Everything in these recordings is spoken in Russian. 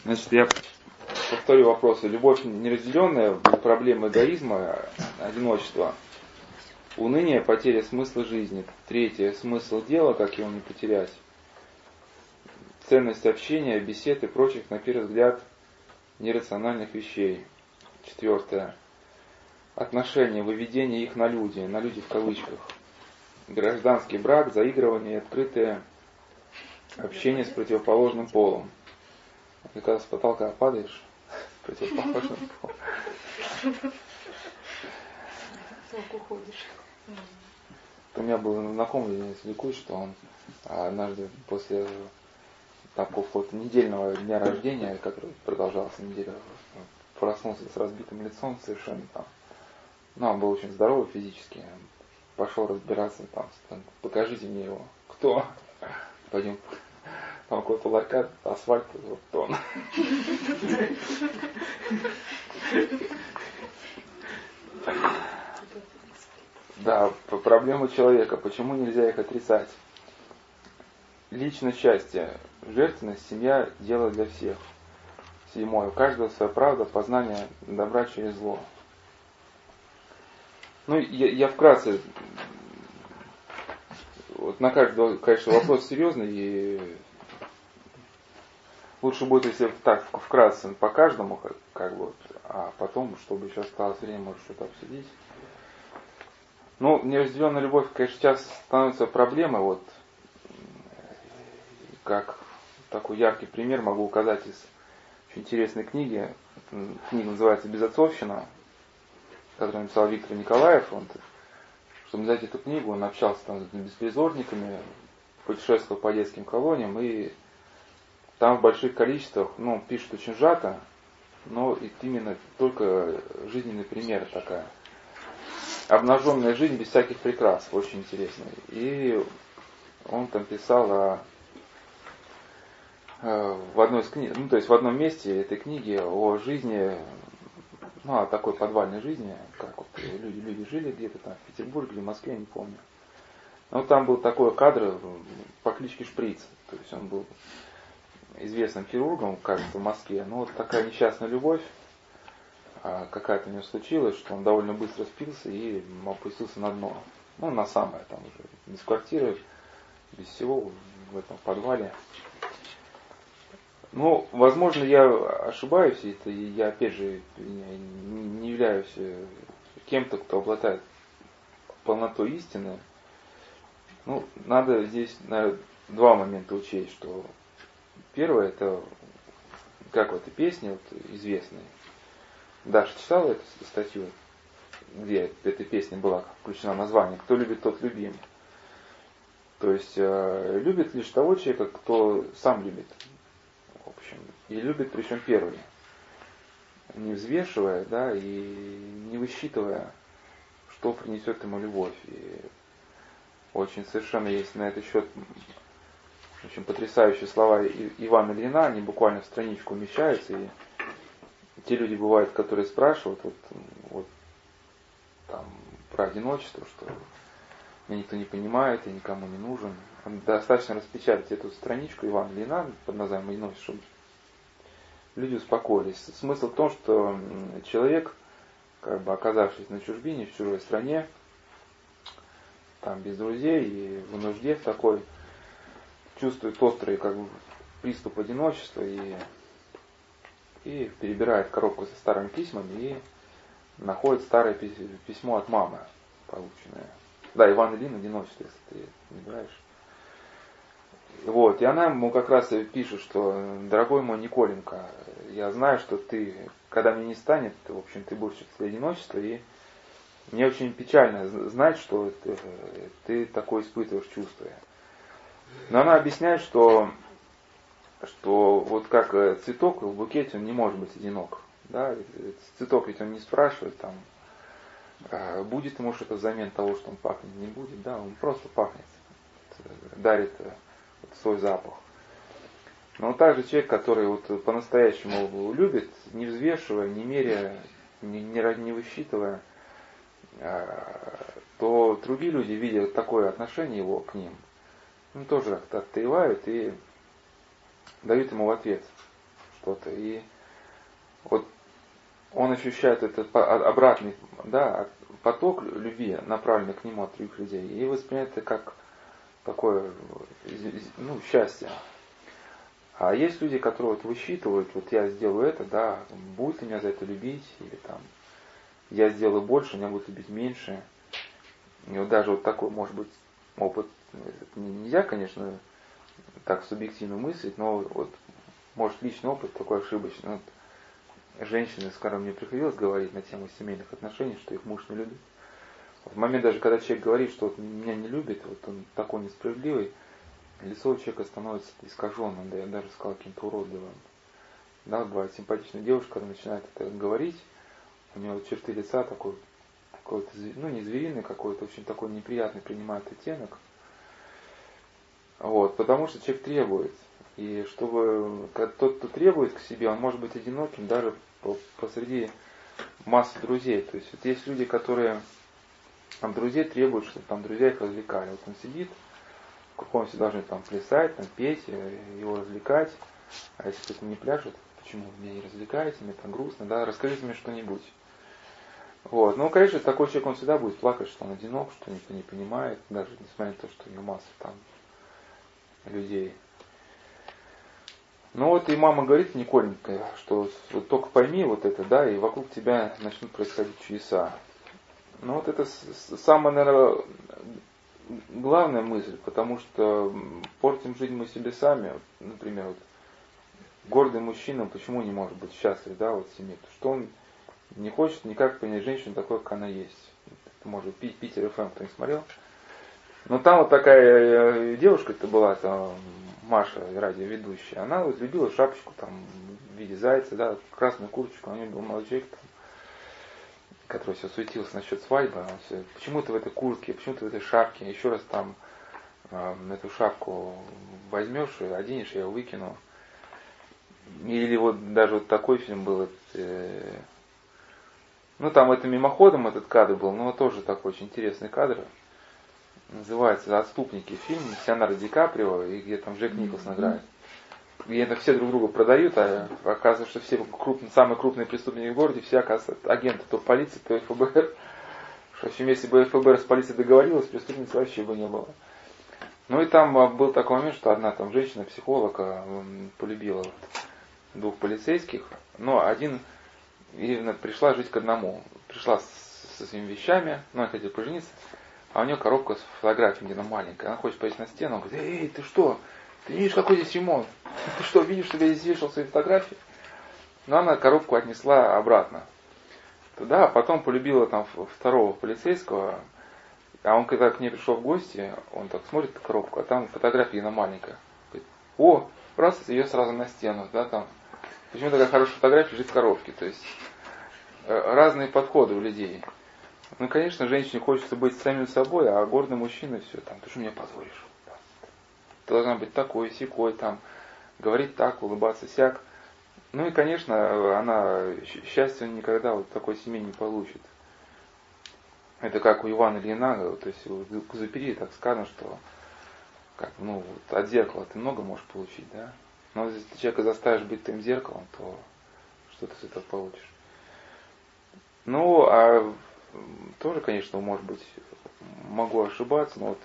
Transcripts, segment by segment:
Значит, я повторю вопросы. Любовь неразделенная, проблема эгоизма, одиночества, уныние, потеря смысла жизни. Третье, смысл дела, как его не потерять. Ценность общения, бесед и прочих, на первый взгляд, нерациональных вещей. Четвертое. Отношения, выведение их на люди в кавычках. Гражданский брак, заигрывание, открытое общение с противоположным полом. Ты когда с потолка падаешь, с противоположным полом. Уходишь. У меня был знакомый Денис Ликуй, что он однажды после такого вот недельного дня рождения, который продолжался неделю, проснулся с разбитым лицом совершенно там. Ну, он был очень здоровый физически. Пошел разбираться там, покажите мне его. Кто? Пойдем. Там какой-то ларька, асфальт, вот он. Да, проблема человека. Почему нельзя их отрицать? Личное счастье, жертвенность, семья, дело для всех. Седьмое. У каждого своя правда, познание добра через зло. Ну, я вкратце, вот на каждый, конечно, вопрос серьезный, и лучше будет, если так вкратце по каждому, как бы, а потом, чтобы еще осталось время, может что-то обсудить. Ну, неразделенная любовь, конечно, сейчас становится проблемой, вот, как такой яркий пример могу указать из очень интересной книги. Книга называется «Безотцовщина», которую написал Виктор Николаев. Он, чтобы издать эту книгу, он общался там с беспризорниками, путешествовал по детским колониям, и там в больших количествах, ну, пишет очень сжато, но именно только жизненный пример такая. Обнаженная жизнь без всяких прикрас, очень интересная. И он там писал в одной из книг, ну, то есть в одном месте этой книги о жизни, ну, о такой подвальной жизни, как вот люди жили где-то там в Петербурге или в Москве, я не помню. Но там был такой кадр по кличке Шприц, то есть он был известным хирургом, кажется, в Москве. Но вот такая несчастная любовь какая-то у него случилась, что он довольно быстро спился и опустился на дно. Ну, на самое там уже, без квартиры, без всего, в этом подвале. Ну, возможно, я ошибаюсь, это я, опять же, не являюсь кем-то, кто обладает полнотой истины. Ну, надо здесь, наверное, два момента учесть, что первое, это, как в этой песне вот, известной. Даша читала эту статью, где эта песня была включена название «Кто любит, тот любим». То есть, любит лишь того человека, кто сам любит. В общем, и любит причем первый, не взвешивая, да, и не высчитывая, что принесет ему любовь. И очень совершенно есть на этот счет очень потрясающие слова Ивана Ильина, они буквально в страничку умещаются, и те люди бывают, которые спрашивают вот там про одиночество, что меня никто не понимает, я никому не нужен. Достаточно распечатать эту страничку Ивана Ильина под названием «Одиночество», чтобы люди успокоились. Смысл в том, что человек, как бы оказавшись на чужбине, в чужой стране, там без друзей и в нужде в такой, чувствует острый как бы приступ одиночества и перебирает коробку со старыми письмами и находит старое письмо от мамы, полученное. Да, Иван Ильин «Одиночество», если ты не знаешь. Вот, и она ему как раз пишет, что «Дорогой мой Николенька, я знаю, что ты, когда меня не станет, в общем, ты будешь чувствовать одиночество, и мне очень печально знать, что ты такое испытываешь чувство». Но она объясняет, что вот как цветок в букете, он не может быть одинок. Да? Цветок ведь он не спрашивает, там, будет ему что-то взамен того, что он пахнет, не будет, да, он просто пахнет, дарит свой запах. Но также человек, который вот по-настоящему любит, не взвешивая, не меряя, не высчитывая, то другие люди, видя такое отношение его к ним, тоже отдаевают и дают ему в ответ, что-то. И вот он ощущает этот обратный, да, поток любви, направленный к нему от других людей, и воспринимает это как такое, ну, счастье. А есть люди, которые вот высчитывают, вот я сделаю это, да, будет ли меня за это любить, или там, я сделаю больше, меня будут любить меньше. И вот даже вот такой, может быть, опыт, нельзя, конечно, так субъективно мыслить, но вот, может, личный опыт такой ошибочный. Вот, женщины, с которыми мне приходилось говорить на тему семейных отношений, что их муж не любит. В момент даже, когда человек говорит, что вот меня не любит, вот он такой несправедливый, лицо у человека становится искаженным, да я даже сказал, каким-то уродливым. Да, бывает симпатичная девушка, когда начинает это говорить, у нее черты лица такой, какой-то, ну не звериный какой-то, очень такой неприятный принимает оттенок. Вот, потому что человек требует. И чтобы тот, кто требует к себе, он может быть одиноким даже посреди массы друзей. То есть вот есть люди, которые там друзей требуют, чтобы там друзья их развлекали. Вот он сидит, в каком-то должны там плясать, там петь, его развлекать. А если кто-то не пляшет, почему вы меня не развлекаете, мне там грустно, да, расскажите мне что-нибудь. Вот. Ну, конечно, такой человек, он всегда будет плакать, что он одинок, что никто не понимает, даже несмотря на то, что у него масса там людей. Ну вот и мама говорит, Николенька, что вот только пойми вот это, да, и вокруг тебя начнут происходить чудеса. Ну вот это самая, наверное, главная мысль, потому что портим жизнь мы себе сами. Вот, например, вот, гордый мужчина почему не может быть счастлив, да, вот в семье? Потому что он не хочет никак понять женщину такой, как она есть. Это может Питер ФМ, кто не смотрел. Но там вот такая девушка-то была, там, Маша, радиоведущая, она вот любила шапочку там в виде зайца, да, красную курточку, у нее был молодой человек, там, который все суетился насчет свадьбы, он все, почему ты в этой куртке, почему ты в этой шапке, еще раз там эту шапку возьмешь и оденешь, я ее выкину. Или вот даже вот такой фильм был, ну там это мимоходом этот кадр был, но тоже такой очень интересный кадр. Называется «Отступники» фильм с Леонардо Ди Каприо, и где там Джек Николсон играет. И это все друг друга продают, а оказывается, что все самые крупные преступники в городе, все, оказывается, агенты то полиции, то ФБР. Что в общем, если бы ФБР с полицией договорилась, преступниц вообще бы не было. Ну и там был такой момент, что одна там женщина-психолог полюбила двух полицейских, но один именно пришла жить к одному. Пришла со своими вещами, но она хотела пожениться, а у нее коробка с фотографией, где она маленькая. Она хочет повесить на стену, он говорит, эй, ты что? Ты не видишь, какой здесь ремонт? Ты что, видишь, что я здесь вешал свои фотографии? Но она коробку отнесла обратно туда, а потом полюбила там второго полицейского, а он когда к ней пришел в гости, он так смотрит на коробку, а там фотография она маленькая. Говорит, о, раз, ее сразу на стену, да, там. Почему такая хорошая фотография лежит в коробке? То есть разные подходы у людей. Ну, конечно, женщине хочется быть самим собой, а гордый мужчина все, там, ты что меня позоришь? Ты должна быть такой, сякой, там, говорить так, улыбаться сяк. Ну и, конечно, она счастья никогда вот такой семьи не получит. Это как у Ивана Ильина, то есть у Экзюпери так сказано, что как, ну, вот от зеркала ты много можешь получить, да? Но если ты человека заставишь быть твоим зеркалом, то что ты с этого получишь? Ну, а тоже, конечно, может быть, могу ошибаться, но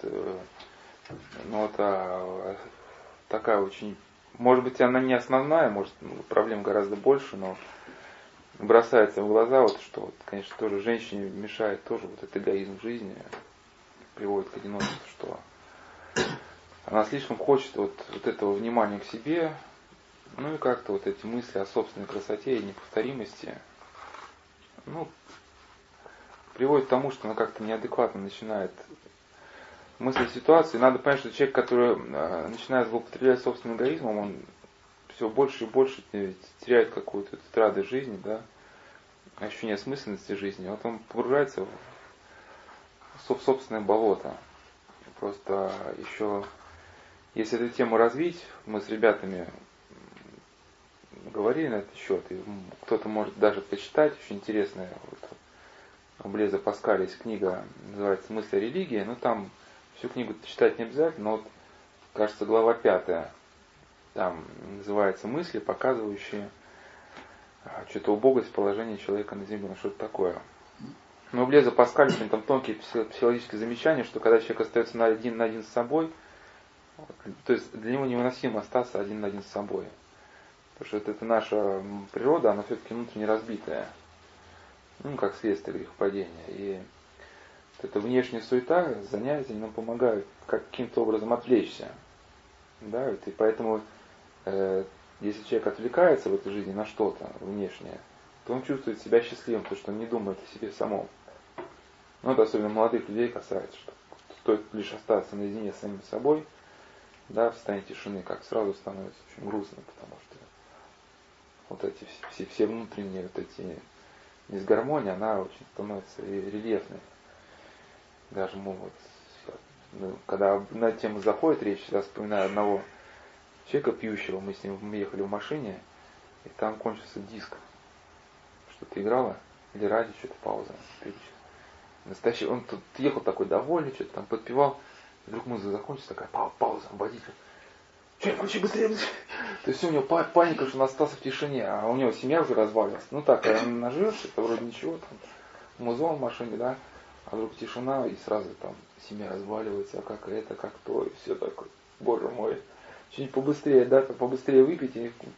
такая очень, может быть, она не основная, может, проблем гораздо больше, но бросается в глаза, вот, что, вот, конечно, тоже женщине мешает тоже вот этот эгоизм в жизни, приводит к одиночеству, что она слишком хочет вот этого внимания к себе, ну и как-то вот эти мысли о собственной красоте и неповторимости, ну, приводит к тому, что она как-то неадекватно начинает мыслить ситуацию. Надо понять, что человек, который начинает злоупотреблять собственным эгоизмом, он все больше и больше теряет какую-то радость жизни, да, ощущение осмысленности жизни. Вот он погружается в собственное болото. Просто еще, если эту тему развить, мы с ребятами говорили на этот счет, и кто-то может даже почитать, очень интересная, вот, у Блеза Паскаля есть книга, называется «Мысли о религии», но там всю книгу читать не обязательно, но вот, кажется, глава 5, там называется мысли, показывающие что-то убогость положения человека на земле, что-то такое. Но у Блеза Паскаля очень там тонкие психологические замечания, что когда человек остается на один с собой, то есть для него невыносимо остаться один на один с собой. Потому что это наша природа, она все-таки внутренне разбитая. Ну, как следствие грехопадения. И вот эта внешняя суета, занятия нам помогают каким-то образом отвлечься. Да, и поэтому, если человек отвлекается в этой жизни на что-то внешнее, то он чувствует себя счастливым, потому что он не думает о себе самом. Ну, это особенно молодых людей касается, что стоит лишь остаться наедине с самим собой, да, в состоянии тишины, как сразу становится очень грустно, потому что вот эти все внутренние вот эти дисгармонии, она очень становится рельефной. Даже когда на эту тему заходит речь, я вспоминаю одного человека пьющего, мы с ним ехали в машине, и там кончился диск. Что-то играло, или радио, что-то пауза. Настоящий, он тут ехал такой довольный, что-то там подпевал, и вдруг музыка закончится, такая пауза, водитель. Че, включи быстрее, быстрее. То есть у него паника, что он остался в тишине, а у него семья уже развалилась. Ну так, он наживется, это вроде ничего, там, музон в машине, да, а вдруг тишина, и сразу там семья разваливается, а как это, как то, и все такое. Боже мой, что-нибудь побыстрее, да, побыстрее выпить.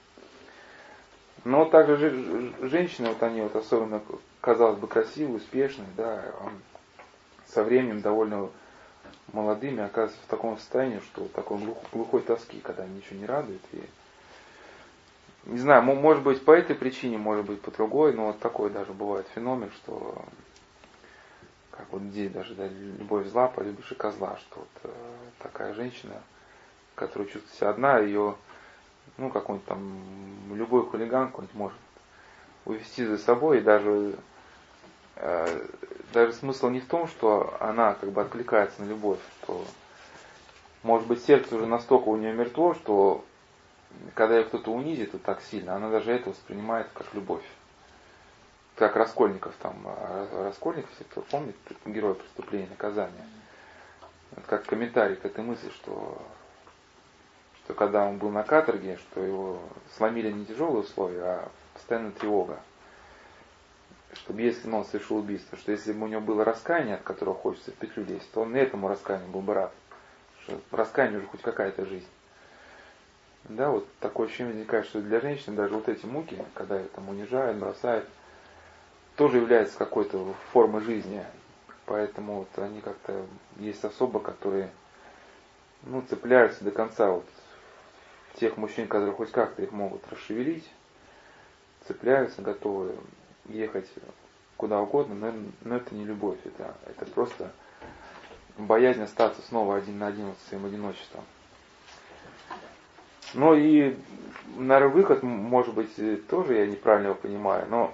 Но вот также женщины, вот они вот особенно, казалось бы, красивые, успешные, да, со временем довольно молодыми оказываются в таком состоянии, что такой глухой тоски, когда ничего не радует. И, не знаю, может быть по этой причине, может быть по другой, но вот такой даже бывает феномен, что как вот здесь даже, да, любовь зла, полюбишь и козла, что вот такая женщина, которая чувствует себя одна, ее, ну, какой-нибудь там, любой хулиган какой-нибудь может увести за собой, и даже смысл не в том, что она как бы откликается на любовь, что может быть сердце уже настолько у нее мертво, что когда ее кто-то унизит вот так сильно, она даже это воспринимает как любовь. Как Раскольников там, Раскольников, если кто помнит, герой преступления и наказания. Это как комментарий к этой мысли, что когда он был на каторге, что его сломили не тяжелые условия, а постоянно тревога. Чтобы если он совершил убийство, что если бы у него было раскаяние, от которого хочется в петлю лезть, то он этому раскаянию был бы рад. Что в раскаянии уже хоть какая-то жизнь. Да, вот такое ощущение возникает, что для женщины даже вот эти муки, когда их там унижают, бросают, тоже являются какой-то формой жизни. Поэтому вот они как-то, есть особо, которые, ну, цепляются до конца вот тех мужчин, которые хоть как-то их могут расшевелить, цепляются, готовы ехать куда угодно, но это не любовь, это просто боязнь остаться снова один на один с своим одиночеством. Ну и, наверное, выход, может быть, тоже я неправильно его понимаю, но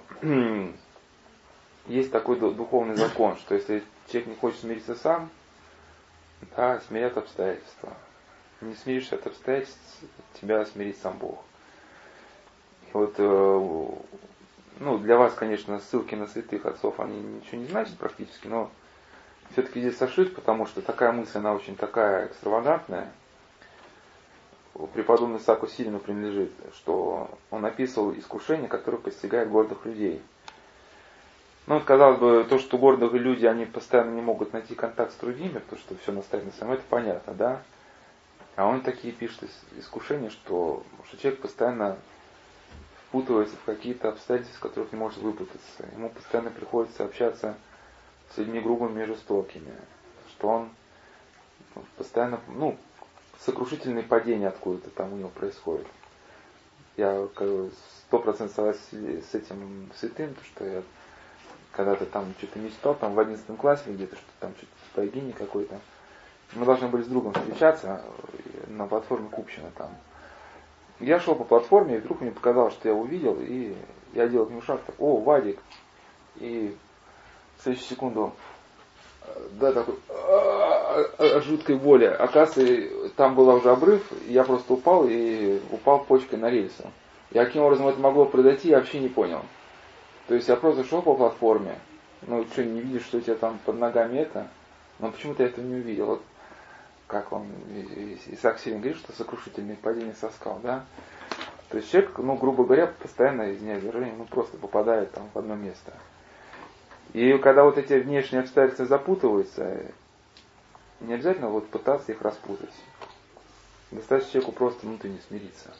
есть такой духовный закон, что если человек не хочет смириться сам, да, смирят обстоятельства. Не смиришься от обстоятельств, тебя смирит сам Бог. И вот, ну, для вас, конечно, ссылки на святых отцов, они ничего не значат практически, но все-таки здесь сошлюсь, потому что такая мысль, она очень такая экстравагантная. Преподобный Исааку Сирину принадлежит, что он описывал искушения, которые постигают гордых людей. Ну, казалось бы, то, что гордые люди, они постоянно не могут найти контакт с другими, потому что все настоит на самом, это понятно, да? А он такие пишет искушения, что человек постоянно впутывается в какие-то обстоятельства, из которых не может выпутаться. Ему постоянно приходится общаться с людьми грубыми и жестокими. Что он постоянно, ну, сокрушительные падения откуда-то там у него происходят. Я 100% согласен с этим святым, потому что я когда-то там что-то мечтал, там в 11 классе где-то, что там что-то богини какой-то. Мы должны были с другом встречаться на платформе Купчино там. Я шел по платформе, и вдруг мне показалось, что я увидел, и я делал к нему шаг, так, о, Вадик. И в следующую секунду, да, такой, от жуткой боли. Оказывается, там был уже обрыв, и я просто упал почкой на рельсу. И каким образом это могло произойти, я вообще не понял. То есть я просто шел по платформе, ну что, не видишь, что у тебя там под ногами это, но почему-то я этого не увидел. Вот как он, Исаак Сирин говорит, что сокрушительное падение со скал, да. То есть человек, грубо говоря, постоянно, извиняюсь за выражение, просто попадает там в одно место. И когда вот эти внешние обстоятельства запутываются, не обязательно вот пытаться их распутать. Достаточно человеку просто внутренне смириться.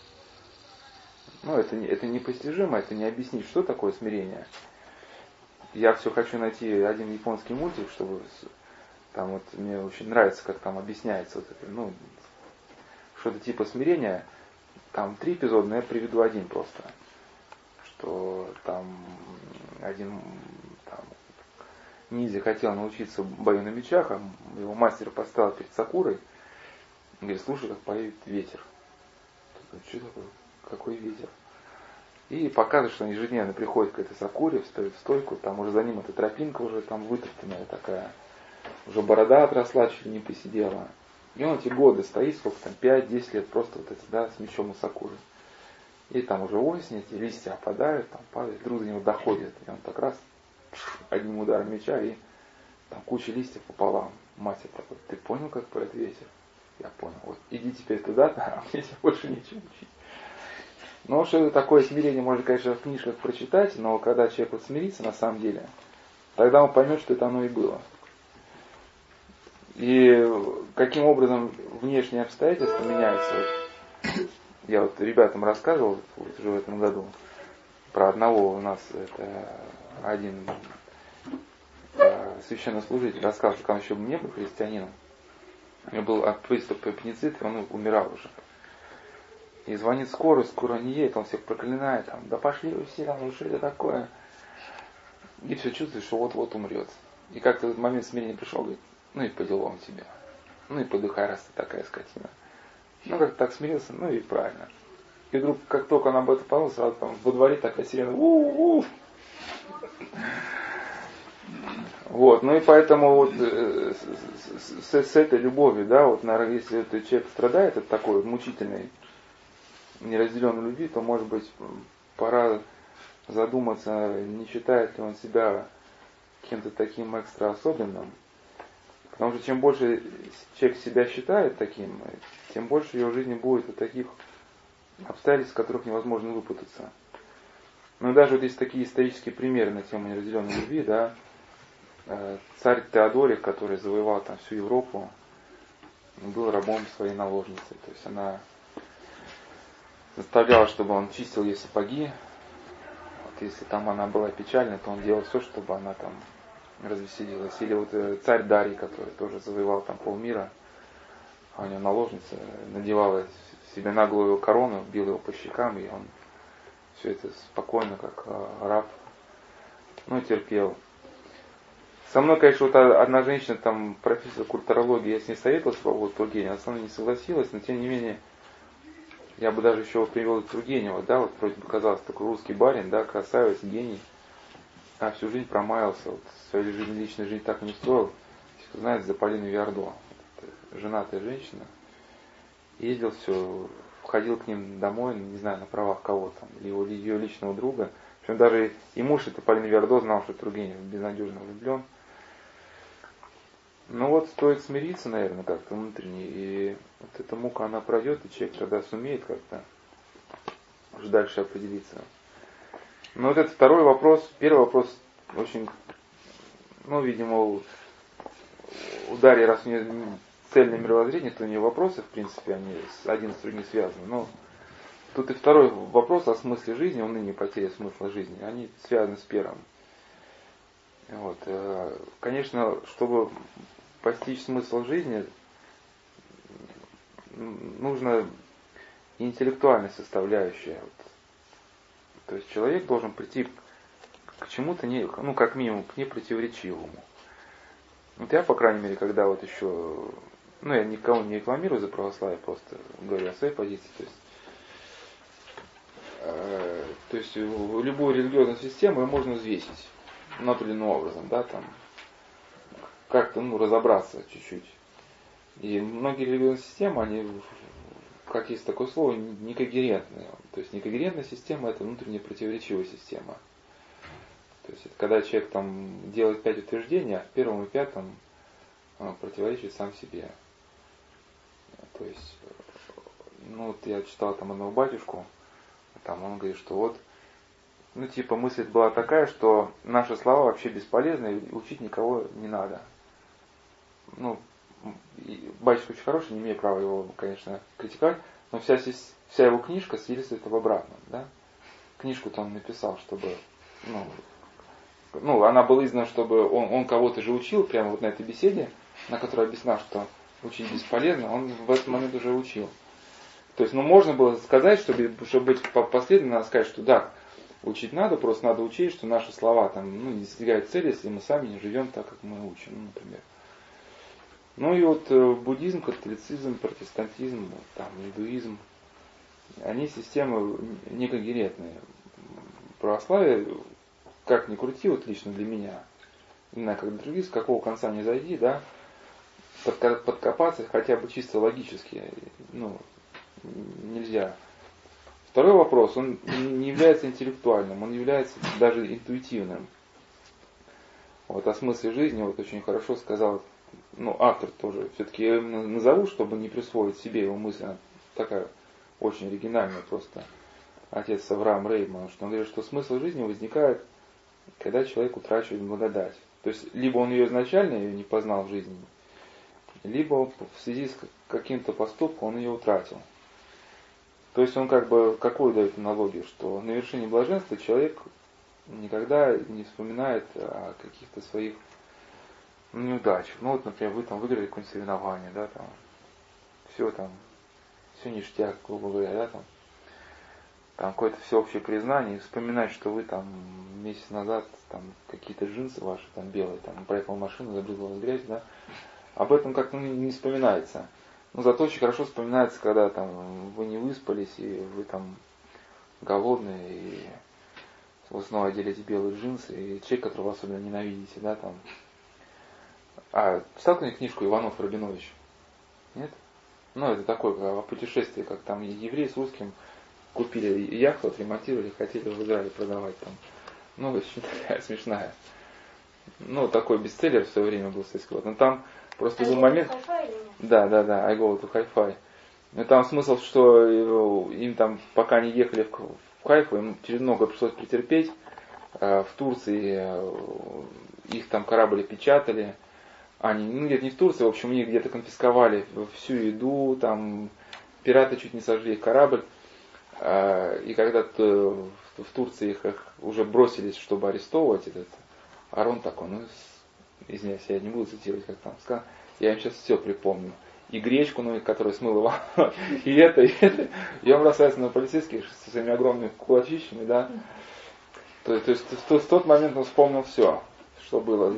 Это непостижимо, это не объяснить, что такое смирение. Я все хочу найти один японский мультик, чтобы там вот мне очень нравится, как там объясняется вот это, что-то типа смирения. Там 3 эпизода, но я приведу один просто. Что там один ниндзя хотел научиться бою на мечах, а его мастер поставил перед Сакурой. Он говорит, слушай, как поет ветер. Что такое? Какой ветер? И показывает, что он ежедневно приходит к этой Сакуре, встает в стойку, там уже за ним эта тропинка уже там вытоптанная такая, уже борода отросла, чуть ли не посидела. И он эти годы стоит, сколько там, 5-10 лет, просто вот эти, да, с мечом у Сакуры. И там уже осень, эти листья опадают, там падают, вдруг до него доходит. И он так раз, одним ударом меча, и там куча листьев пополам. Мастер такой, ты понял, как поет ветер? Я понял. Вот иди теперь туда, а мне тебе больше нечего учить. Что это такое смирение, можно, конечно, в книжках прочитать, но когда человек вот смирится на самом деле, тогда он поймет, что это оно и было. И каким образом внешние обстоятельства меняются. Я вот ребятам рассказывал уже в этом году про одного у нас, это один священнослужитель рассказывал, что он еще не был христианином. У него был приступ аппендицита, он умирал уже. И звонит скорая не едет, он всех проклинает, там, да пошли вы все, там, что это такое. И все чувствует, что вот-вот умрет. И как-то в этот момент смирения пришел, говорит, и по делам тебе. И подыхай, раз ты такая скотина. Как-то так смирился, и правильно. И вдруг, как только он об этом подумал, сразу там во дворе такая сирена, у-у-у. Вот, и поэтому вот с этой любовью, да, вот, наверное, если этот человек страдает от такой вот мучительной, неразделенной любви, то, может быть, пора задуматься, не считает ли он себя кем-то таким экстра особенным. Потому что чем больше человек себя считает таким, тем больше в его жизни будет вот таких обстоятельств, из которых невозможно выпутаться. Даже вот есть такие исторические примеры на тему неразделенной любви, да. Царь Теодорик, который завоевал там всю Европу, был рабом своей наложницы. То есть она заставляла, чтобы он чистил ей сапоги. Вот если там она была печальна, то он делал все, чтобы она там развеселилась. Или вот царь Дарий, который тоже завоевал там полмира, а у него наложница надевала себе на голову корону, била его по щекам, и он все это спокойно, как раб, терпел. Со мной, конечно, вот одна женщина, там, профессор культурологии, я с ней советовался по поводу Тургенева, она со мной не согласилась, но тем не менее, я бы даже еще привел Тургенева, да, вот вроде бы казалось такой русский барин, да, красавец, гений, а всю жизнь промаялся, вот свою жизнь, личную жизнь так и не строил. Кто знает, за Полину Виардо, женатая женщина, ездил все, входил к ним домой, не знаю, на правах кого там, или ее личного друга. Причем даже и муж это Полина Виардо знал, что Тургенев безнадежно влюблен. Стоит смириться, наверное, как-то внутренне, и вот эта мука, она пройдет, и человек тогда сумеет как-то уже дальше определиться. Это второй вопрос. Первый вопрос очень, видимо, у Дарьи, раз у нее цельное мировоззрение, то у нее вопросы, в принципе, они один с другим связаны. Но тут и второй вопрос о смысле жизни, он ныне потеря смысла жизни, они связаны с первым. Конечно, чтобы постичь смысл жизни, нужно интеллектуальная составляющая. То есть человек должен прийти к чему-то, как минимум, к непротиворечивому. Я, по крайней мере, когда еще, я никого не рекламирую за православие, просто говорю о своей позиции. То есть любую религиозную систему ее можно взвесить определенным образом, да, там, как-то, разобраться чуть-чуть. И многие религиозные системы, они, как есть такое слово, некогерентные. То есть некогерентная система — это внутренне противоречивая система. То есть это когда человек там делает 5 утверждений, а в первом и пятом противоречит сам себе. То есть, ну вот я читал там одного батюшку, там он говорит, что вот, ну типа мысль была такая, что наши слова вообще бесполезны, и учить никого не надо. Ну, батюшка очень хороший, не имею права его, конечно, критиковать, но вся его книжка свидетельствует об обратном, да. Книжку-то он написал, чтобы, она была издана, чтобы он кого-то же учил, прямо вот на этой беседе, на которой объяснял, что учить бесполезно, он в этот момент уже учил. То есть, можно было сказать, чтобы быть последовательным, надо сказать, что да, учить надо, просто надо учить, что наши слова там, не достигают цели, если мы сами не живем так, как мы учим, например. Ну и вот буддизм, католицизм, протестантизм, там, индуизм, они системы некогерентные. Православие, как ни крути, вот лично для меня, не знаю, как для других, с какого конца не зайди, да, подкопаться хотя бы чисто логически, нельзя. Второй вопрос, он не является интеллектуальным, он является даже интуитивным. Вот о смысле жизни вот очень хорошо сказал, автор тоже, все-таки я его назову, чтобы не присвоить себе его мысль, она такая очень оригинальная просто, отец Авраам Рейман, что он говорит, что смысл жизни возникает, когда человек утрачивает благодать. То есть, либо он ее изначально ее не познал в жизни, либо в связи с каким-то поступком он ее утратил. То есть он какую дает аналогию, что на вершине блаженства человек никогда не вспоминает о каких-то своих неудачах. Вот, например, вы там выиграли какое-нибудь соревнование, да, там, все ништяк, грубо говоря, да, там какое-то всеобщее признание, и вспоминать, что вы там месяц назад там какие-то джинсы ваши там белые, там проехал машину, забрызгалась грязь, да, об этом как-то не вспоминается. Но зато очень хорошо вспоминается, когда там вы не выспались, и вы там голодные, и вы снова оделись в белые джинсы, и человек, которого вы особенно ненавидите, да, там. Читал кто-нибудь книжку Иванов Рабинович? Нет? Это такое о путешествии, как там евреи с русским купили яхту, отремонтировали, хотели в Израиле продавать там. Очень такая смешная. Такой бестселлер в свое время был советский год. Но там просто был момент. Да, I go to Hi-Fi. Но там смысл, что им там, пока они ехали в Хайфу, им через много пришлось претерпеть. В Турции их там корабль печатали. Где-то не в Турции, в общем, у них где-то конфисковали всю еду, там пираты чуть не сожгли их корабль. И когда в Турции их уже бросились, чтобы арестовывать, этот Арон такой, извиняюсь, я не буду цитировать, как там сказал, я им сейчас все припомню. И гречку, которая смыла его, и это. И он бросается на полицейских со своими огромными кулачищами, да. То есть в тот момент он вспомнил все, что было.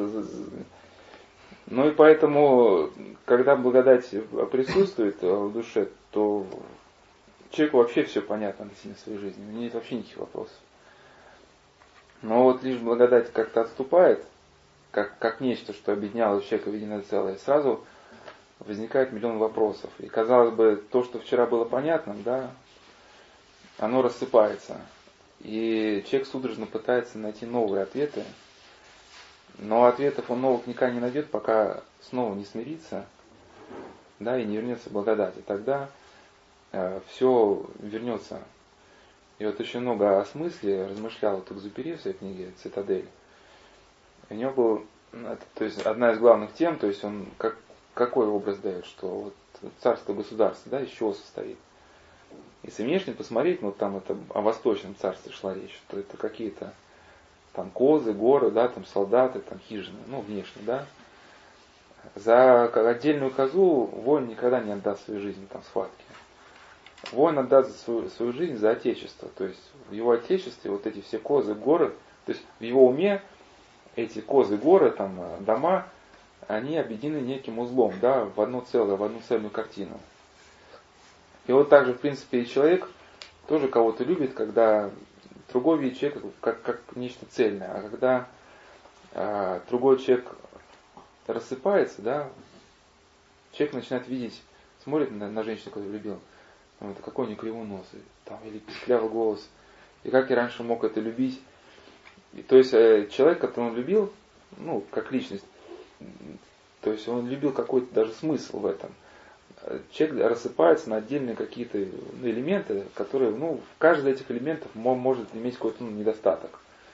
И поэтому, когда благодать присутствует в душе, то человеку вообще все понятно относительно своей жизни. У него нет вообще никаких вопросов. Но вот лишь благодать как-то отступает, как нечто, что объединяло человека в единое целое, сразу возникает миллион вопросов. И казалось бы, то, что вчера было понятным, да, оно рассыпается. И человек судорожно пытается найти новые ответы, но ответов он новых никогда не найдет, пока снова не смирится, да, и не вернется благодать. И тогда все вернется. И вот очень много о смысле размышлял Экзюпери в своей книге «Цитадель». У него был, то есть одна из главных тем, то есть он какой образ дает, что вот царство государство, да, из чего состоит. Если внешне посмотреть, там это о восточном царстве шла речь, что это какие-то там козы, горы, да, там солдаты, там хижины, внешне, да. За отдельную козу воин никогда не отдаст свою жизнь там в схватке. Воин отдаст свою жизнь за отечество. То есть в его отечестве вот эти все козы, горы, то есть в его уме эти козы, горы, там, дома, они объединены неким узлом, да, в одно целое, в одну цельную картину. И вот так же, в принципе, и человек тоже кого-то любит, когда другой видит человека как нечто цельное. А когда другой человек рассыпается, да, человек начинает видеть, смотрит на женщину, которую любил, это какой у нее кривоносый, там, или писклявый голос, и как я раньше мог это любить. И, то есть человек, которого он любил, как личность, то есть он любил какой-то даже смысл в этом. человек рассыпается на отдельные какие-то элементы, которые, каждый из этих элементов может иметь какой-то недостаток.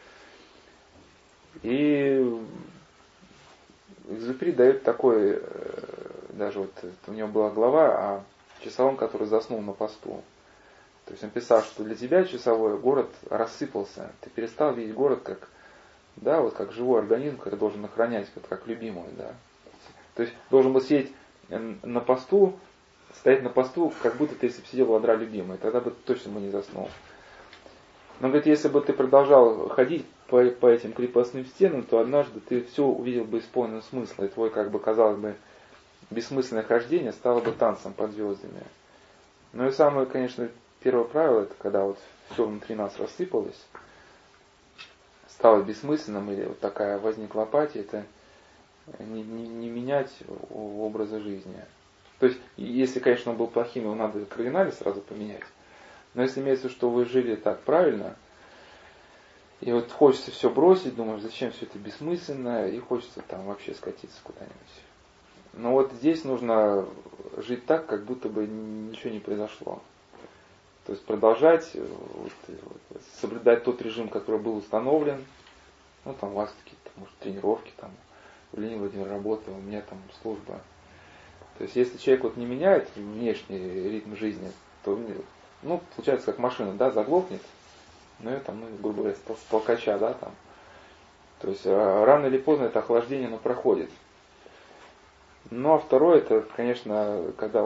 И Экзюпери дает такой, даже вот у него была глава о часовом, который заснул на посту. То есть он писал, что для тебя часовой город рассыпался. Ты перестал видеть город как живой организм, который должен охранять, как любимый, да. То есть должен был сидеть на посту, стоять на посту, как будто ты, если бы сидел у одра любимый, тогда бы точно бы не заснул. Но, говорит, если бы ты продолжал ходить по этим крепостным стенам, то однажды ты все увидел бы исполненным смысла, и твой, казалось бы, бессмысленное хождение стало бы танцем под звездами. Ну и самое, конечно, первое правило, это когда вот все внутри нас рассыпалось, стало бессмысленным, или вот такая возникла апатия, это не менять образа жизни. То есть, если, конечно, он был плохим, его надо кардинально сразу поменять. Но если имеется, что вы жили так правильно, и вот хочется все бросить, думаешь, зачем все это бессмысленно, и хочется там вообще скатиться куда-нибудь. Но вот здесь нужно жить так, как будто бы ничего не произошло. То есть продолжать соблюдать тот режим, который был установлен. У вас какие-то, может, тренировки, у Ленина Владимира работа, у меня служба. То есть если человек не меняет внешний ритм жизни, то получается как машина, заглохнет, но ее грубо говоря, с толкача, То есть рано или поздно это охлаждение, проходит. Ну а второе, это, конечно, когда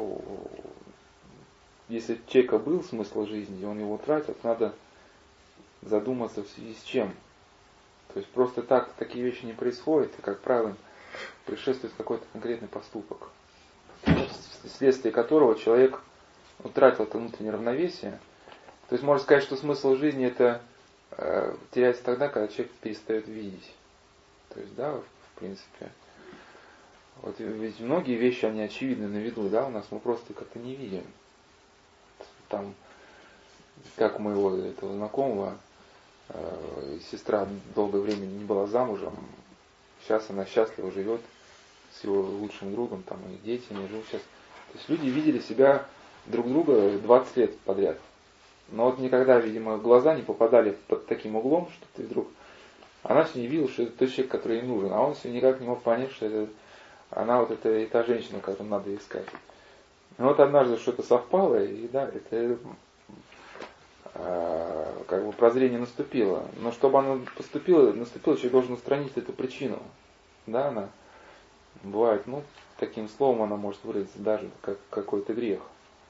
если у человека был смысл жизни, и он его утратил, надо задуматься в связи с чем. То есть просто так такие вещи не происходят, и, как правило, предшествует какой-то конкретный поступок, вследствие которого человек утратил это внутреннее равновесие. То есть можно сказать, что смысл жизни это теряется тогда, когда человек перестает видеть. То есть, в принципе, ведь многие вещи, они очевидны на виду, у нас мы просто как-то не видим. Как у моего этого знакомого, сестра долгое время не была замужем, сейчас она счастливо живет с его лучшим другом, и дети они живут сейчас. То есть люди видели себя друг друга 20 лет подряд. Но никогда, видимо, глаза не попадали под таким углом, что ты вдруг... Она все не видела, что это тот человек, который ей нужен, а он все никак не мог понять, что она это и та женщина, которую надо искать. Но однажды что-то совпало, и это прозрение наступило. Но чтобы оно наступило, человек должен устранить эту причину. Она бывает, таким словом она может выразиться даже как какой-то грех.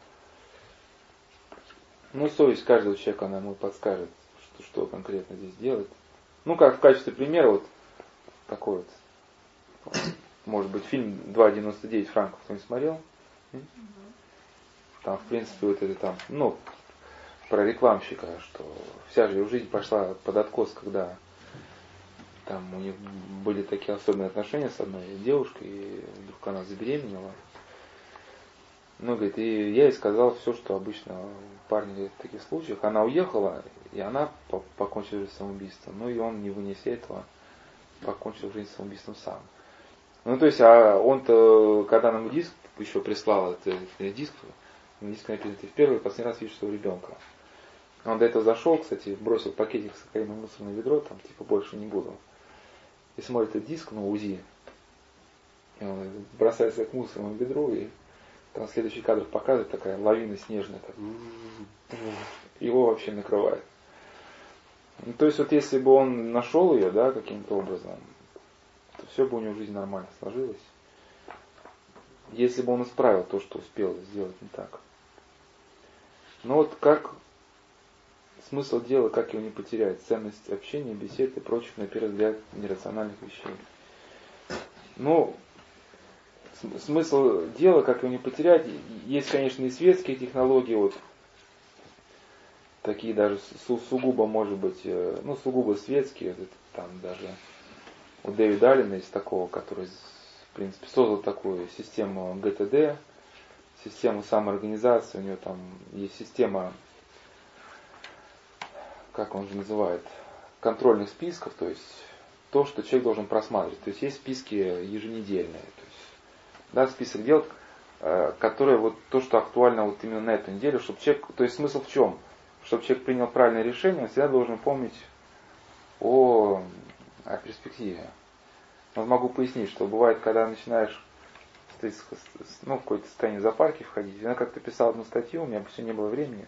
Совесть каждого человека, она ему подскажет, что конкретно здесь делать. Как в качестве примера, такой может быть, фильм 2,99 франков кто-нибудь смотрел? Там, в принципе, про рекламщика, что вся же его жизнь пошла под откос, когда у них были такие особенные отношения с одной девушкой, и вдруг она забеременела. Говорит, и я ей сказал все, что обычно парни говорят в таких случаях. Она уехала, и она покончила жизнь самоубийством. И он, не вынеся этого, покончил жизнь самоубийством сам. То есть, он-то, когда нам диск еще прислал, диск написано, ты в первый и последний раз видишь своего ребенка. Он до этого зашел, кстати, бросил пакетик с кокаином в мусорное ведро, больше не буду. И смотрит этот диск на УЗИ. И он бросается к мусорному ведру, и следующий кадр показывает, такая лавина снежная, его вообще накрывает. То есть, если бы он нашел ее, каким-то образом, то все бы у него в жизни нормально сложилось. Если бы он исправил то, что успел сделать не так. Но как смысл дела, как его не потерять, ценность общения, бесед и прочих, на первый взгляд, нерациональных вещей. Смысл дела, как его не потерять, есть, конечно, и светские технологии, такие даже сугубо, может быть, сугубо светские, даже у Дэвида Аллена есть такого, который, в принципе, создал такую систему ГТД, систему самоорганизации, у него есть система, как он же называет, контрольных списков, то есть то, что человек должен просматривать. То есть есть списки еженедельные. То есть, список дел, которое вот то, что актуально вот именно на эту неделю, чтобы человек, то есть смысл в чем? Чтобы человек принял правильное решение, он всегда должен помнить о перспективе. Вот могу пояснить, что бывает, когда начинаешь в какое-то состояние запарки входить. Я как-то писал одну статью, у меня все не было времени.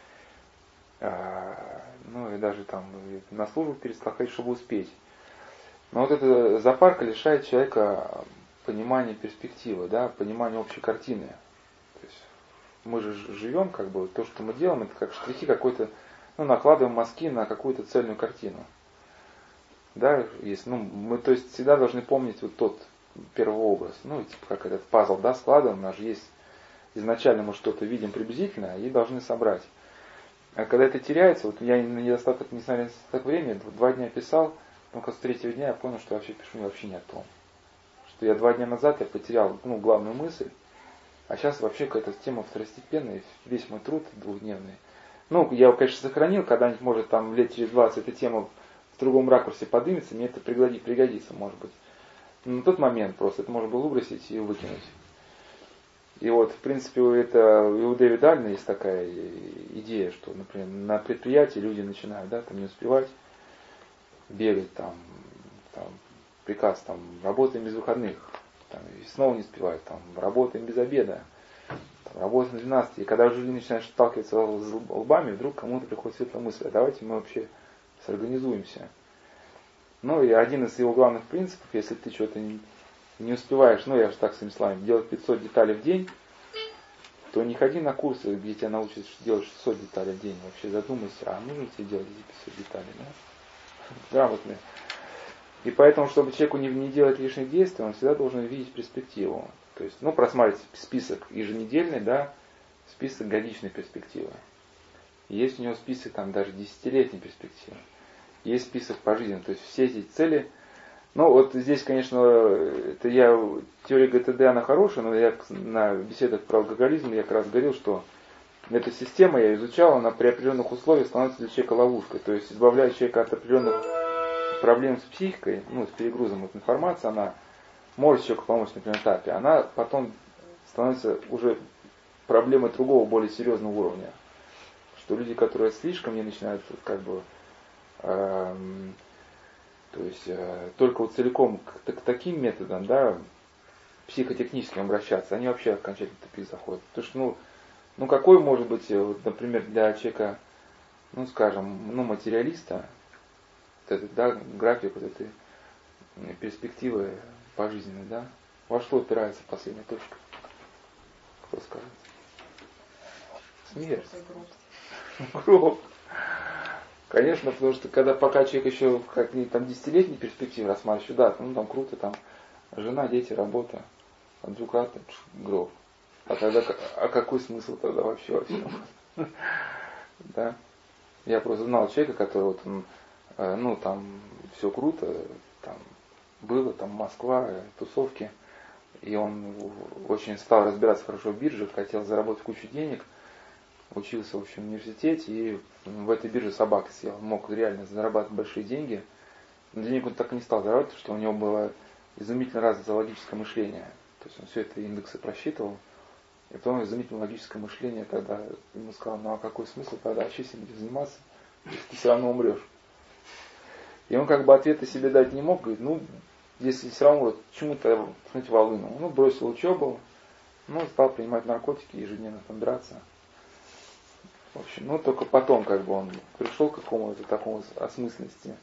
И даже там на службу перестал ходить, чтобы успеть. Но вот эта запарка лишает человека понимания перспективы, да, понимания общей картины. То есть мы же живем, как бы, то, что мы делаем, это как штрихи какой-то, накладываем мазки на какую-то цельную картину. Да, есть, мы, то есть, всегда должны помнить вот тот первый образ. Типа как этот пазл, да, складываем, у нас же есть, изначально мы что-то видим приблизительно и должны собрать. А когда это теряется, вот я на недостаток времени, 2 дня писал, только с 3-го дня я понял, что вообще пишу вообще не о том. Что я 2 дня назад я потерял, главную мысль, а сейчас вообще какая-то тема второстепенная, весь мой труд двухдневный. Я его, конечно, сохранил, когда-нибудь, может, там лет через 20 эта тема в другом ракурсе подымется, мне это пригодится, может быть. Но на тот момент просто это можно было выбросить и выкинуть. И вот, в принципе, у Дэвида Альна есть такая идея, что, например, на предприятии люди начинают, да, там не успевать, бегать, там приказ, там, работаем без выходных, там, и снова не успевают, там, работаем без обеда, там, работаем с 12. И когда уже люди начинают сталкиваться с лбами, вдруг кому-то приходит светлая мысль, а давайте мы вообще сорганизуемся. И один из его главных принципов, если ты что-то не успеваешь, я же так своими словами, делать 500 деталей в день, то не ходи на курсы, где тебя научат делать 600 деталей в день. Вообще задумайся, а нужно тебе делать эти 500 деталей, да? Грамотно. И поэтому, чтобы человеку не делать лишних действий, он всегда должен видеть перспективу. То есть, просматривать список еженедельный, да, список годичной перспективы. Есть у него список там даже 10-летней перспективы. Есть список пожизненный. То есть все эти цели. Вот здесь, конечно, теория ГТД, она хорошая, но я на беседах про алкоголизм я как раз говорил, что эта система я изучал, она при определенных условиях становится для человека ловушкой. То есть избавляя человека от определенных проблем с психикой, с перегрузом информации, она может человеку помочь на определенном этапе, она потом становится уже проблемой другого, более серьезного уровня. Что люди, которые слишком не начинают только целиком к таким методам, да, психотехническим обращаться, они вообще окончательно в тупик заходят. Потому что, какой может быть, например, для человека, материалиста, график этой перспективы пожизненной, да? Во что упирается последняя точка? Кто скажет? Смерть. Гроб. Конечно, потому что пока человек еще там 10-летней перспективы рассматривает, да, там круто, там жена, дети, работа, адвокат, гроб. А тогда, какой смысл тогда вообще во всем? Да? Я просто знал человека, который там все круто, там было, там Москва, тусовки, и он очень стал разбираться хорошо в бирже, хотел заработать кучу денег, учился, в общем, в университете, и в этой бирже собака съел, мог реально зарабатывать большие деньги, но денег он так и не стал зарабатывать, потому что у него было изумительно развитое логическое мышление, то есть он все это индексы просчитывал, и потом изумительное логическое мышление тогда ему сказал, а какой смысл тогда вообще этим заниматься, если ты все равно умрешь. И он ответа себе дать не мог, говорит, если все равно чему-то пнуть волыну. Бросил учебу, стал принимать наркотики, ежедневно там драться. В общем, только потом он пришел к какому-то такому осмысленности.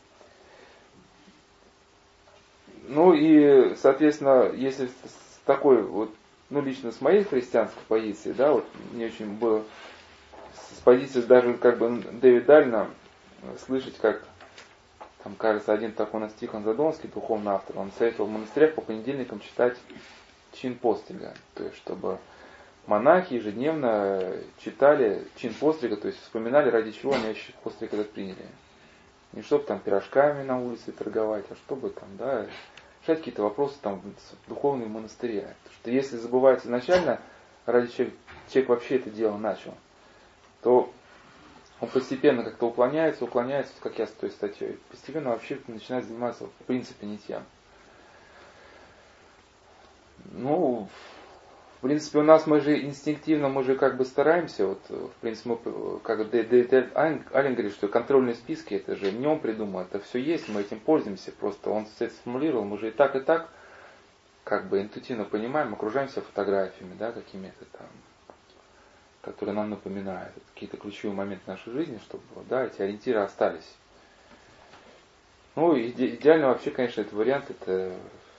И, соответственно, если с такой лично с моей христианской позиции, да, мне очень было с позиции даже Дэвида Альна слышать, как там, кажется, один такой у нас Тихон Задонский, духовный автор, он советовал в монастырях по понедельникам читать чин пострига. То есть, чтобы монахи ежедневно читали чин пострига, то есть вспоминали, ради чего они постриг этот приняли. Не чтобы там пирожками на улице торговать, а чтобы там, да, решать какие-то вопросы там в духовном монастыре. Потому что если забывать изначально, ради чего человек вообще это дело начал, то он постепенно как-то уклоняется, как я с той статьей, постепенно вообще начинает заниматься в принципе не тем. В принципе, у нас мы же инстинктивно, мы же как бы стараемся, вот, в принципе, мы, как Дэвид Аллен говорит, что контрольные списки, это же не он придумал, это все есть, мы этим пользуемся, просто он все это сформулировал, мы же и так, как бы интуитивно понимаем, окружаемся фотографиями, да, какими-то там, которые нам напоминают какие-то ключевые моменты нашей жизни, чтобы, да, эти ориентиры остались. Ну, идеально вообще, конечно, этот вариант, это,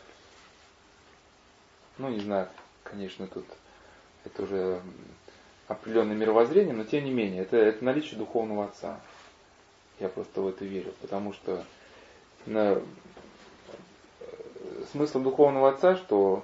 ну, не знаю, конечно, тут это уже определенное мировоззрение, но тем не менее, это наличие духовного отца. Я просто в это верю, потому что смысл духовного отца, что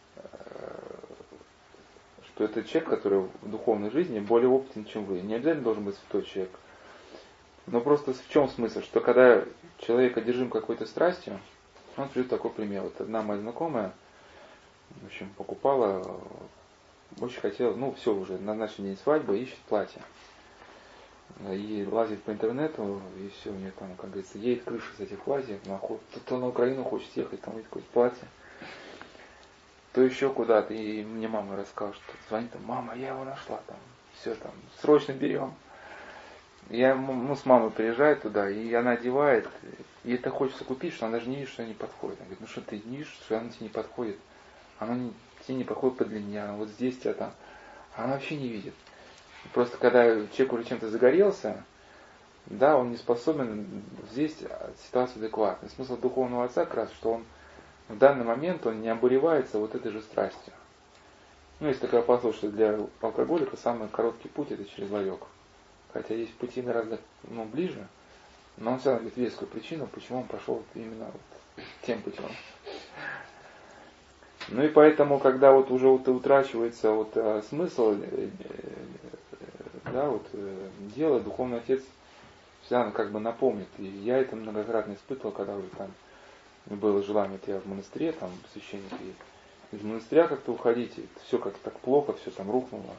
это человек, который в духовной жизни более опытен, чем вы. Не обязательно должен быть святой человек. Но просто в чем смысл? Что когда человек одержим какой-то страстью, он приводит такой пример. Вот одна моя знакомая, в общем, покупала, очень хотела, ну все уже, назначен день свадьбы, ищет платье. И лазит по интернету, и все, у нее там, как говорится, едет крыша с этих платьев, то на Украину хочет ехать, там какое-то платье, то еще куда-то. И мне мама рассказала, что звонит там, мама, я его нашла, там, все там, срочно берем. Я, ну, с мамой приезжаю туда, и она одевает, и это хочется купить, что она даже не видит, что она не подходит. Она говорит, ну что ты не видишь, что она тебе не подходит? Она тебе не подходит по длине, она вот здесь тебя там. Она вообще не видит. Просто когда человек уже чем-то загорелся, да, он не способен здесь ситуацию адекватно. Смысл духовного отца как раз, что он в данный момент он не обуревается вот этой же страстью. Ну, есть такая пословица, что для алкоголика самый короткий путь это через ларек. Хотя есть пути гораздо ближе, но он все равно говорит вескую причину, почему он пошел именно вот тем путем. Ну и поэтому, когда вот уже утрачивается вот смысл да, вот, дела, духовный отец всегда как бы напомнит. И я это многократно испытывал, когда уже там было желание, вот я в монастыре, там священник, и из монастыря как-то уходить, и все как-то так плохо, все там рухнуло.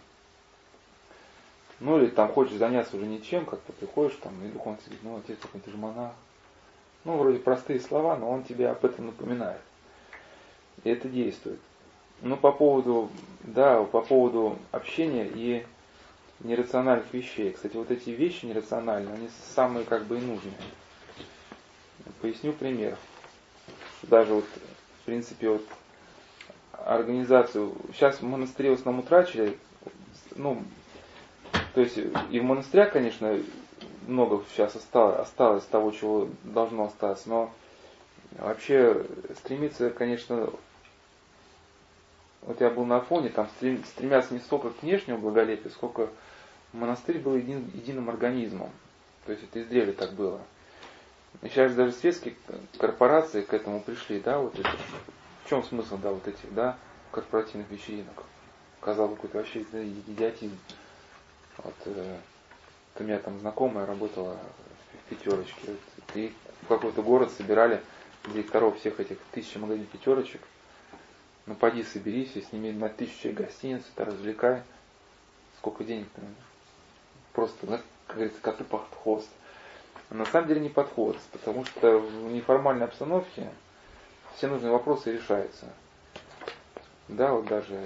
Ну или там хочешь заняться уже ничем, как-то приходишь там, и духовный отец говорит, ну отец, ты же монах. Ну вроде простые слова, но он тебе об этом напоминает. И это действует. Ну по поводу общения и нерациональных вещей. Кстати, вот эти вещи нерациональные, они самые как бы и нужные. Поясню пример. Даже вот, в принципе, вот организацию, сейчас в монастыре в основном утрачили, ну, то есть и в монастырях, конечно, много сейчас осталось того, чего должно остаться, но вообще стремиться, конечно, вот я был на Афоне, там стремятся не столько к внешнему благолепию, сколько монастырь был единым организмом. То есть это издревле так было. И сейчас даже светские корпорации к этому пришли, да, вот это. В чем смысл, да, вот этих, да, корпоративных вечеринок? Казалось бы, какой-то вообще идиотизм. Вот у меня там знакомая работала в пятерочке. Вот, и в какой-то город собирали директоров всех этих 1000 магазинов пятерочек. Ну поди соберись, и с ними на 1000 гостиниц, это развлекай. Сколько денег-то надо? Просто, как говорится, коту под хвост. Но на самом деле не под хвост, потому что в неформальной обстановке все нужные вопросы решаются. Да, вот даже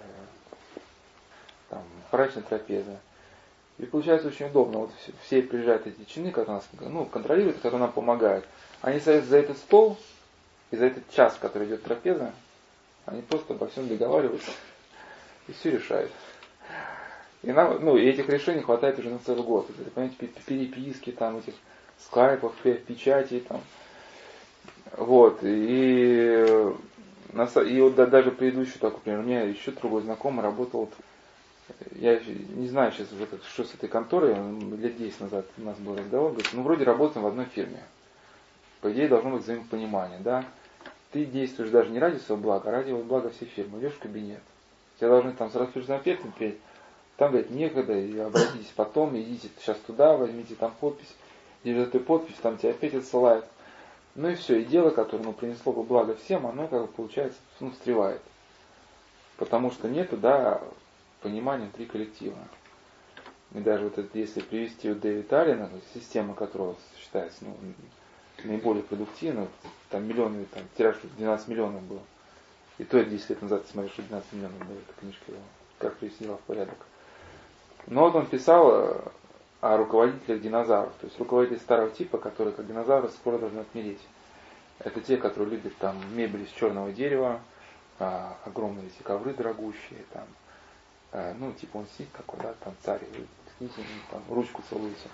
там брачная трапеза. И получается очень удобно. Вот все приезжают эти чины, которые нас контролируют, которые нам помогают. Они садятся за этот стол, и за этот час, который идет трапеза, они просто обо всем договариваются и все решают. И нам, и этих решений хватает уже на целый год. Это, понимаете, переписки, там, этих скайпов, печати, там. Вот. И вот даже предыдущий такой пример. У меня еще другой знакомый работал, вот, я не знаю сейчас уже, что с этой конторой, лет 10 назад у нас был разговор, говорит, вроде работаем в одной фирме. По идее должно быть взаимопонимание, да. Ты действуешь даже не ради своего блага, а ради блага всей фирмы. Идешь в кабинет. Тебя должны там с расписным песней петь. Там, говорит, некогда, и обратитесь потом, идите сейчас туда, возьмите там подпись, и за эту подпись там тебя опять отсылают. Ну и все, и дело, которое принесло бы благо всем, оно, как бы, получается, встревает. Потому что нету, да, понимания внутри коллектива. И даже вот это, если привести вот Дэвида Аллена, система которого считается наиболее продуктивной, там миллионы, там тираж 12 миллионов был. И то это 10 лет назад ты смотришь, что 12 миллионов было эта книжка его, как привести дела в порядок. Но вот он писал о руководителях динозавров, то есть руководители старого типа, которые как динозавры скоро должны отмереть. Это те, которые любят там мебель из черного дерева, огромные эти ковры дорогущие, там, ну, типа он сидит такой, да, там царь, вы там ручку целуете.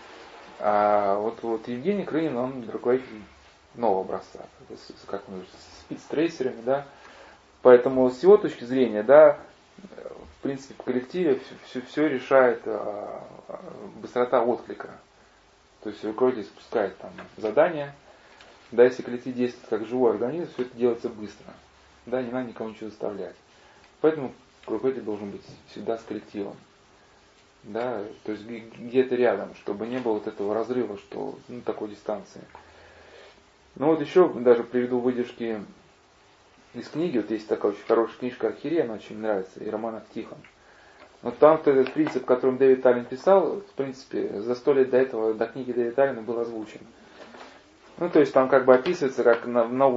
А вот Евгений Крынин, он руководитель нового образца, как он спит с трейсерами, да. Поэтому с его точки зрения, да, в принципе, в коллективе все решает быстрота отклика. То есть руководитель спускает там задание, да, если коллектив действует как живой организм, все это делается быстро. Да, не надо никому ничего заставлять. Поэтому руководитель должен быть всегда с коллективом. Да, то есть где-то рядом, чтобы не было вот этого разрыва, что такой дистанции. Ну вот еще даже приведу выдержки из книги. Вот есть такая очень хорошая книжка «Архиерея», она очень нравится, и роман «Тихон». Вот там этот принцип, которым Дэвид Аллен писал, в принципе, за 100 лет до этого, до книги Дэвида Аллена был озвучен. Ну, то есть там как бы описывается, как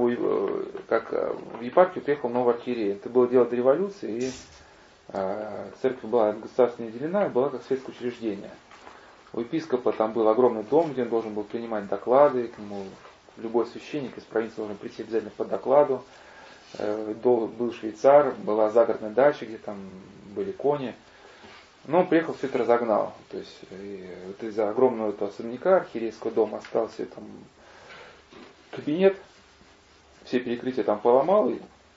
как в епархию приехал новый архиерей. Это было дело до революции, и церковь была государственно делена, и была как светское учреждение. У епископа там был огромный дом, где он должен был принимать доклады, к нему любой священник из провинции должен прийти обязательно по докладу. Был швейцар, была загородная дача, где там были кони. Но он приехал, все это разогнал. То есть вот из-за огромного этого особняка архиерейского дома остался там кабинет, все перекрытия там поломал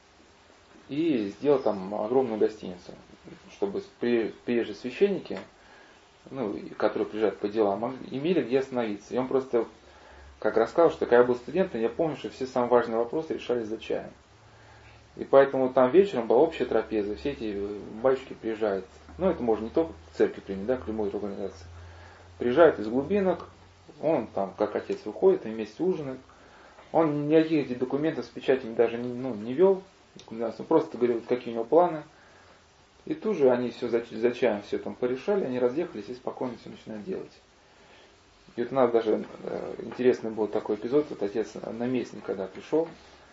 и сделал там огромную гостиницу, чтобы приезжие священники, ну, которые приезжают по делам, имели где остановиться. И он просто, как рассказал, что когда я был студентом, я помню, что все самые важные вопросы решались за чаем. И поэтому там вечером была общая трапеза, все эти батюшки приезжают. Ну, это можно не только к церкви принять, да, к любой другой организации. Приезжают из глубинок, он там, как отец, выходит, они вместе ужинают. Он никаких этих документов с печатями даже не вел, он просто говорил, какие у него планы. И тут же они все за чаем все там порешали, они разъехались и спокойно все начинают делать. И вот у нас даже интересный был такой эпизод, вот отец наместник, когда пришел,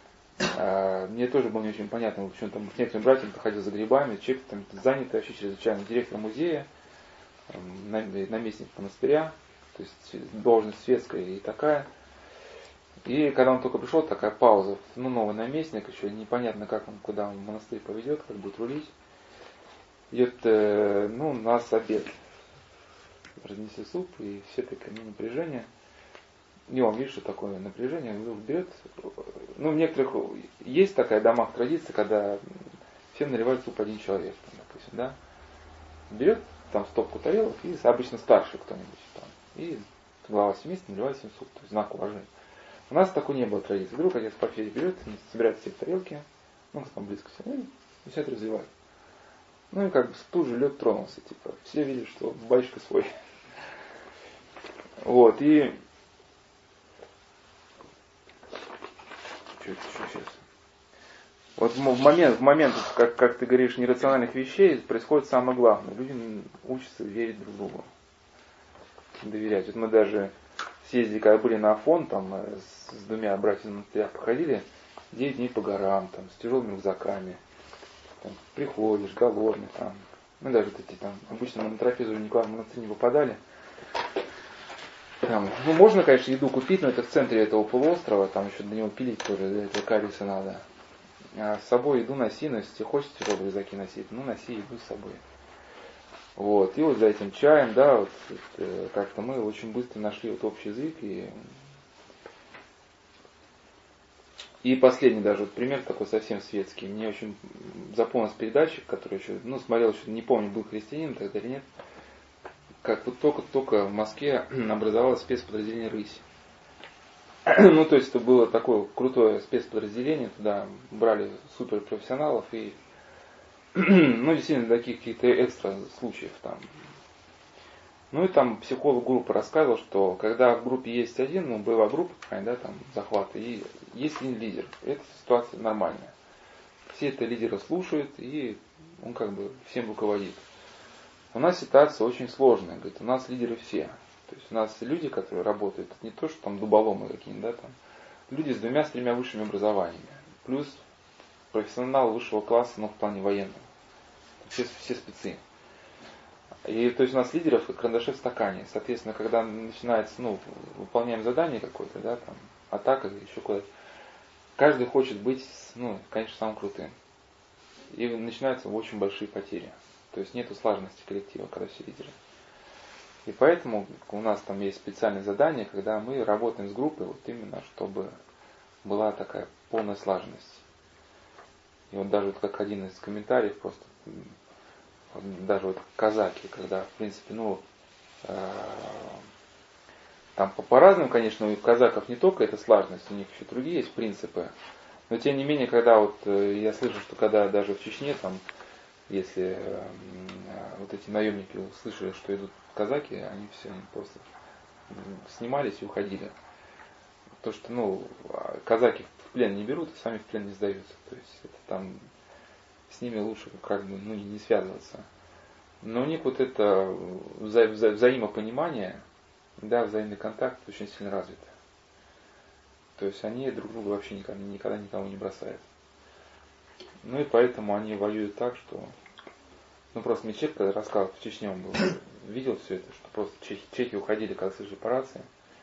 мне тоже было не очень понятно, почему там к некоторым братьям ходил за грибами, человек там занятый вообще чрезвычайно, директор музея, наместник монастыря, то есть должность светская и такая. И когда он только пришел, такая пауза, новый наместник, еще непонятно, как он, куда он в монастырь поведет, как будет рулить. Идет, у нас обед. Разнесли суп, и все такое напряжение. И он видит, что такое напряжение, он вдруг берет. В некоторых есть такая в домах традиция, когда всем наливают суп один человек, там, допустим, да. Берет там стопку тарелок, и обычно старший кто-нибудь там. И глава семейства наливает всем суп, то есть знак уважения. У нас такой не было традиции. Вдруг отец Порфирий берет, собирает все тарелки, там близко все, и все это развивает. И как бы тут же лед тронулся, типа, все видят, что батюшка свой. Вот, и... Что это еще сейчас? Вот в момент как ты говоришь, нерациональных вещей происходит самое главное. Люди учатся верить друг другу. Доверять. Вот мы даже съездили, когда были на Афон, там с двумя братьями монастыря походили, 9 дней по горам, там, с тяжелыми рюкзаками. Там, приходишь, голодный, там. Мы даже вот эти там, обычно на трапезу никуда в монастырь не попадали. Там, можно, конечно, еду купить, но это в центре этого полуострова, там еще до него пилить тоже, для этого кариеса надо. А с собой еду носи, но если хочешь тяжелые рюкзаки носить, носи еду с собой. Вот, и вот за этим чаем, да, вот как-то мы очень быстро нашли вот общий язык. И последний даже вот пример такой совсем светский. Мне очень запомнился передатчик, который еще, смотрел еще, не помню, был христианин тогда или нет. Как вот только в Москве образовалось спецподразделение «Рысь». То есть это было такое крутое спецподразделение, туда брали суперпрофессионалов и действительно таких каких-то экстра случаев там. И там психолог группы рассказывал, что когда в группе есть один, боевая группа, да, там захват, и есть один лидер, эта ситуация нормальная. Все это лидера слушают, и он как бы всем руководит. У нас ситуация очень сложная, говорит, у нас лидеры все. То есть у нас люди, которые работают, это не то, что там дуболомы какие-нибудь, да, там, люди с 2-3 высшими образованиями, плюс профессионалы высшего класса, но в плане военного. Все спецы. И то есть у нас лидеров как карандаши в стакане. Соответственно, когда начинается, выполняем задание какое-то, да, там, атака, еще куда-то, каждый хочет быть, конечно, самым крутым. И начинаются очень большие потери. То есть нету слаженности коллектива, когда все лидеры. И поэтому у нас там есть специальные задания, когда мы работаем с группой, вот именно, чтобы была такая полная слаженность. И вот даже вот как один из комментариев просто, даже вот казаки, когда, в принципе, там по-разному, конечно, у казаков не только эта слаженность, у них еще другие есть принципы. Но тем не менее, когда вот я слышу, что когда даже в Чечне, там, если вот эти наемники услышали, что идут казаки, они просто снимались и уходили. То, что, казаки в плен не берут, и сами в плен не сдаются. То есть это там с ними лучше как бы не связываться. Но у них вот это взаимопонимание, да, взаимный контакт очень сильно развит. То есть они друг друга вообще никогда никого не бросают. И поэтому они воюют так, что... просто мне человек, когда рассказывал, в Чечне он был, видел все это, что просто чехи уходили, когда слышали по рации.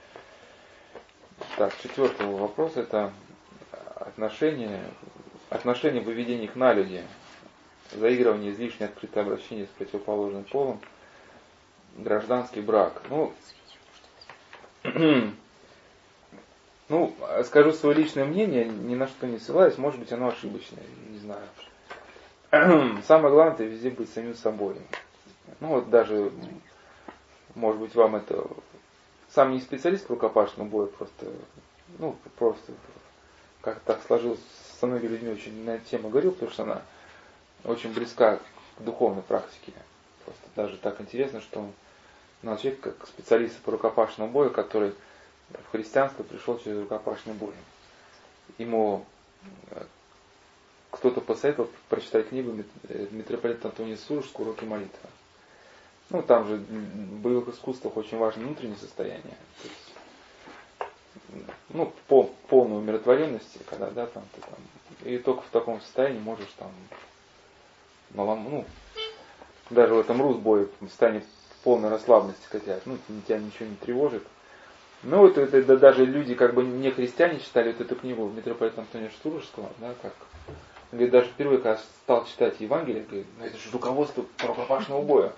Так, 4-й вопрос, это отношения выведения к налюди, заигрывание, излишнее открытое обращение с противоположным полом, гражданский брак. Скажу свое личное мнение, ни на что не ссылаюсь, может быть оно ошибочное, не знаю. Самое главное, это везде быть самим собой. Даже, может быть, вам это... Сам не специалист по рукопашному бою, просто как так сложилось, со многими людьми очень на эту тему говорил, потому что она очень близка к духовной практике. Просто даже так интересно, что человек как специалист по рукопашному бою, который в христианство пришел через рукопашный бой. Ему кто-то посоветовал прочитать книгу митрополита Антония Сурожского «Уроки молитвы». Там же в боевых искусствах очень важно внутреннее состояние. То есть, полной умиротворенности, когда, да, ты и только в таком состоянии можешь даже в этом русбое станет полной расслабленности, хотя, тебя ничего не тревожит. Это даже люди, как бы не христиане, читали вот эту книгу митрополита Антония Сурожского, да, как. Он говорит, даже впервые, когда стал читать Евангелие, говорит, это же руководство по рукопашному бою.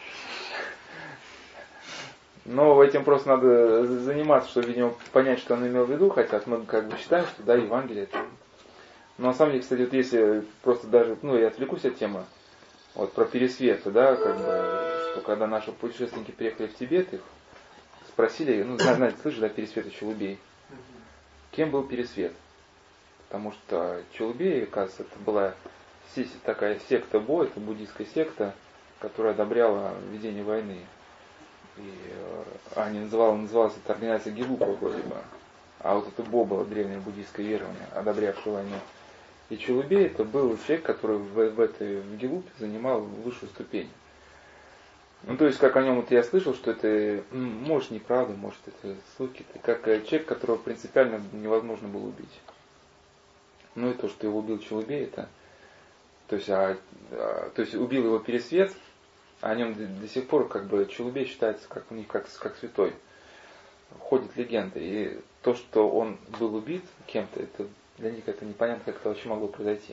Но этим просто надо заниматься, чтобы, видимо, понять, что он имел в виду, хотя мы как бы считаем, что да, Евангелие это... Но на самом деле, кстати, вот если просто даже, я отвлекусь от темы, про Пересвет, да, как бы, что когда наши путешественники приехали в Тибет, их спросили, знаете, слышали, да, Пересвет Чулубей. Кем был Пересвет? Потому что Чулубей, оказывается, это была такая секта Бо, это буддийская секта, которая одобряла ведение войны. И называлась эта организация Гелупа вроде бы. А вот это Бо было древнее буддийское верование, одобрявшее войну. И Чулубей это был человек, который в Гелупе занимал высшую ступень. То есть, как о нем я слышал, что это, может, неправда, может, это слухи, это как человек, которого принципиально невозможно было убить. И то, что его убил Чулубей, это, то есть убил его Пересвет, а о нем до сих пор как бы Чулубей считается у них как святой. Ходит легенда. И то, что он был убит кем-то, это для них это непонятно, как это вообще могло произойти.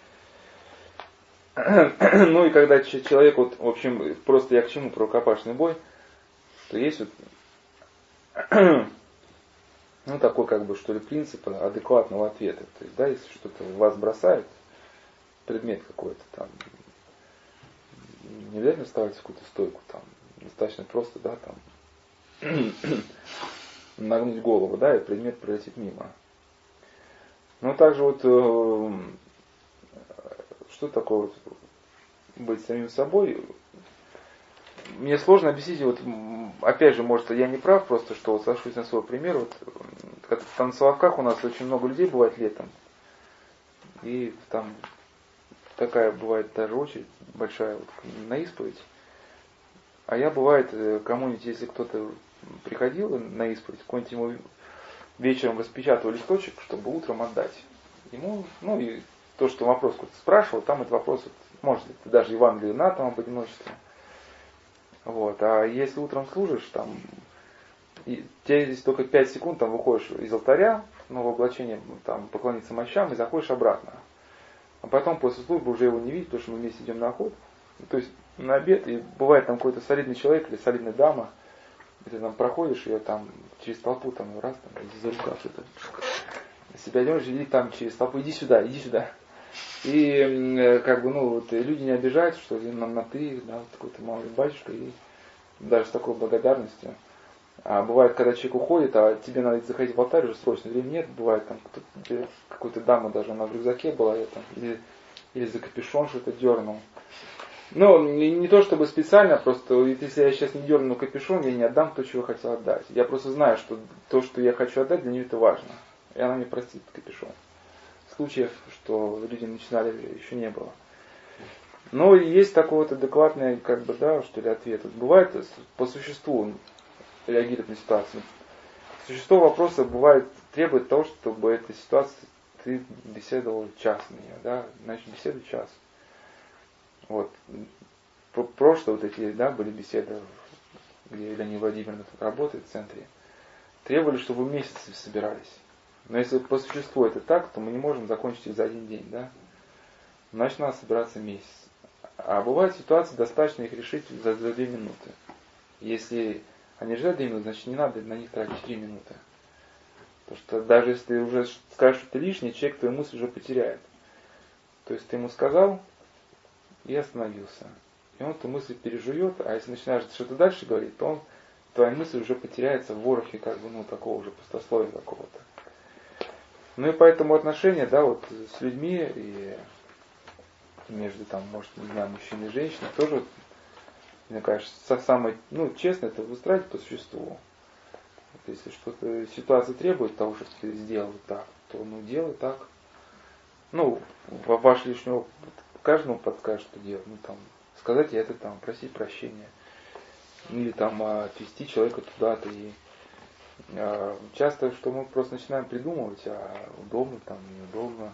И когда человек, в общем, просто я к чему про рукопашный бой, то есть такой, как бы, что ли, принцип адекватного ответа. То есть, да, если что-то в вас бросает, предмет какой-то там, не обязательно вставать в какую-то стойку, там, достаточно просто, да, там, нагнуть голову, да, и предмет пролетит мимо. Также что такое быть самим собой? Мне сложно объяснить, опять же, может, я не прав, просто что сошлюсь на свой пример. Там в Соловках у нас очень много людей бывает летом. И там такая бывает даже очередь большая на исповедь. А я бывает кому-нибудь, если кто-то приходил на исповедь, какой-нибудь ему вечером распечатывал листочек, чтобы утром отдать. Ему, и то, что вопрос кто-то спрашивал, там этот вопрос, вот, может быть, даже Евангелие на там об одиночестве. Вот. А если утром служишь, там, и тебе здесь только 5 секунд, там выходишь из алтаря, новое облачение, там, поклониться мощам, и заходишь обратно. А потом после службы уже его не видеть, потому что мы вместе идем на охоту. То есть на обед, и бывает там какой-то солидный человек или солидная дама, и ты там проходишь ее там через толпу, там раз, там, за рукав это. Себя идешь, иди там через толпу, иди сюда, иди сюда. И как бы, ну, вот люди не обижаются, что нам на ты, да, вот такой-то малый батюшка, и даже с такой благодарностью. А бывает, когда человек уходит, а тебе надо заходить в алтарь, уже срочно времени нет, бывает там какой-то дама даже, она в рюкзаке была, я там, или за капюшон что-то дернул. Ну, не то чтобы специально, просто если я сейчас не дерну капюшон, я не отдам то, чего хотел отдать. Я просто знаю, что то, что я хочу отдать, для нее это важно. И она мне простит капюшон. Случаев, что люди начинали, еще не было. Но есть такой вот адекватный, как бы, да, что ли, ответ. Вот бывает по существу реагировать на ситуацию. Существо вопроса бывает требует того, чтобы эта ситуация ты беседовал час на нее, да, значит беседуй час. Вот. Прошлые вот эти, да, были беседы, где Елена Владимировна тут работает в центре. Требовали, чтобы вы месяцы собирались. Но если по существу это так, то мы не можем закончить их за один день, да? Значит, надо собираться месяц. А бывают ситуации, достаточно их решить за 2 минуты. Если они решают 2 минуты, значит не надо на них тратить 3 минуты. Потому что даже если ты уже скажешь, что ты лишний, человек твою мысль уже потеряет. То есть ты ему сказал и остановился. И он эту мысль пережует, а если начинаешь что-то дальше говорить, то твоя мысль уже потеряется в ворохе, как бы, ну, такого уже пустословия какого-то. Ну и поэтому отношения, да, вот с людьми и между, там, может, не знаю, мужчиной и женщиной, тоже, мне кажется, самое, ну, честно, это выстраивать по существу. Вот если что-то, ситуация требует того, чтобы ты сделал так, то, ну, делай так. Ну, ваш лишний опыт каждому подскажет, что делать. Ну, там, сказать это, там, просить прощения. Или там отвести человека туда-то. И часто, что мы просто начинаем придумывать, удобно, там, неудобно.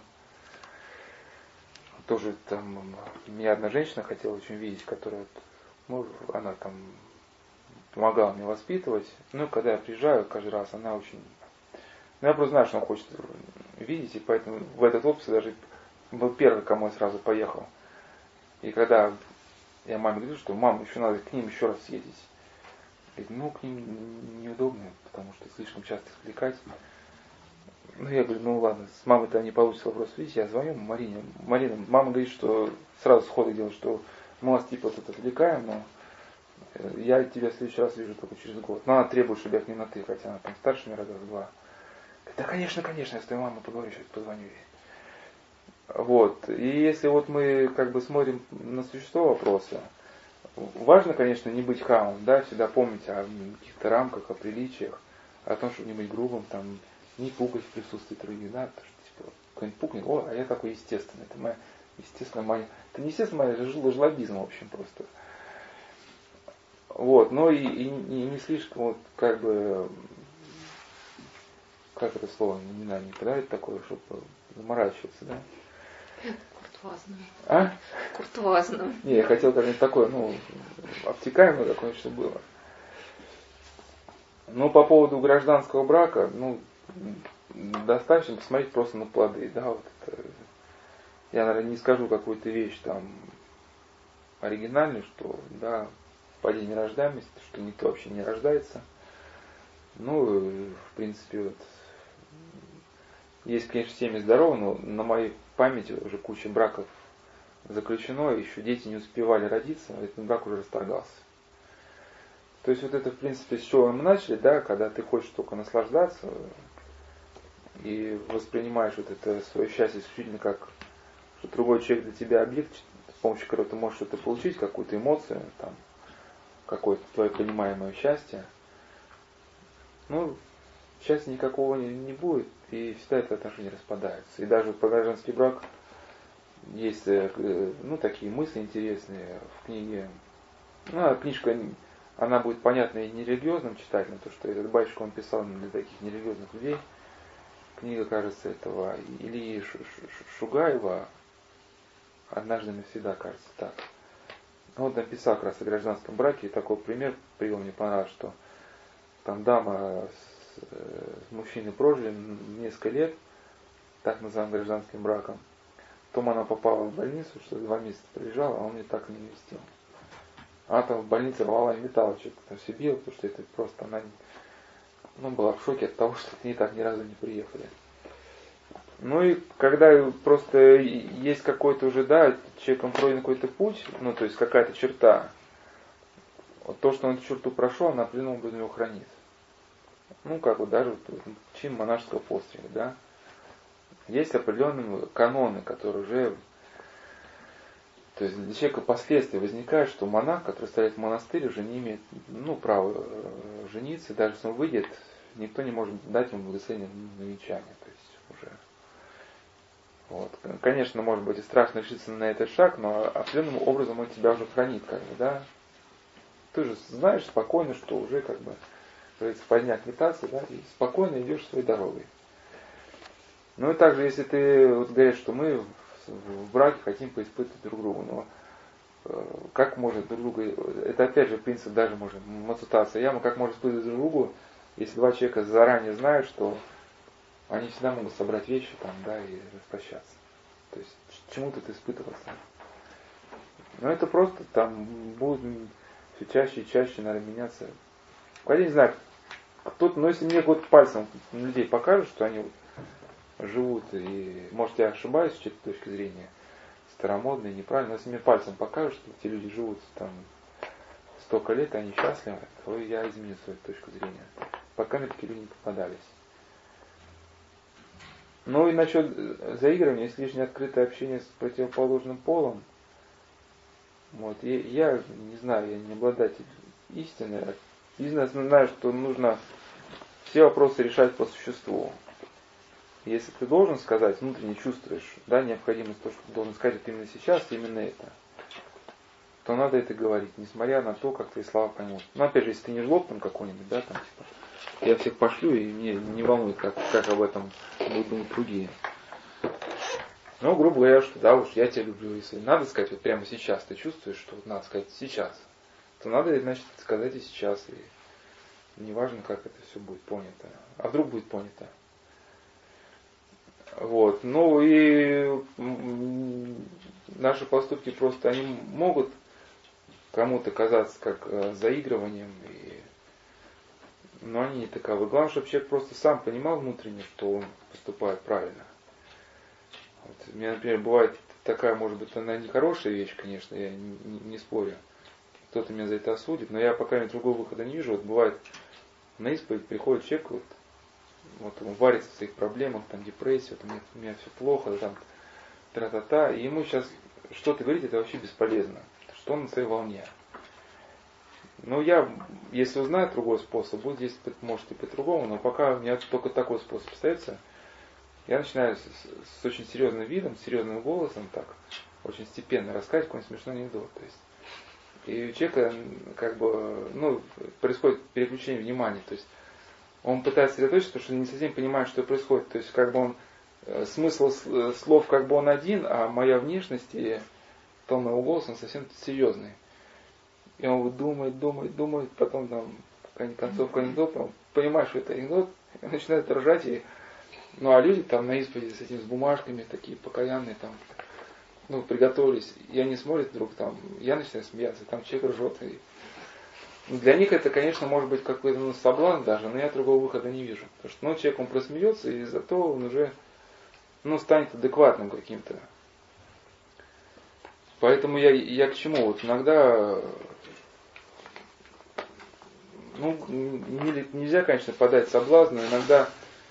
Тоже там, меня одна женщина хотела очень видеть, которая, ну, она там помогала мне воспитывать. Ну, когда я приезжаю каждый раз, она очень... Ну, я просто знаю, что она хочет видеть, и поэтому в этот отпуск даже был первый, к кому я сразу поехал. И когда я маме говорю, что мама, еще надо к ним еще раз съездить. Говорит, ну, к ним неудобно, потому что слишком часто отвлекать. Ну, я говорю, ну ладно, с мамой-то не получится вопрос. Видите, я звоню Марине. Марина, мама говорит, что сразу сходу делает, что мы вас типа тут отвлекаем, но я тебя в следующий раз вижу только через год. Но она требует, чтобы я к ней на ты, хотя она там старше меня раза в 2. Говорит, да, конечно, я с твоей мамой поговорю, сейчас позвоню ей. Вот. И если вот мы как бы смотрим на существо вопроса, важно, конечно, не быть хамом, да, всегда помнить о каких-то рамках, о приличиях, о том, чтобы не быть грубым, там, не пукать в присутствии других, да, потому что, типа, кто-нибудь пукнет, а я такой естественный, это моя естественная моя, это не естественная моя, это жлобизм, в общем, просто. Вот, но и не слишком, вот, как бы, как это слово, не знаю, не подает такое, чтобы заморачиваться, да? Куртуазным. А? Куртуазным. Не, я хотел как-нибудь такое, ну, обтекаемое какое-нибудь, чтобы было. Ну, по поводу гражданского брака, ну, достаточно посмотреть просто на плоды, да, вот это, я, наверное, не скажу какую-то вещь там оригинальную, что, да, падение рождаемости, что никто вообще не рождается. Ну, в принципе, вот, есть, конечно, семьи здоровые, но на моей памяти уже куча браков заключено, еще дети не успевали родиться, а этот брак уже расторгался. То есть вот это, в принципе, с чего мы начали, да, когда ты хочешь только наслаждаться и воспринимаешь вот это свое счастье исключительно как, что другой человек для тебя объект, с помощью которого ты можешь что-то получить, какую-то эмоцию, там, какое-то твое понимаемое счастье. Ну, счастья никакого не будет, и всегда это отношение распадается. И даже про гражданский брак есть, ну, такие мысли интересные в книге. Ну, книжка, она будет понятна и нерелигиозным читателям, то что этот батюшка он писал для таких нерелигиозных людей. книга, кажется, этого Ильи Шугаева «Однажды навсегда», кажется, так. Он написал как раз о гражданском браке, и такой пример привел, мне понравилось, что там дама с мужчиной прожили несколько лет, так называемым гражданским браком. Потом она попала в больницу, что 2 месяца прилежала, а он ее так и не навестил. Она там в больнице рвала и металла, что-то там все била, потому что это просто она была в шоке от того, что к ней так ни разу не приехали. Ну и когда просто есть какой-то уже, да, человеком пройден какой-то путь, то есть какая-то черта, вот то, что он эту черту прошел, она определенным образом его хранит. Как вот даже чин монашеского пострига, да. Есть определенные каноны, которые уже, то есть для человека последствия возникает, что монах, который стоит в монастыре, уже не имеет, права жениться, даже если он выйдет, никто не может дать ему благословение на венчание, то есть уже. Вот. Конечно, может быть и страшно решиться на этот шаг, но определенным образом он тебя уже хранит, да. Ты же знаешь спокойно, что уже поздняк метаться, да, и спокойно идешь своей дорогой. Ну и также, если ты говоришь, что мы в браке хотим поиспытывать друг друга, но как может друг друга, это опять же принцип даже может, мацутаса яма, как может испытывать друг другу, если 2 человека заранее знают, что они всегда могут собрать вещи и распрощаться. То есть чему тут испытываться? Это просто будет все чаще и чаще, наверное, меняться. Я не знаю, кто-то, если мне пальцем людей покажут, что они живут, и, может, я ошибаюсь с чьей-то точки зрения, старомодной, неправильно, но если мне пальцем покажут, что эти люди живут столько лет, и они счастливы, то я изменю свою точку зрения. Пока мне такие люди не попадались. Ну и насчет заигрывания, излишне открытое общение с противоположным полом, я не знаю, я не обладатель истины. Единственное, знаю, что нужно все вопросы решать по существу. Если ты должен сказать, внутренне чувствуешь, необходимость того, что ты должен сказать именно сейчас, именно это, то надо это говорить, несмотря на то, как твои слова поймут. Опять же, если ты не жлоб какой-нибудь, я всех пошлю, и мне не волнует, как об этом будут думать другие. Грубо говоря, что я тебя люблю, если надо сказать прямо сейчас, ты чувствуешь, что надо сказать сейчас, то надо, значит, сказать и сейчас, и неважно, как это все будет понято. А вдруг будет понято. И наши поступки просто, они могут кому-то казаться как заигрыванием, но они не таковы. Главное, чтобы человек просто сам понимал внутренне, что он поступает правильно. У меня, например, бывает такая, может быть, она нехорошая вещь, конечно, я не спорю. Кто-то меня за это осудит, но я пока другого выхода не вижу. Бывает, на исповедь приходит человек, он варится в своих проблемах, депрессия, у меня все плохо, тра-та-та, и ему сейчас что-то говорить, это вообще бесполезно, что он на своей волне. Но если узнаю другой способ, будет действовать, может, и по-другому, но пока у меня только такой способ остается, я начинаю с очень серьезным видом, серьезным голосом, очень степенно рассказывать какой-нибудь смешной анекдот. То есть, и у человека происходит переключение внимания, то есть он пытается сосредоточиться, потому что не совсем понимает, что происходит. То есть смысл слов он один, а моя внешность и тон моего голоса он совсем серьезный. И он думает, потом концовка анекдота, он понимает, что это анекдот, и он начинает ржать, а люди на исповеди с этими бумажками, такие покаянные, приготовились, и они смотрят вдруг, я начинаю смеяться, человек ржет. И для них это, конечно, может быть какой-то соблазн даже, но я другого выхода не вижу. Потому что человек, он просмеется, и зато он уже станет адекватным каким-то. Поэтому я к чему? Иногда нельзя, конечно, подать соблазну, иногда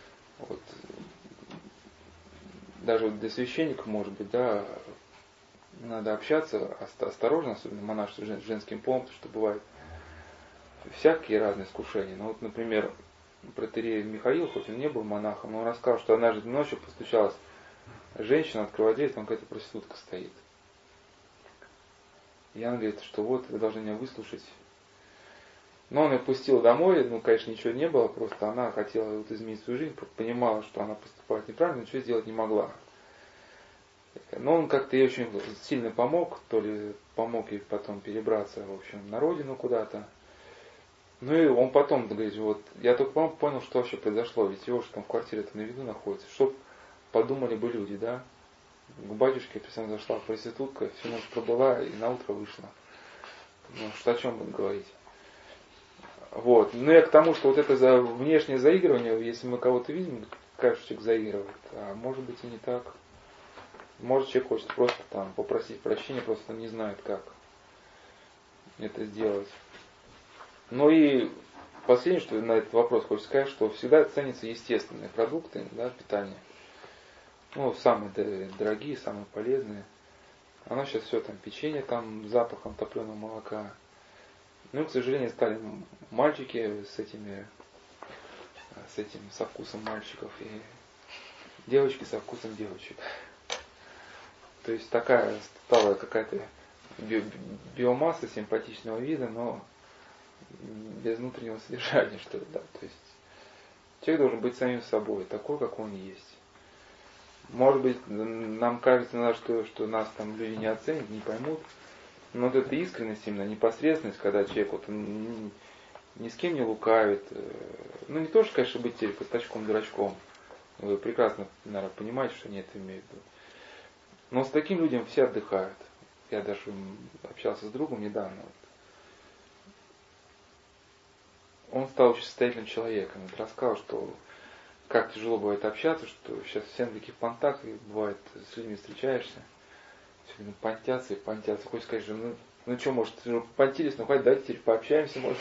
даже для священников, может быть, надо общаться осторожно, особенно монашеством, женским полом, потому что бывает всякие разные искушения. Например, протоиерей Михаил, хоть он не был монахом, но он рассказал, что однажды ночью постучалась женщина, открывает дверь, там какая-то проститутка стоит. И она говорит, что вы должны меня выслушать. Но он ее пустил домой, ну, конечно, ничего не было, просто она хотела вот изменить свою жизнь, понимала, что она поступает неправильно, ничего сделать не могла. Но он как-то ей очень сильно помог, то ли помог ей потом перебраться, в общем, на родину куда-то. Ну и он потом говорит, вот, я только понял, что вообще произошло, ведь его же там квартира-то на виду находится, что подумали бы люди, да? К батюшке зашла проститутка, всю ночь пробыла и на утро вышла. Ну, что о чем будем говорить? Вот. Ну я к тому, что вот это за внешнее заигрывание, если мы кого-то видим, кажется, что человек заигрывает, а может быть и не так. Может человек хочет просто там попросить прощения, просто не знает, как это сделать. Ну и последнее, что на этот вопрос хочется сказать, что всегда ценятся естественные продукты, да, питания. Ну, самые дорогие, самые полезные. Оно сейчас все там печенье там с запахом топленого молока. Ну, к сожалению, стали мальчики с этим со вкусом мальчиков и девочки со вкусом девочек. То есть такая стала какая-то биомасса симпатичного вида, но без внутреннего содержания, что ли, да. То есть человек должен быть самим собой, такой, как он есть. Может быть, нам кажется иногда, что нас там люди не оценят, не поймут. Но вот эта искренность, именно непосредственность, когда человек вот, он ни с кем не лукавит. Ну не то, что, конечно, быть теперь простачком-дурачком. Вы прекрасно, наверное, понимаете, что они это имеют в виду. Но с таким людям все отдыхают. Я даже общался с другом недавно. Он стал очень состоятельным человеком. Он рассказал, что как тяжело бывает общаться, что сейчас все на таких понтах, и бывает, с людьми встречаешься, все время понтятся и понтятся. Хочешь сказать, что ну что, может, понтились, ну хватит, давайте теперь пообщаемся, может.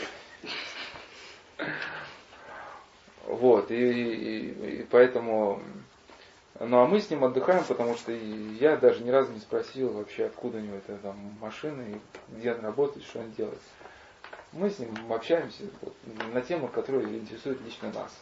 Вот, и поэтому... Ну а мы с ним отдыхаем, потому что я даже ни разу не спросил вообще, откуда у него эта там машина, и где он работает, что он делает. Мы с ним общаемся вот, на тему, которая интересует лично нас.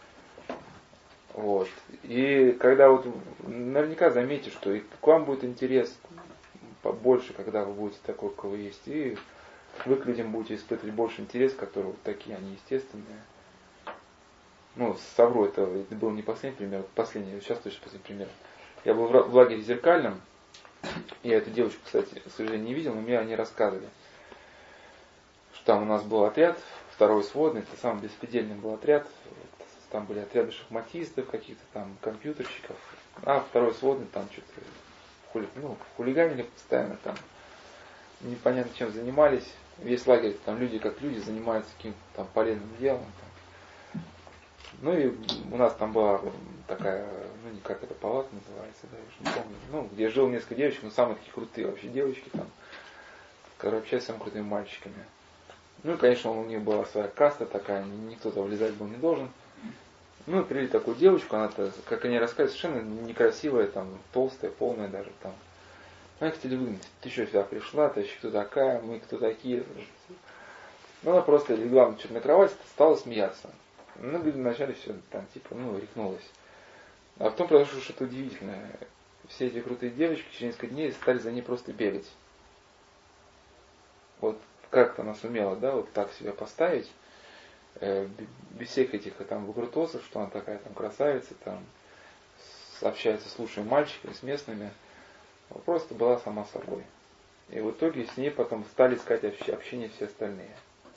Вот. И когда вот наверняка заметите, что и к вам будет интерес побольше, когда вы будете такой, какой вы есть, и вы к людям будете испытывать больше интерес, которые вот такие, они естественные. Ну, совру, это был не последний пример, последний, сейчас точно последний пример. Я был в лагере зеркальном, я эту девочку, кстати, к сожалению, не видел, но мне они рассказывали, что там у нас был отряд, второй сводный, это самый беспредельный был отряд, там были отряды шахматистов, каких-то там компьютерщиков, а второй сводный там что-то хулиганили постоянно там, непонятно чем занимались. Весь лагерь, там люди как люди занимаются каким-то там полезным делом. Там. Ну и у нас там была такая, ну не как это палата называется, да, я уже не помню, ну где жил несколько девочек, но самые такие крутые вообще девочки там, которые общались с самыми крутыми мальчиками. Ну и конечно у них была своя каста такая, никто туда влезать был не должен. Ну и привели такую девочку, она-то, как они рассказывают, совершенно некрасивая, там, толстая, полная даже там. Они хотели выгнать, ты что сюда пришла, ты еще кто такая, мы кто такие. Ну она просто легла на кровать, стала смеяться. Ну, говорит, вначале все там, типа, рехнулась. А потом произошло что-то удивительное. Все эти крутые девочки через несколько дней стали за ней просто бегать. Вот как-то она сумела, да, вот так себя поставить, без всех этих там выкрутосов, что она такая там красавица, там, общается с лучшими мальчиками, с местными. Вот просто была сама собой. И в итоге с ней потом стали искать общение все остальные.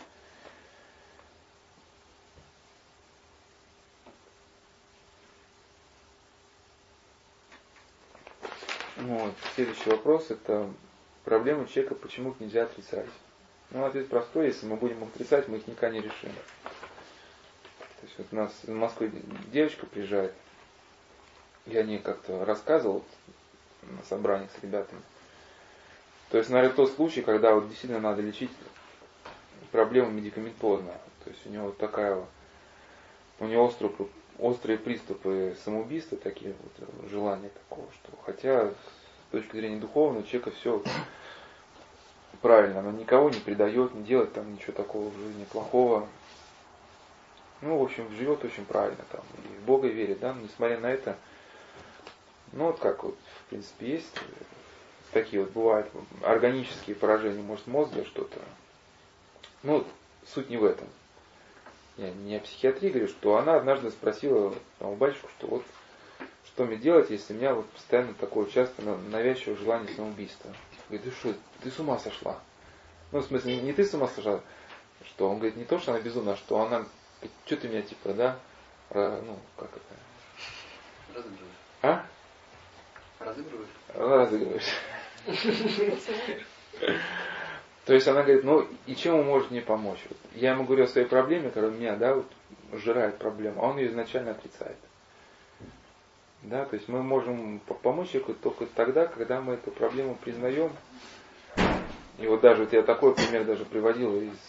Вот. Следующий вопрос, это проблема человека, почему их нельзя отрицать. Ну, ответ простой, если мы будем их отрицать, мы их никогда не решим. То есть вот у нас в Москве девочка приезжает, я о ней как-то рассказывал на собраниях с ребятами. То есть, наверное, тот случай, когда вот действительно надо лечить проблему медикаментозно. То есть у него вот такая вот, у него острые приступы самоубийства, такие вот желания такого, что хотя с точки зрения духовного человека все правильно, но никого не предает, не делает там ничего такого в жизни плохого. Ну, в общем, живет очень правильно там, и в Бога верит, да, но несмотря на это, ну вот как вот, в принципе, есть такие вот бывают органические поражения, может, мозга что-то. Ну, суть не в этом. Я не о психиатрии говорю, что она однажды спросила у батюшку, что вот что мне делать, если у меня вот постоянно такое часто навязчивое желание самоубийства. Говорит, ты что, ты с ума сошла? Ну, в смысле, не ты с ума сошла, что он говорит, не то, что она безумна, а что она, что ты меня типа, да, ну, как это? Разыгрываешь. А? Разыгрываешь. Разыгрываешь. То есть она говорит, ну и чем он может мне помочь? Вот я ему говорю о своей проблеме, которая меня, да, вот сжирает проблему, а он ее изначально отрицает. Да, то есть мы можем помочь человеку только тогда, когда мы эту проблему признаем. И вот даже вот я такой пример даже приводил из...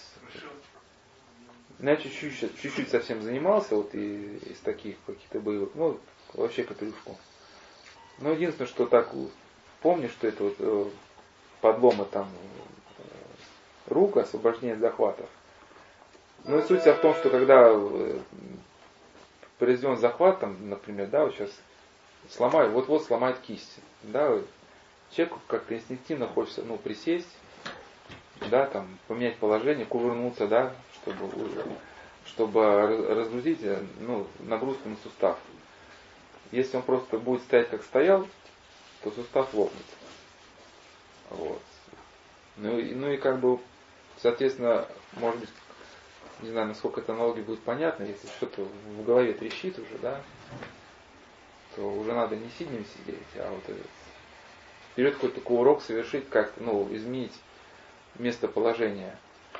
Я чуть-чуть совсем занимался вот из таких каких-то боевых, ну вообще капелюшку. Но единственное, что так помню, что это вот подломы там рук, освобождение от захватов. Ну и суть вся в том, что когда произведен захват, там, например, да, вот сейчас сломаю, вот-вот сломает кисть, да, человеку как-то инстинктивно хочется, ну, присесть, да, там, поменять положение, кувырнуться, да, чтобы разгрузить, ну, нагрузку на сустав. Если он просто будет стоять как стоял, то сустав лопнет. Вот. Ну и как бы, соответственно, может быть, не знаю, насколько эта аналогия будет понятна, если что-то в голове трещит уже, да, то уже надо не сиднем сидеть, а вот вперед какой-то такой урок совершить, как-то, ну, изменить местоположение.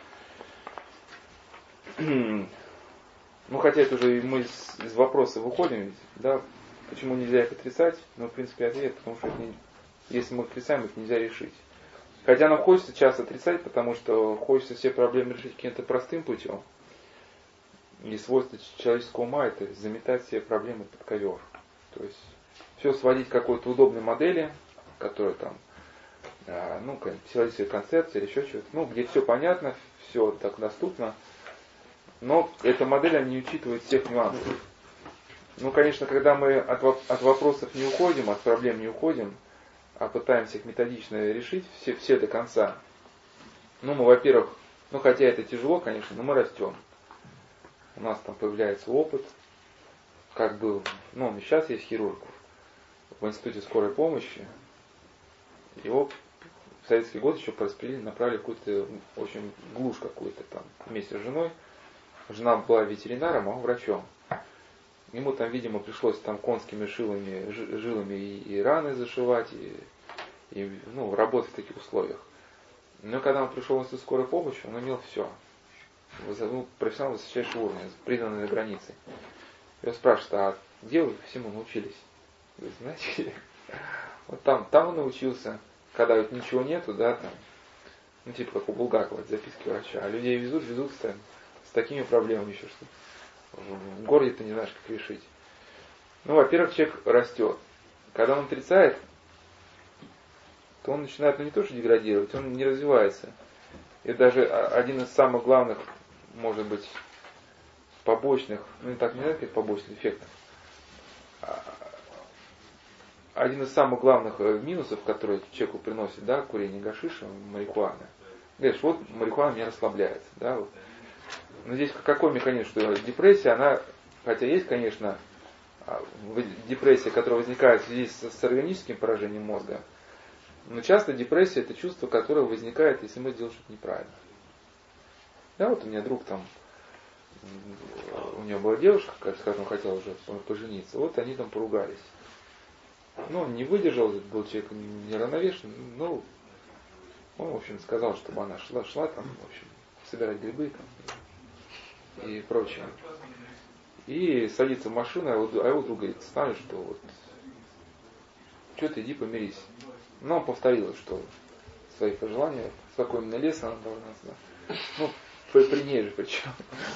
Ну, хотя это уже мы из вопроса выходим, ведь, да, почему нельзя их отрицать, но, в принципе, ответ, потому что если мы отрицаем, их нельзя решить. Хотя нам хочется часто отрицать, потому что хочется все проблемы решить каким-то простым путем. И свойство человеческого ума это заметать все проблемы под ковер. То есть все сводить к какой-то удобной модели, которая там, ну, психологическая концепция или еще что-то, ну, где все понятно, все так доступно. Но эта модель она не учитывает всех нюансов. Ну, конечно, когда мы от вопросов не уходим, от проблем не уходим, а пытаемся их методично решить все до конца. Ну, мы, во-первых, ну, хотя это тяжело, конечно, но мы растем. У нас там появляется опыт, как был, ну, сейчас есть хирург в институте скорой помощи. Его в советский год еще по распределению направили в какую-то, в общем, глушь какую-то там вместе с женой. Жена была ветеринаром, а он врачом. Ему там, видимо, пришлось там конскими жилами и раны зашивать, и ну, работать в таких условиях. Но когда он пришел в институт скорой помощи, он имел все. Ну, профессионал высочайшего уровня, признанный на границе. Я спрашиваю, а где вы всему научились? Вы знаете, вот там он научился, когда вот ничего нету, да, там, ну типа как у Булгакова, записки врача, а людей везут с такими проблемами еще, что в городе ты не знаешь, как решить. Ну, во-первых, человек растет. Когда он отрицает, то он начинает, ну не то что деградировать, он не развивается. И даже один из самых главных, может быть, побочных, ну не так не знаю, как побочных эффектов, один из самых главных минусов, которые человеку приносит, да, курение гашиша, марихуана. Говоришь, вот марихуана меня расслабляет, да, вот. Но здесь какой механизм, что депрессия, она, хотя есть, конечно, депрессия, которая возникает в связи с органическим поражением мозга, но часто депрессия это чувство, которое возникает, если мы делаем что-то неправильно. Да, вот у меня друг там, у него была девушка, с которой он хотел уже пожениться, вот они там поругались. Ну, он не выдержал, был человек неравновешенный, ну, он, в общем, сказал, чтобы она шла там, в общем, собирать грибы там и прочее. И садится в машину, а его друг говорит, знаешь, что вот, что ты, иди помирись. Но он повторил, что свои пожелания, в какой именно лес она должна знать. Ну, при ней же причем.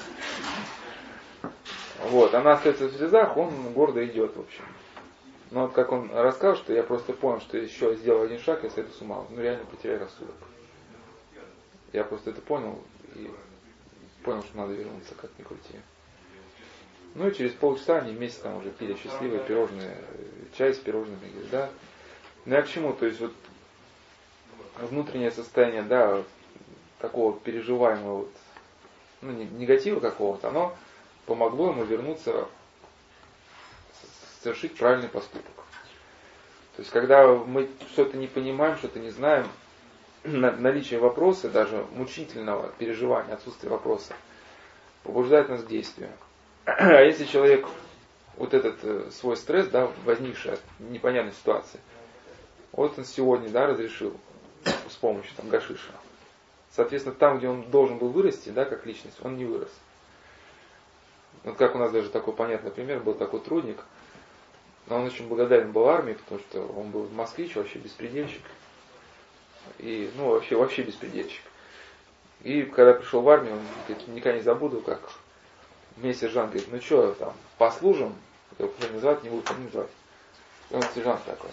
Вот, она остается в слезах, он гордо идет, в общем. Но вот как он рассказал, что я просто понял, что еще сделал один шаг, я сойду с ума. Ну реально потеряю рассудок. Я просто это понял и понял, что надо вернуться, как ни крути. Ну и через полчаса они вместе там уже пили счастливые пирожные, чай с пирожными, да. Ну я к чему? То есть вот внутреннее состояние, да, такого переживаемого вот негатива какого-то, оно помогло ему вернуться, совершить правильный поступок. То есть, когда мы что-то не понимаем, что-то не знаем, наличие вопроса, даже мучительного переживания, отсутствие вопроса, побуждает нас к действию. А если человек вот этот свой стресс, да, возникший от непонятной ситуации, вот он сегодня, да, разрешил с помощью там гашиша. Соответственно, там, где он должен был вырасти, да, как личность, он не вырос. Вот как у нас даже такой понятный пример, был такой трудник, но он очень благодарен был армии, потому что он был москвич, вообще беспредельщик. И, вообще беспредельщик. И когда пришел в армию, он говорит, никогда не забуду, как мне сержант говорит, ну что, там, послужим, я его называть не буду, не называть. Он сержант такой.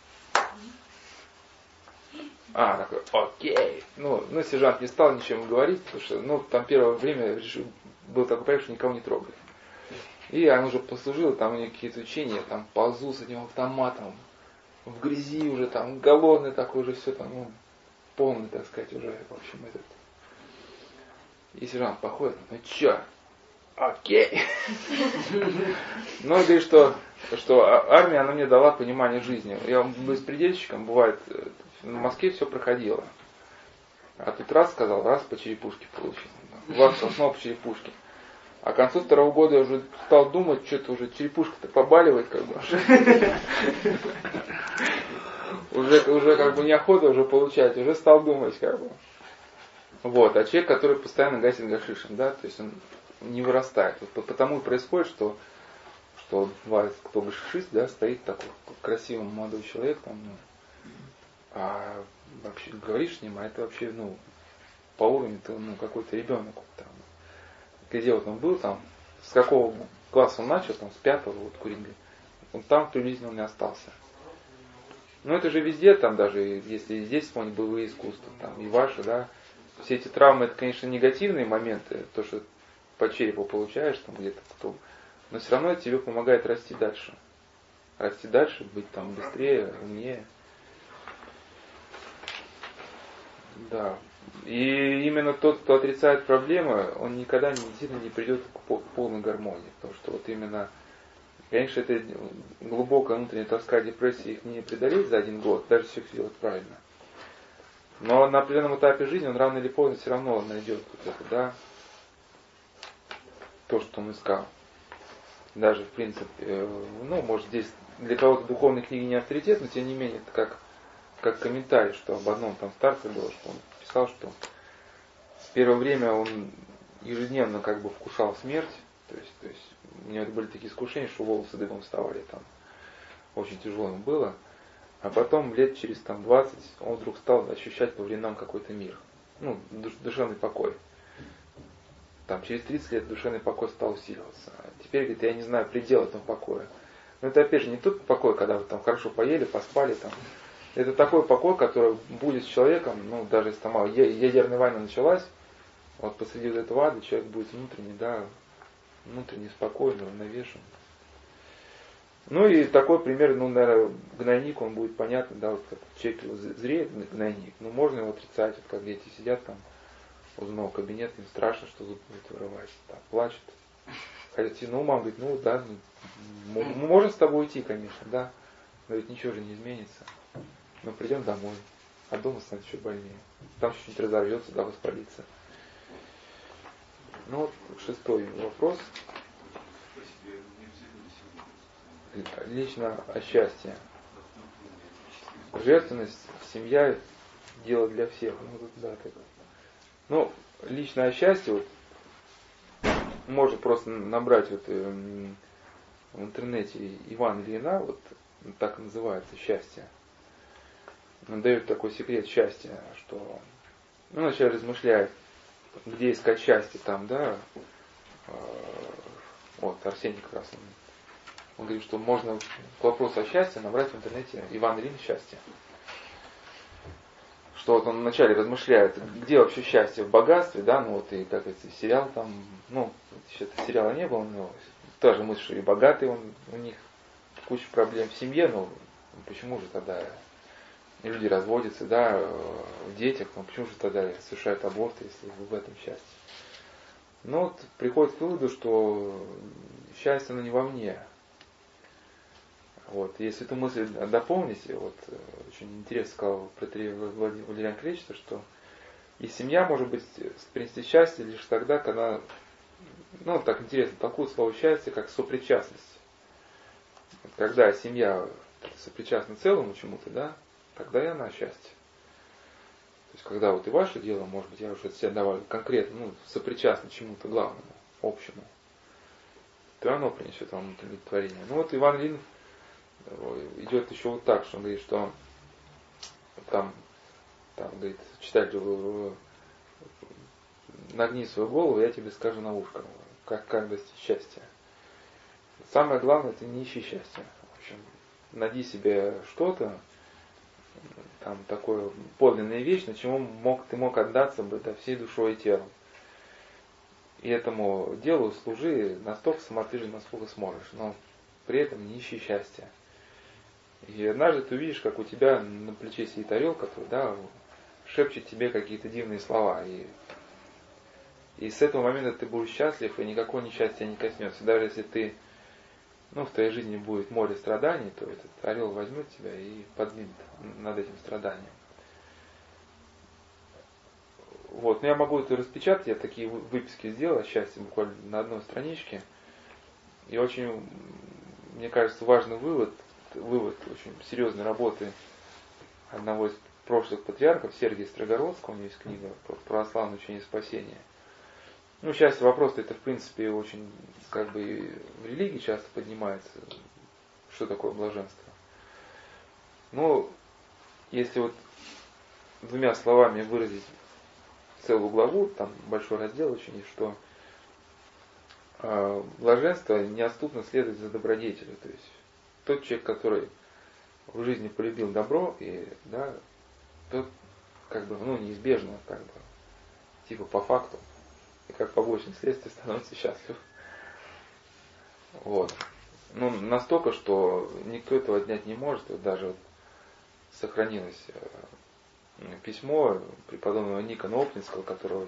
Такой, окей. Сержант не стал ничем говорить, потому что, там первое время был такой проект, что никого не трогали. И он уже послужил, там у него какие-то учения, там ползу с этим автоматом, в грязи уже, там, голодный такой уже, все там, полный, так сказать, уже, в общем, этот. И сержант походит, ну чё, окей. Говорит, что армия, она мне дала понимание жизни. Я беспредельщиком, бывает, в Москве все проходило. А тут раз сказал, раз по черепушке получил. Вас снова по черепушке. А к концу второго года я уже стал думать, что-то уже черепушка-то побаливает, как бы. Уже как бы неохота уже получать, уже стал думать, как бы. Вот, а человек, который постоянно гасит гашишем, да, то есть он не вырастает. Вот потому и происходит, что бывает, кто гашишист, да, стоит такой красивый молодой человек, там, а вообще говоришь с ним, а это вообще, по уровню-то, какой-то ребенок, там. Где вот он был там, с какого класса он начал, там, с 5-го, вот, куринга, он там приблизительно он не остался. Это же везде, там, даже, если здесь вспомнить боевые искусства, там, и ваши, да, все эти травмы, это, конечно, негативные моменты, то, что по черепу получаешь, там, где-то потом, но все равно это тебе помогает расти дальше. Расти дальше, быть там быстрее, умнее. Да. И именно тот, кто отрицает проблемы, он никогда действительно не придет к полной гармонии. Потому что вот именно, конечно, это глубокая внутренняя тоска, депрессия, их не преодолеть за один год, даже если их сделать правильно. Но на определенном этапе жизни он рано или поздно все равно найдет вот это, да, то, что он искал. Даже, в принципе, может, здесь для кого-то духовные книги не авторитет, но тем не менее, это как комментарий, что об одном там старце было, что он писал, что в первое время он ежедневно как бы вкушал смерть, то есть у него были такие искушения, что волосы дыбом вставали, там очень тяжело ему было, а потом лет через 20 он вдруг стал ощущать по временам какой-то мир, душевный покой. Там через 30 лет душевный покой стал усиливаться. Теперь, говорит, я не знаю предела этому покоя. Но это опять же не тот покой, когда вы там хорошо поели, поспали там. Это такой покой, который будет с человеком, даже если там ядерная война началась, вот посреди вот этого ада человек будет внутренне спокойный, уравновешен. И такой пример, наверное, гнойник, он будет понятен, да, вот как человек зреет гнойник, можно его отрицать, вот как дети сидят там, узнал кабинет, им страшно, что зуб будет вырывать, там, плачет. Хотя, мама говорит, да, мы можем с тобой уйти, конечно, да, но ведь ничего же не изменится. Мы придем домой, а дома станет еще больнее. Там чуть-чуть разорвется, да, воспалится. Шестой вопрос. Лично о счастье. Жертвенность, семья, дело для всех. Личное счастье, можно просто набрать в интернете Иван Ильина, так и называется счастье. Он дает такой секрет счастья, что вначале размышляет, где искать счастье там, да. Арсений как раз он говорит, что можно к вопросу о счастье набрать в интернете Иван Ильин счастье. Что он вначале размышляет, где вообще счастье в богатстве, да, и как это сериал там, еще сериала не было, но та же мысль, что и богатый у них куча проблем в семье, почему же тогда люди разводятся, да, в детях, почему же тогда совершают аборты, если в этом счастье? Но вот приходит к выводу, что счастье, оно не во мне. Вот. Если эту мысль дополнить, вот очень интересно сказал протерей Валериан Кречетов, что и семья может быть принести счастье лишь тогда, когда, ну так интересно, толкует слово счастье как сопричастность. Когда семья сопричастна целому чему-то, да, тогда и она счастье. То есть когда вот и ваше дело, может быть, я уже от себя давал конкретно, ну, сопричастно чему-то главному, общему, то оно принесет вам удовлетворение. Ну вот Иван Лин идет еще вот так, что он говорит, что там говорит, читателю, нагни свою голову, я тебе скажу на ушко, как достичь счастья. Самое главное, ты не ищи счастья. В общем, найди себе что-то, там такое подлинная вещь, на чему ты мог отдаться бы всей душой и телом. И этому делу служи настолько самоотверженно, насколько сможешь, но при этом не ищи счастья. И однажды ты увидишь, как у тебя на плече сидит орел, который, да, шепчет тебе какие-то дивные слова. И с этого момента ты будешь счастлив, и никакое несчастье не коснется. Даже если ты, в твоей жизни будет море страданий, то этот орел возьмет тебя и поднимет над этим страданием. Вот, но я могу это распечатать, я такие выписки сделал о счастье буквально на одной страничке. И очень, мне кажется, важный вывод очень серьезной работы одного из прошлых патриархов, Сергия Строгородского, у него есть книга «Православное учение спасения». Счастье вопрос-то это, в принципе, очень, в религии часто поднимается, что такое блаженство. Если вот двумя словами выразить целую главу, там большой раздел очень, что блаженство неотступно следует за добродетелью. То есть тот человек, который в жизни полюбил добро, и тот неизбежно, по факту, и как побочное следствие становится счастлив. Вот. Настолько, что никто этого отнять не может. Вот даже сохранилось письмо преподобного Никона Оптинского, которого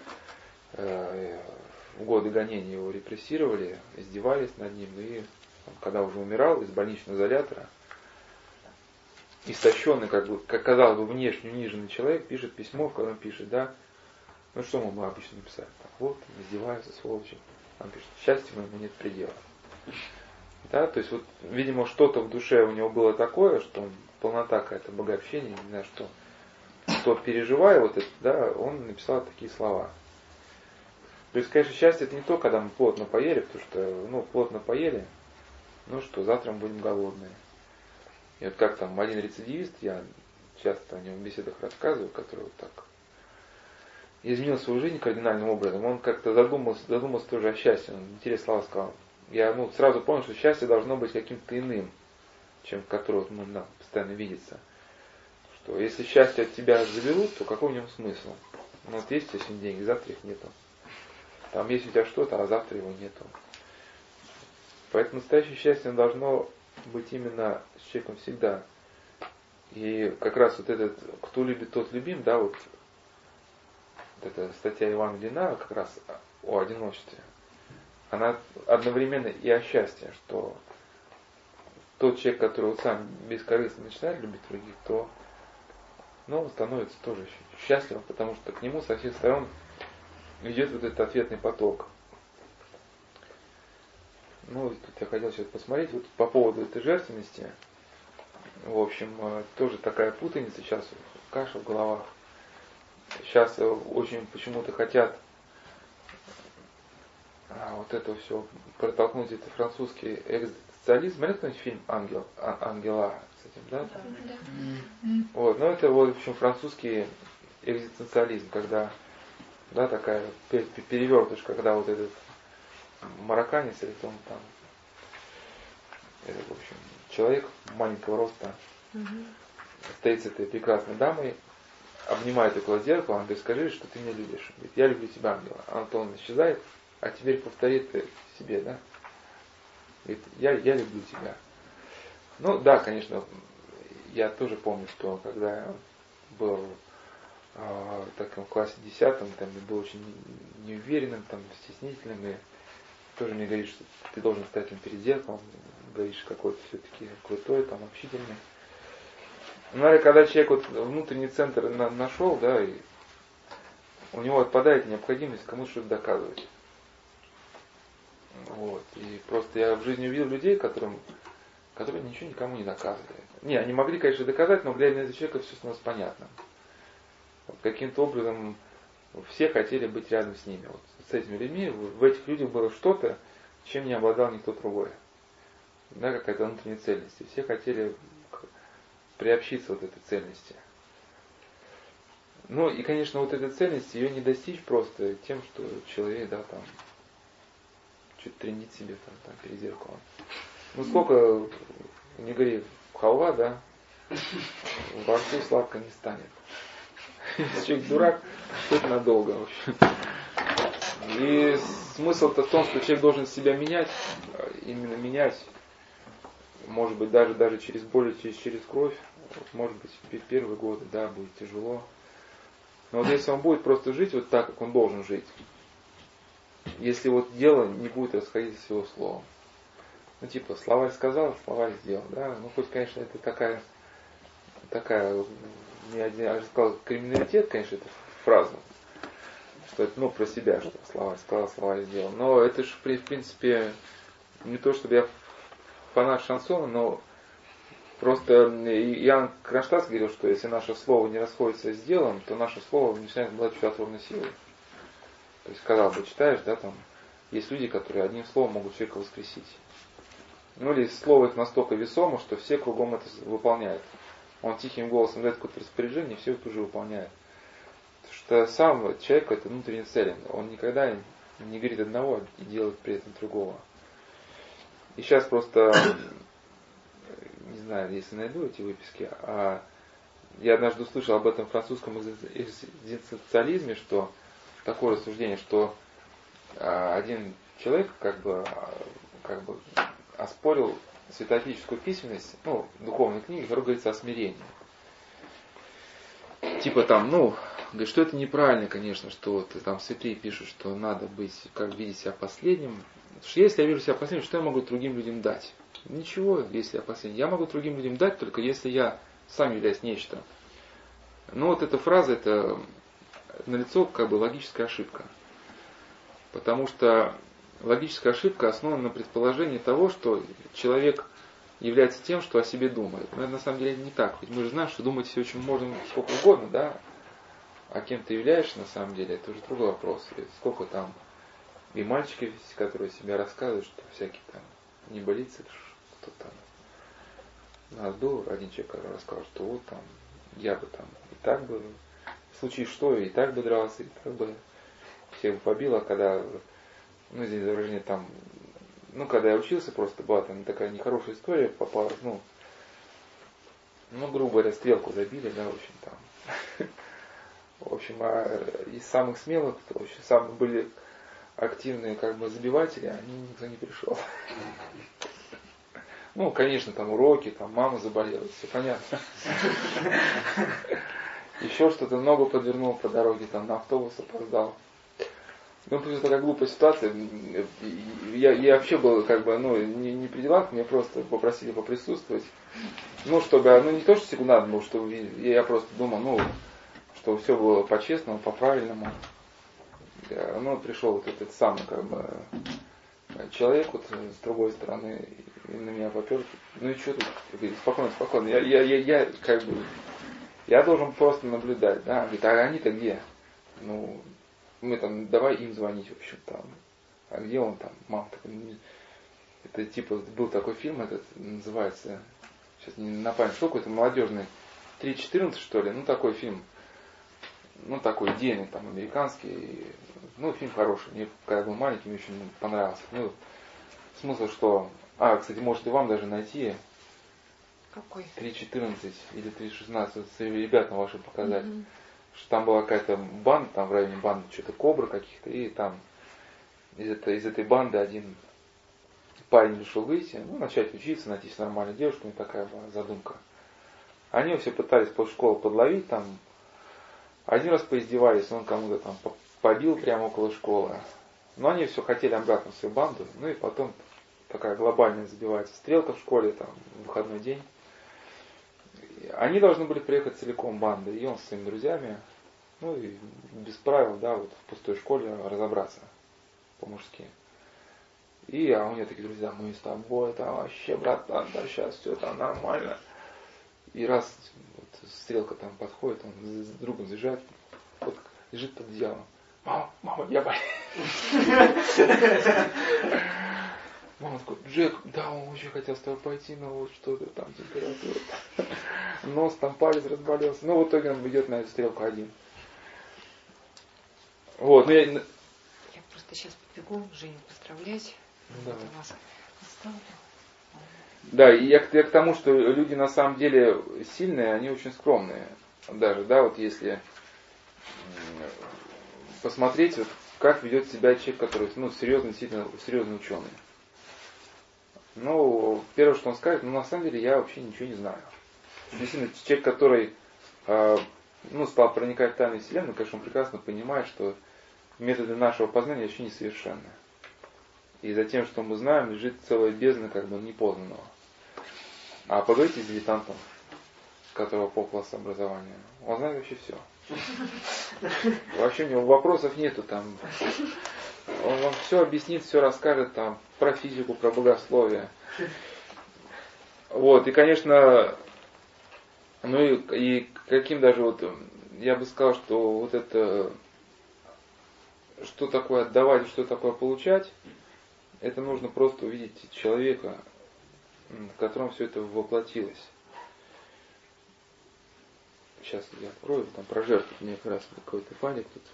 в годы гонения его репрессировали, издевались над ним, и когда уже умирал из больничного изолятора, истощенный, как казалось бы, внешне униженный человек, пишет письмо, в котором пишет, что мы обычно написали? Вот, издеваются, сволочи. Он пишет, счастью моему нет предела. То есть, видимо, что-то в душе у него было такое, что полнота какая-то богообщения, не знаю что переживая он написал такие слова. То есть, конечно, счастье это не то, когда мы плотно поели, потому что, плотно поели, завтра мы будем голодные. И вот как там один рецидивист, я часто о нем в беседах рассказываю, который так изменил свою жизнь кардинальным образом, он как-то задумался тоже о счастье. Он интересные слова сказал. Я сразу понял, что счастье должно быть каким-то иным, чем которое нам постоянно видится. Что если счастье от тебя заберут, то какой в нем смысл? Есть у тебя сегодня деньги, завтра их нету. Там есть у тебя что-то, а завтра его нету. Поэтому настоящее счастье должно быть именно с человеком всегда. И как раз этот, кто любит, тот любим, эта статья Ивана Лина как раз о одиночестве. Она одновременно и о счастье, что тот человек, который сам бескорыстно начинает любить других, то он становится тоже счастливым, потому что к нему со всех сторон идет этот ответный поток. Тут я хотел сейчас посмотреть по поводу этой жертвенности. В общем, тоже такая путаница сейчас, каша в головах. Сейчас очень почему-то хотят это все протолкнуть, это французский экзистенциализм. Смотрели кто-нибудь фильм «Ангела» с этим, да? Да. Это, в общем, французский экзистенциализм, когда, такая перевертыш, когда этот марокканец, или он там, в общем, человек маленького роста, стоит с этой прекрасной дамой, обнимает около зеркала, он говорит, скажи, что ты меня любишь. Он говорит, я люблю тебя, ангела. Антон исчезает, а теперь повтори ты себе, Говорит, я люблю тебя. Конечно, я тоже помню, что когда я был Так в классе 10 там я был очень неуверенным, там, стеснительным, и тоже мне говорит, что ты должен стать там перед зеркалом, говоришь, какой-то все-таки крутой, там, общительный. Ну, и когда человек вот внутренний центр нашел, да, и у него отпадает необходимость кому-то что-то доказывать. Вот. И просто я в жизни увидел людей, которые ничего никому не доказывали. Не, они могли, конечно, доказать, но глядя на этого человека, все становилось понятно. Вот каким-то образом все хотели быть рядом с ними. Вот с этими людьми, в этих людях было что-то, чем не обладал никто другой. Да, какая-то внутренняя цельность. И все хотели приобщиться вот этой цельности. Ну и, конечно, вот этой цельности ее не достичь просто тем, что человек, да, там, что-то трендит себе там перед зеркалом. Ну сколько, не говори, халва, да, во рту сладко не станет. Если человек дурак, то это надолго, в общем. И смысл-то в том, что человек должен себя менять, именно менять, может быть, даже через боль, через кровь, может быть, первые годы, да, будет тяжело. Но вот если он будет просто жить вот так, как он должен жить, если вот дело не будет расходиться с его словом. Ну, типа, словарь сказал, словарь сделал, да. Ну, хоть, конечно, это такая, я же сказал, криминалитет, конечно, это фраза. Что это, ну, про себя, что словарь сказал, словарь сделал. Но это же, в принципе, не то, чтобы я фанат шансона, но просто Иоанн Кронштадт говорил, что если наше слово не расходится с делом, то наше слово начинает обладать чудотворной силой. То есть, казалось бы, читаешь, да, там, есть люди, которые одним словом могут человека воскресить. Ну или слово их настолько весомо, что все кругом это выполняют. Он тихим голосом дает какое-то распоряжение, и все это уже выполняет. Потому что сам человек это внутренне целен. Он никогда не говорит одного и делает при этом другого. И сейчас просто, не знаю, если найду эти выписки, я однажды услышал об этом французском экзистенциализме, что такое рассуждение, что один человек как бы оспорил святоотеческую письменность, ну, духовной книги, в которой говорится о смирении. Типа там, ну, говорит, что это неправильно, конечно, что вот, там святые пишут, что надо быть, как видеть себя последним. Потому что если я вижу себя последним, что я могу другим людям дать? Ничего, если я последний. Я могу другим людям дать, только если я сам являюсь нечто. Но вот эта фраза, это налицо как бы логическая ошибка. Потому что логическая ошибка основана на предположении того, что человек является тем, что о себе думает. Но это на самом деле не так. Ведь мы же знаем, что думать все очень можно сколько угодно, да? А кем ты являешься на самом деле, это уже другой вопрос. И сколько там и мальчиков, которые себя рассказывают, что всякие там небылицы, кто там. У нас был один человек, который рассказал, что вот там, я бы там и так бы, в случае что, и так бы дрался, и так бы всех побил, а когда, ну, здесь выражение там, ну, когда я учился, просто была там такая нехорошая история, попалась, ну, грубо говоря, стрелку забили, да, в общем, там. В общем, из самых смелых, кто вообще самые были активные, как бы, забиватели, они никто не пришел. Ну, конечно, там уроки, там мама заболела, все понятно. Еще что-то, ногу подвернул по дороге, там на автобус опоздал. Ну, просто такая глупая ситуация. Я вообще был, как бы, ну, не при делах, меня просто попросили поприсутствовать. Ну, чтобы, ну, не то, что секундантом был, чтобы я просто думал, ну, чтобы все было по-честному, по-правильному. Ну, пришел вот этот самый, как бы, человек вот с другой стороны, и на меня попер. Ну и что тут? Говорит, спокойно. Я как бы, я должен просто наблюдать, да. Говорит, а они-то где? Ну, мы там, давай им звонить, в общем, там. А где он там? Мама такая, это типа, был такой фильм, этот называется, сейчас не на память, что какой-то молодежный, 3.14, что ли, ну такой фильм, ну такой идейный, там, американский, ну фильм хороший, мне когда был маленький, мне очень понравился. Ну, смысл, что, кстати, может и вам даже найти. Какой? 3.14 или 3.16, вот, ребятам вашим показать. Что там была какая-то банда, там в районе банды что-то кобры каких-то, и там из этой банды один парень решил выйти, ну, начать учиться, найти себе нормальную девушку, у них такая была задумка. Они все пытались после школы подловить, там, Один раз поиздевались, он кому-то там побил прямо около школы. Но они все хотели обратно в свою банду. Ну и потом такая глобальная забивается стрелка в школе, там, в выходной день. Они должны были приехать целиком бандой, и он с своими друзьями, ну и без правил, да, вот в пустой школе разобраться по-мужски. А у него такие друзья, мы с тобой, там вообще, братан, да, сейчас все там нормально. И раз вот, стрелка там подходит, он с другом заезжает, вот лежит под одеялом. Мама, я боюсь. Мама такой, Джек, да, он очень хотел с тобой пойти, но вот что-то там, температура. Нос там, палец разболелся. Ну, в итоге он идет на эту стрелку один. Вот, ну Я просто сейчас побегу Женю поздравлять. Да. Вот у вас оставлю. Да, и я к тому, что люди на самом деле сильные, они очень скромные. Даже, да, вот если посмотреть, вот, как ведет себя человек, который, ну, серьезный, действительно серьезный ученый. Ну, первое, что он скажет, на самом деле я вообще ничего не знаю. Действительно, человек, который стал проникать в тайны Вселенной, конечно, он прекрасно понимает, что методы нашего познания вообще несовершенны. И за тем, что мы знаем, лежит целая бездна как бы непознанного. А поговорите с дилетантом, у которого полкласса образования, он знает вообще все. Вообще у него вопросов нету там. Он вам все объяснит, все расскажет там про физику, про богословие. Вот, и конечно, ну и каким даже вот, я бы сказал, что вот это, что такое отдавать, что такое получать, это нужно просто увидеть человека, в котором все это воплотилось. Сейчас я открою, там про жертву, мне как раз какой-то паник тут.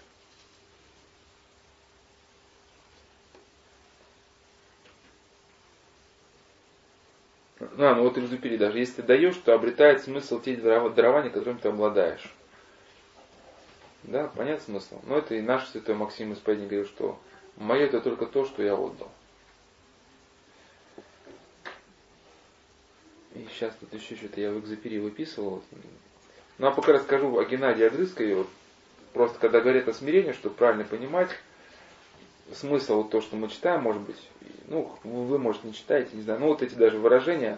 Ну вот Экзюпери даже. Если ты даешь, то обретает смысл те дарования, которыми ты обладаешь. Да, понятен смысл? Но это и наш святой Максим Исповедник говорил, что мое это только то, что я отдал. И сейчас тут еще что-то я в Экзюпери выписывал. Ну а пока расскажу о Геннадии Огрызкове. Вот, просто когда говорят о смирении, чтобы правильно понимать, смысл вот то, что мы читаем, может быть, ну, вы, может, не читаете, не знаю, но вот эти даже выражения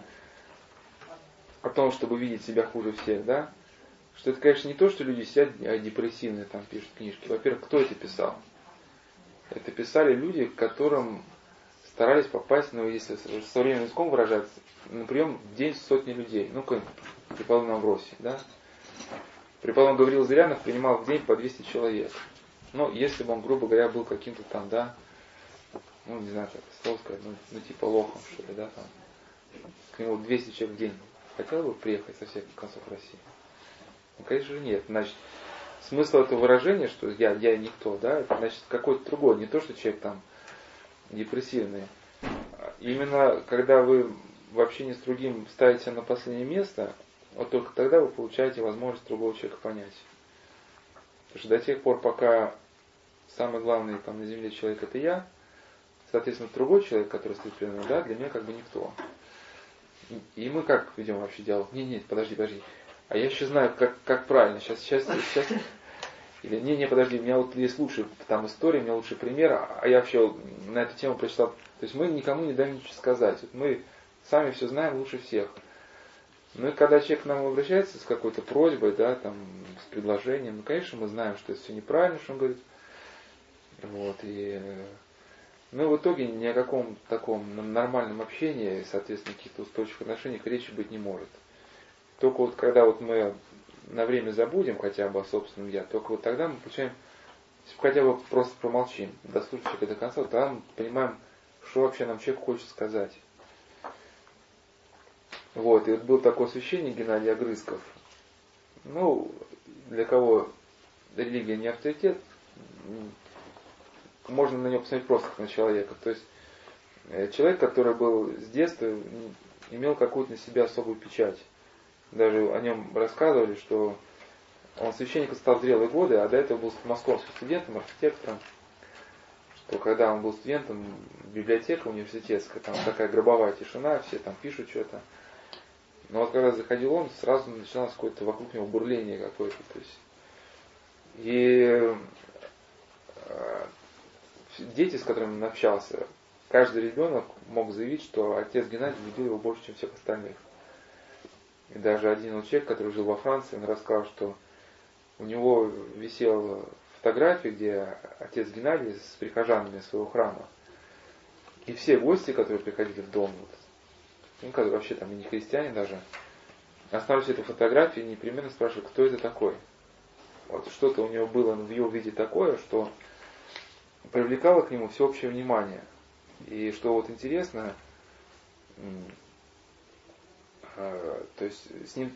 о том, чтобы видеть себя хуже всех, да, что это, конечно, не то, что люди сидят депрессивные, там, пишут книжки. Во-первых, кто это писал? Это писали люди, которым старались попасть, ну, если современным языком выражаться, на прием в день сотни людей. Ну, как преподобный Амвросий, да. Преподобный Гавриил Зырянов принимал в день по 200 человек. Ну, если бы он, грубо говоря, был каким-то там, да, ну, не знаю, как слово сказать, ну типа лохом, что ли, да, там, к нему 200 человек в день хотел бы приехать со всех концов России? Ну, конечно же, нет. Значит, смысл этого выражения, что я никто, да, это значит какой-то другой, не то, что человек там депрессивный. Именно когда вы в общении с другим ставите на последнее место, вот только тогда вы получаете возможность другого человека понять. Потому что до тех пор, пока самый главный там на земле человек это я, соответственно, другой человек, который стоит передо мной, да, для меня как бы никто. И мы как ведем вообще диалог? Не, подожди. А я еще знаю, как правильно. Сейчас. Или, не, подожди, у меня вот есть лучшая там история, у меня лучший пример, а я вообще на эту тему прочитал. То есть мы никому не даем ничего сказать. Вот мы сами все знаем лучше всех. Ну и когда человек к нам обращается с какой-то просьбой, да, там, с предложением, ну, конечно, мы знаем, что это все неправильно, что он говорит. Вот, ну, в итоге ни о каком таком нормальном общении, соответственно, каких-то устойчивых отношениях речи быть не может. Только вот когда вот мы на время забудем хотя бы о собственном я, только вот тогда мы получаем, если хотя бы просто промолчим, дослушав человека до конца, тогда мы понимаем, что вообще нам человек хочет сказать. Вот, и вот был такой священник Геннадий Огрызков. Ну, для кого религия не авторитет, можно на него посмотреть просто как на человека. То есть человек, который был с детства, имел какую-то на себя особую печать. Даже о нем рассказывали, что он священником стал в зрелые годы, а до этого был московским студентом, архитектором. Что когда он был студентом, библиотека университетская, там такая гробовая тишина, все там пишут что-то. Но вот когда заходил он, сразу начиналось какое-то вокруг него бурление какое-то. То есть И дети, с которыми он общался, каждый ребенок мог заявить, что отец Геннадий любил его больше, чем всех остальных. И даже один человек, который жил во Франции, он рассказал, что у него висела фотография, где отец Геннадий с прихожанами своего храма. И все гости, которые приходили в дом, которые вообще там и не христиане даже, останавливались эту фотографию и непременно спрашивали, кто это такой. Вот что-то у него было в его виде такое, что привлекало к нему всеобщее внимание. И что вот интересно, то есть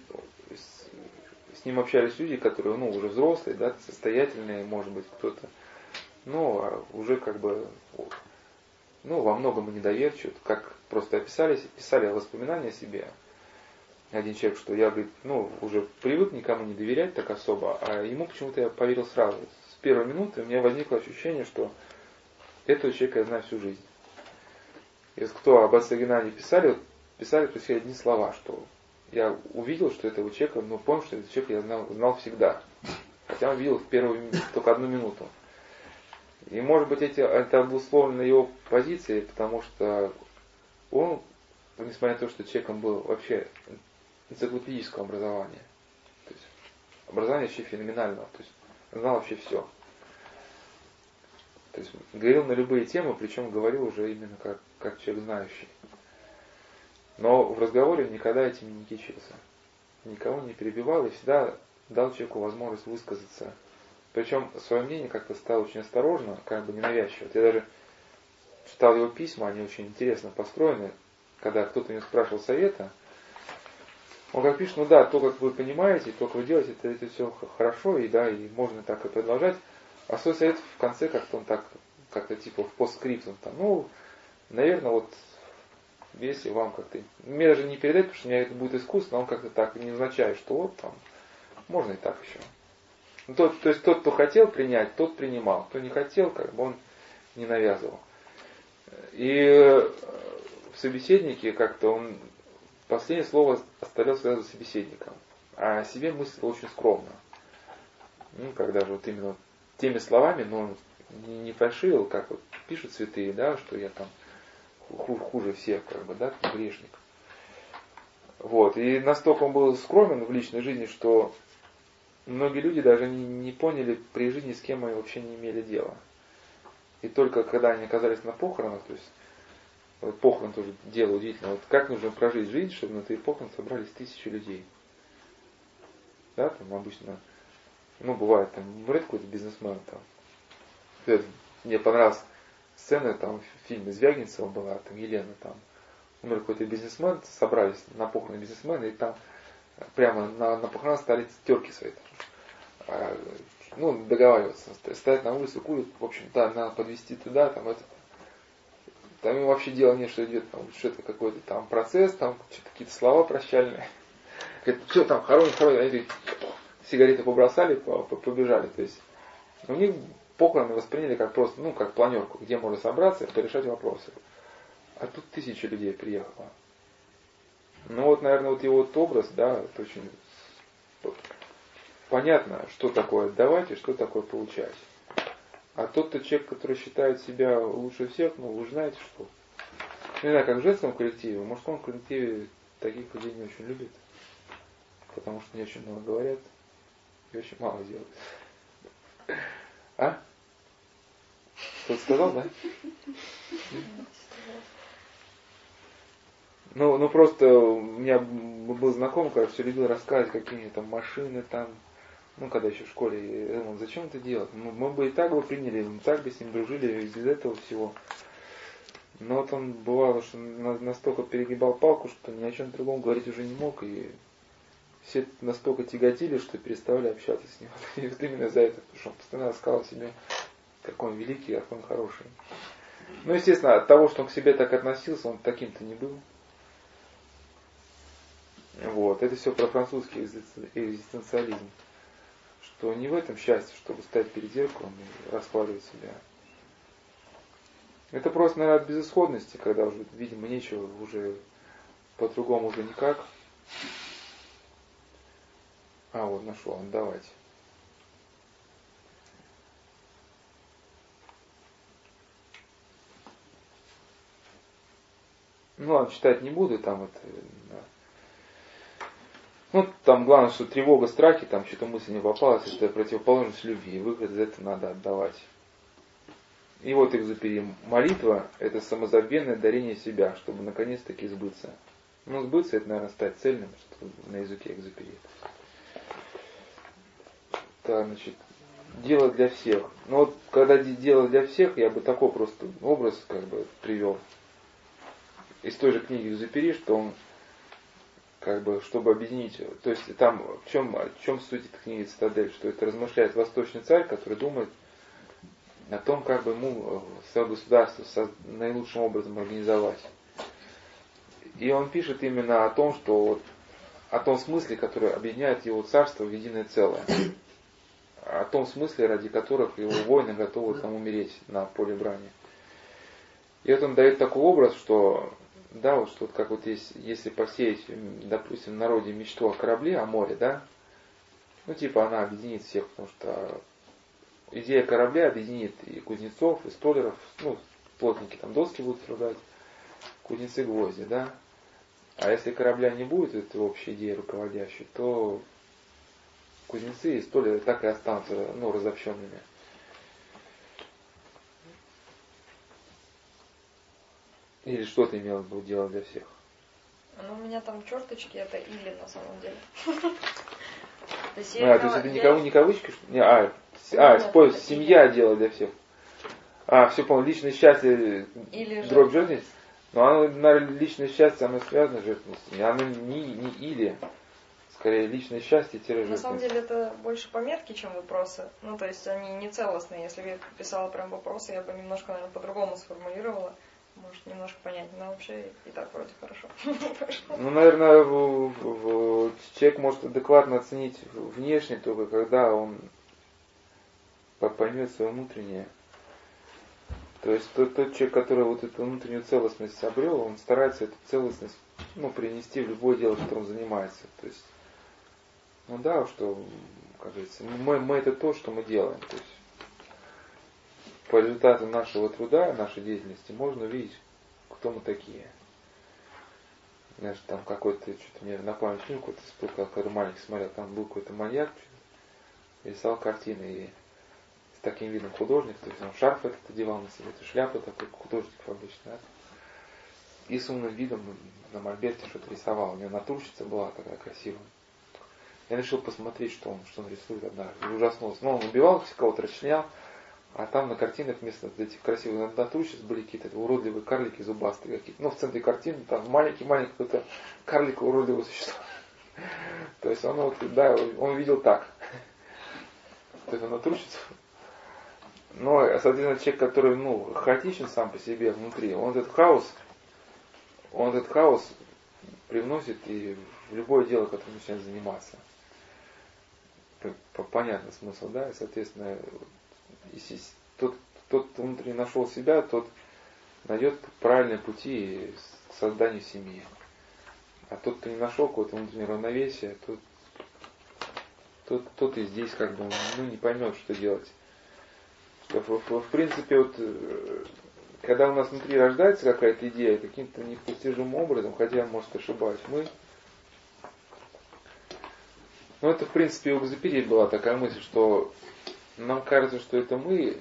с ним общались люди, которые, уже взрослые, да, состоятельные, может быть, кто-то, уже как бы, во многом и недоверчивы, как просто писали воспоминания о себе. Один человек, что я, говорит, уже привык никому не доверять так особо, а ему почему-то я поверил сразу. С первой минуты у меня возникло ощущение, что этого человека я знаю всю жизнь. И вот кто об отце Геннадии писали то все одни слова, что я увидел, что этого человека, понял, что этот человек я знал всегда. Хотя он видел в первую только 1 минуту. И может быть это обусловлено его позицией, потому что он, несмотря на то, что человеком был вообще энциклопедического образования, то есть образование вообще феноменального, то есть знал вообще все. То есть говорил на любые темы, причем говорил уже именно как человек знающий. Но в разговоре никогда этим не кичился. Никого не перебивал и всегда дал человеку возможность высказаться. Причем свое мнение как-то стало очень осторожно, как бы ненавязчиво. Я даже читал его письма, они очень интересно построены. Когда кто-то меня спрашивал совета, он как пишет, то, как вы понимаете, то, как вы делаете, это все хорошо, и можно так и продолжать. А свой совет в конце как-то он так, как-то типа в постскриптум, наверное, если вам как-то... Мне даже не передать, потому что у меня это будет искусственно, он как-то так не означает, что можно и так еще. То есть тот, кто хотел принять, тот принимал. Кто не хотел, он не навязывал. И в собеседнике как-то он последнее слово оставлял всегда за собеседником. А о себе мыслил очень скромно. Когда же именно теми словами, но не фальшивил, как пишут святые, что я там хуже всех, грешник. И настолько он был скромен в личной жизни, что многие люди даже не поняли при жизни, с кем они вообще не имели дела. И только когда они оказались на похоронах, то есть похорон тоже дело удивительное. Как нужно прожить жизнь, чтобы на твои похороны собрались 1000 людей. Да, там обычно, бывает, умрет какой-то бизнесмен, мне понравилась сцена, в фильме Звягинцева была, Елена, умер какой-то бизнесмен, собрались на похороны бизнесмена, и там прямо на похоронах стали терки свои. Договариваться, стоят на улице, курят, в общем, надо подвезти туда, там им вообще дело нет, что идет, что-то какой-то процесс, что-то какие-то слова прощальные. Говорит, что там, хороним, они сигареты побросали, побежали. То есть у них похороны восприняли как просто, как планерку, где можно собраться и порешать вопросы. А тут 1000 людей приехало. Наверное, его образ, это очень понятно, что такое отдавать и что такое получать. А тот-то человек, который считает себя лучше всех, вы же знаете, что. Не знаю, как в женском коллективе, в мужском коллективе таких людей не очень любят. Потому что не очень много говорят и очень мало делают. А? Кто-то сказал, да? Просто у меня был знакомый, который все любил рассказывать, какие там машины там. Когда еще в школе, я думал, зачем это делать? Мы бы и так бы приняли, мы так бы с ним дружили из этого всего. Но он бывало, что настолько перегибал палку, что ни о чем другом говорить уже не мог, и все настолько тяготили, что переставали общаться с ним. И именно за это, потому что он постоянно рассказывал себе, какой он великий, какой он хороший. Естественно, от того, что он к себе так относился, он таким-то не был. Это все про французский экзистенциализм. Что не в этом счастье, чтобы стать перед зеркалом и расхваливать себя. Это просто, наверное, от безысходности, когда уже, видимо, нечего уже по-другому уже никак. Нашел, давайте. Ну, ладно, читать не буду, там это... Да. Ну, там главное, что тревога, страхи, там что-то мысль не попалась, это противоположность любви, и выход из этого надо отдавать. И вот Экзюпери. Молитва – это самозабвенное дарение себя, чтобы наконец-таки сбыться. Ну, сбыться – это, наверное, стать цельным, что на языке Экзюпери. Так, значит, дело для всех. Ну вот, когда дело для всех, я бы такой просто образ как бы привел. Из той же книги Экзюпери, что он как бы, чтобы объединить, то есть там в чем суть этой книги «Цитадель», что это размышляет восточный царь, который думает о том, как бы ему свое государство наилучшим образом организовать. И он пишет именно о том, что вот, о том смысле, который объединяет его царство в единое целое. О том смысле, ради которых его воины готовы там умереть на поле брани. И вот он дает такой образ, что да, вот что как вот если посеять, допустим, в народе мечту о корабле, о море, да, ну типа она объединит всех, потому что идея корабля объединит и кузнецов, и столяров, ну, плотники там доски будут продать, кузнецы гвозди, да. А если корабля не будет, это общая идея руководящая, то кузнецы и столяры так и останутся, ну, разобщенными. Или что ты имел в виду делать для всех? Ну, у меня там черточки, это или на самом деле. То есть это не кавычки, семья дело для всех. Все понял, личное счастье, дробь жертвенность. Но оно, наверное, личное счастье, оно связано с жертвенностью. Оно не или, скорее личное счастье жертвенность. На самом деле это больше пометки, чем вопросы. Ну, то есть они не целостные. Если бы я писала прям вопросы, я бы немножко, наверное, по-другому сформулировала. Может, немножко понять, но вообще и так вроде хорошо. Ну, наверное, человек может адекватно оценить внешне только когда он поймет свое внутреннее. То есть тот человек, который вот эту внутреннюю целостность обрел, он старается эту целостность, ну, принести в любое дело, которым он занимается. То есть, ну да, что, как говорится, мы это то, что мы делаем. То есть, по результату нашего труда, нашей деятельности можно увидеть, кто мы такие. Знаешь, там какой-то, что-то мне на память фильм какой-то всплыл, когда маленький смотрел, там был какой-то маньяк, рисовал картины и с таким видом художник, то есть он шарф этот одевал на себе, шляпа такой, художник обычно, да? И с умным видом на мольберте что-то рисовал. У него натурщица была такая красивая. Я решил посмотреть, что он рисует однажды. И ужаснулся. Но он убивал кого-то, расчленял. А там на картинах вместо этих красивых натурщиц были какие-то уродливые карлики зубастые какие-то. Ну, в центре картины там маленький какой-то карлик уродливое существо. То есть он вот, да, он видел так. Это натурщица. Но, соответственно, человек, который, ну, хаотичен сам по себе внутри, он этот хаос привносит и в любое дело, которым начинает заниматься. Понятный смысл, да? И, соответственно, если тот, кто внутренне нашел себя, тот найдет правильные пути к созданию семьи. А тот, кто не нашел какое-то внутреннее равновесие, тот и здесь как бы, ну, не поймет, что делать. В принципе, вот, когда у нас внутри рождается какая-то идея, каким-то непостижимым образом, хотя я, может, ошибаюсь, ну, это, в принципе, у Экзюпери была такая мысль, что нам кажется, что это мы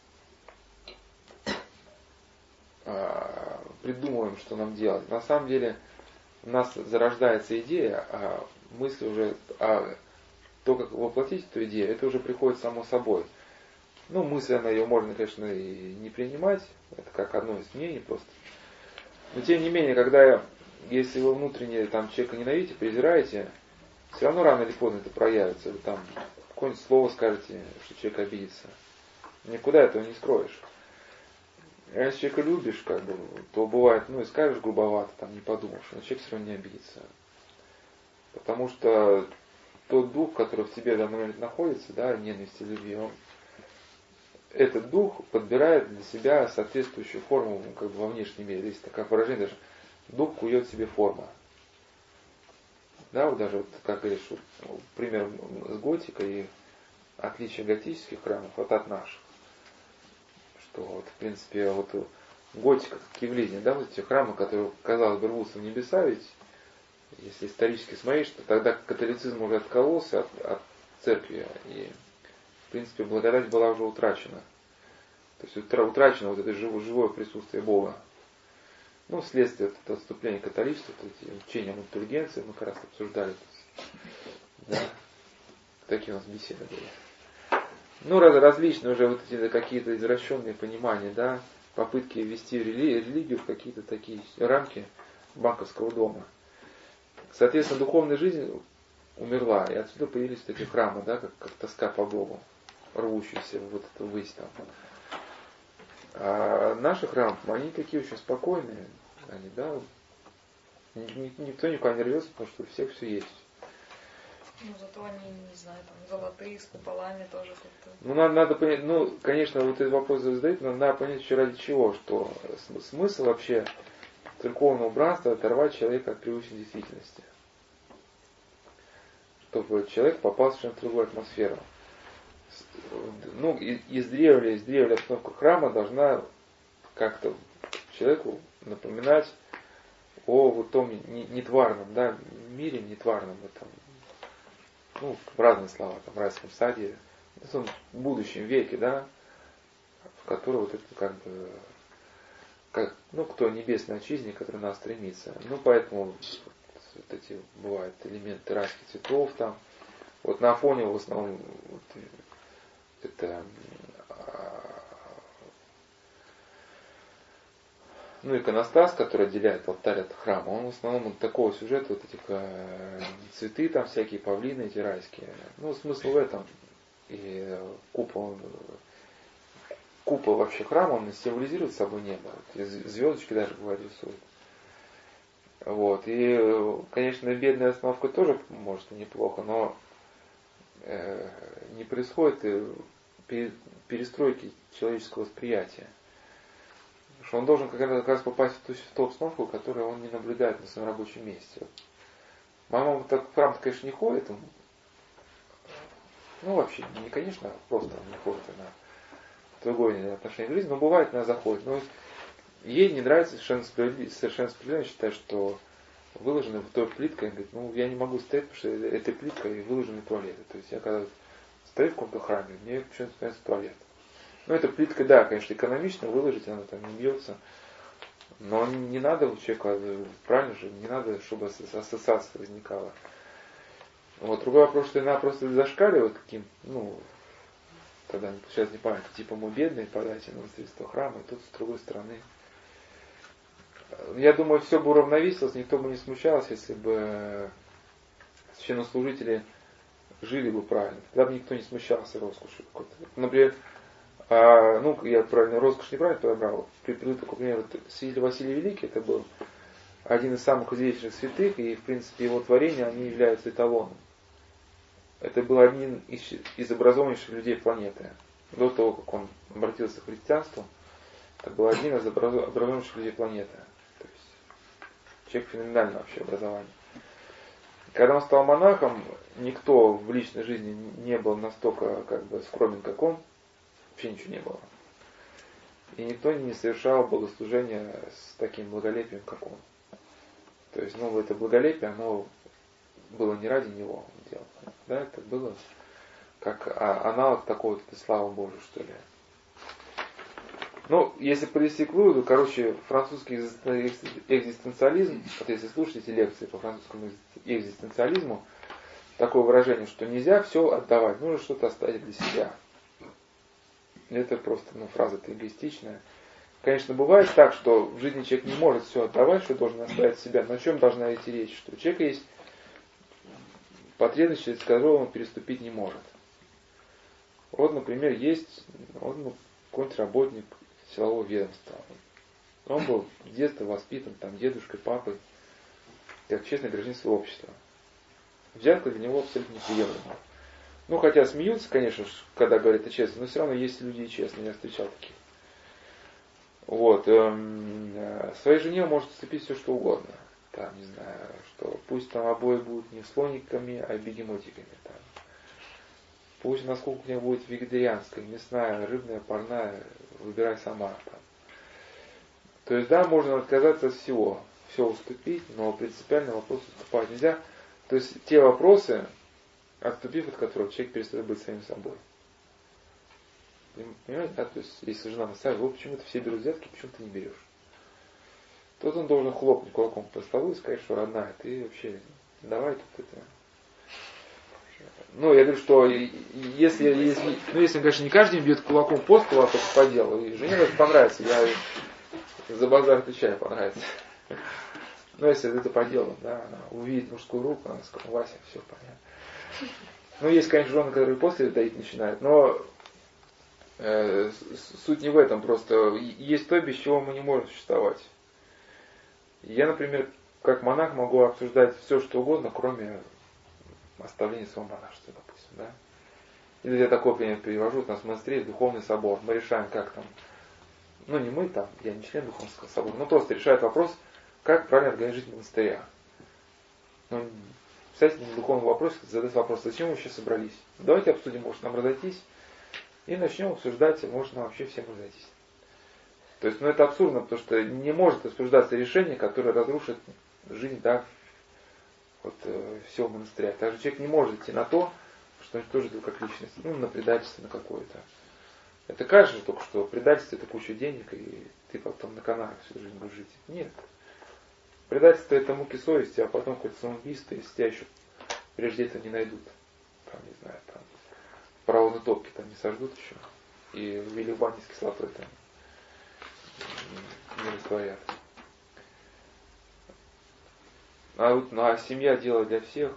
придумываем, что нам делать. На самом деле, у нас зарождается идея, а мысль уже, то, как воплотить эту идею, это уже приходит само собой. Ну, мысленно ее можно, конечно, и не принимать, это как одно из мнений просто. Но тем не менее, если вы внутренне там человека ненавидите, презираете, все равно рано или поздно это проявится. Вы там какое-нибудь слово скажете, что человек обидится. Никуда этого не скроешь. А если человека любишь, как бы, то бывает, ну и скажешь грубовато, там, не подумавши, но человек все равно не обидится. Потому что тот дух, который в тебе в данный момент находится, да, ненависти, любви, этот дух подбирает для себя соответствующую форму, как бы, во внешнем мире. Есть такое выражение даже: дух кует себе форму. Да, вот даже, вот, как говоришь, вот, пример с готикой и отличие готических храмов от наших. Что, вот, в принципе, вот готика, как Кивлине, да, вот эти храмы, которые, казалось бы, рвутся в небеса, ведь если исторически смотреть, что тогда католицизм уже откололся от церкви, и, в принципе, благодать была уже утрачена. То есть утрачено вот это живое присутствие Бога. Ну, вследствие от отступления католичества, вот эти учения об интеллигенции, мы как раз обсуждали. Да, такие у нас беседы были. Ну, различные уже вот эти какие-то извращенные понимания, да, попытки ввести религию в какие-то такие рамки банковского дома. Соответственно, духовная жизнь умерла, и отсюда появились вот эти храмы, да, как тоска по Богу, рвущиеся в вот эту высь там. А наши храмы, они такие очень спокойные, они, да, никто никуда не рвется, потому что у всех все есть. Ну, зато они, не знаю, там, золотые, с куполами тоже как-то. Ну, надо понять, ну, конечно, вот этот вопрос задают, но надо понять еще ради чего, что смысл вообще церковного убранства оторвать человека от привычной действительности. Чтобы человек попал в совершенно другую атмосферу. Ну, издревле обстановка храма должна как-то человеку напоминать о вот том нетварном, да, мире нетварном, этом, ну, разные слова, там, райском саде, в будущем веке, да, в который вот это ну, кто небесный отчизник, который нас стремится. Ну, поэтому вот эти бывают элементы райских цветов там. Вот на фоне в основном вот, это ну, иконостас, который отделяет алтарь от храма, он в основном от такого сюжета, вот этих цветы там всякие, павлины эти райские. Ну, смысл в этом. И купол вообще храма, он символизирует собой небо. Вот, звездочки даже бывают рисуют. Вот. И, конечно, бедная остановка тоже может и неплохо, но не происходит перестройки человеческого восприятия. Потому что он должен как раз попасть в ту обстановку, которую он не наблюдает на своем рабочем месте. Мама так в храм, конечно, не ходит. Ну, вообще, не, конечно, просто не ходит она в другое отношение к жизни, но бывает, она заходит. Но ей не нравится совершенно справедливо, считает, что выложены в той плиткой, говорит, ну, я не могу стоять, потому что этой плиткой выложены туалеты. То есть я когда стою в каком-то храме, мне почему-то становится туалет. Ну, эта плитка, да, конечно, экономично выложить, она там не бьется. Но не надо у человека, правильно же, не надо, чтобы ассоциация возникала. Вот, другой вопрос, что она просто зашкаливает каким, ну, тогда сейчас не понятно, типа мы бедные, подайте на строительство храма, и тут с другой стороны. Я думаю, все бы уравновесилось, никто бы не смущался, если бы священнослужители жили бы правильно. Тогда бы никто не смущался роскошью какой-то. Например, ну, я правильно, роскошь неправильно подобрал. Приведу такой пример. Святитель Василий Великий, это был один из самых известнейших святых, и, в принципе, его творения, они являются эталоном. Это был один из образованнейших людей планеты. До того, как он обратился к христианству, это был один из образованнейших людей планеты. То есть человек феноменального вообще образования. Когда он стал монахом, никто в личной жизни не был настолько как бы скромен, как он. Вообще ничего не было. И никто не совершал богослужения с таким благолепием, как он. То есть, ну, это благолепие, оно было не ради него делано. Да, это было как аналог такой вот славы Божией, что ли. Ну, если подвести к выводу, короче, французский экзистенциализм, вот если слушаете лекции по французскому экзистенциализму, такое выражение, что нельзя все отдавать, нужно что-то оставить для себя. Это просто, ну, фраза-то эгоистичная. Конечно, бывает так, что в жизни человек не может все отдавать, что должен оставить себя. Но о чем должна идти речь? Что у человека есть потребность, через которую он переступить не может. Вот, например, есть какой-нибудь работник силового ведомства. Он был с детства воспитан там дедушкой, папой, как честный гражданин своего общества. Взятка для него абсолютно неприемлема. Ну, хотя смеются, конечно, когда говорят это честно, но все равно есть люди и честные, я встречал таких. Вот. Своей жене он может уступить все, что угодно. Там, не знаю, что пусть там обои будут не слониками, а бегемотиками. Там. Пусть у нас кухня будет вегетарианская, мясная, рыбная, парная, выбирай сама. Там. То есть, да, можно отказаться от всего, все уступить, но принципиально вопрос уступать нельзя. То есть, те вопросы, отступив от которых человек перестает быть самим собой. Понимаете, да? То есть, если жена настаивает, вот почему-то все берут взятки, почему ты не берешь. Тут он должен хлопнуть кулаком по столу и сказать, что родная, ты вообще давай тут это. Ну, я говорю, что если, конечно, не каждый день бьет кулаком по столу, а только по делу, и жене это понравится, я за базар отвечаю, понравится. Но если это по делу, да, она увидит мужскую руку, она скажет, Вася, все понятно. Ну, есть, конечно, жены, которые после доить начинают, но суть не в этом, просто есть то, без чего мы не можем существовать. Я, например, как монах могу обсуждать все, что угодно, кроме оставления своего монашества, допустим, да. Или я такой пример привожу, у нас в монастыре духовный собор, мы решаем, как там, ну не мы там, я не член духовного собора, но просто решает вопрос, как правильно организовать жизнь монастыря. Ну, кстати, на духовном вопросе задать вопрос, зачем мы сейчас собрались? Давайте обсудим, может нам разойтись, и начнем обсуждать, может нам вообще всем разойтись. То есть, ну это абсурдно, потому что не может обсуждаться решение, которое разрушит жизнь, да, вот всего монастыря. Также человек не может идти на то, что он тоже как личность, ну, на предательство на какое-то. Это кажется только, что предательство это куча денег, и ты потом на каналах всю жизнь будешь жить. Нет. Предательство это муки совести, а потом хоть самоубийство, если тебя еще прежде этого не найдут. Там, не знаю, там, в паровозной топке там не сожгут еще. И ввели в бане с кислотой там не растворят. А семья дело для всех.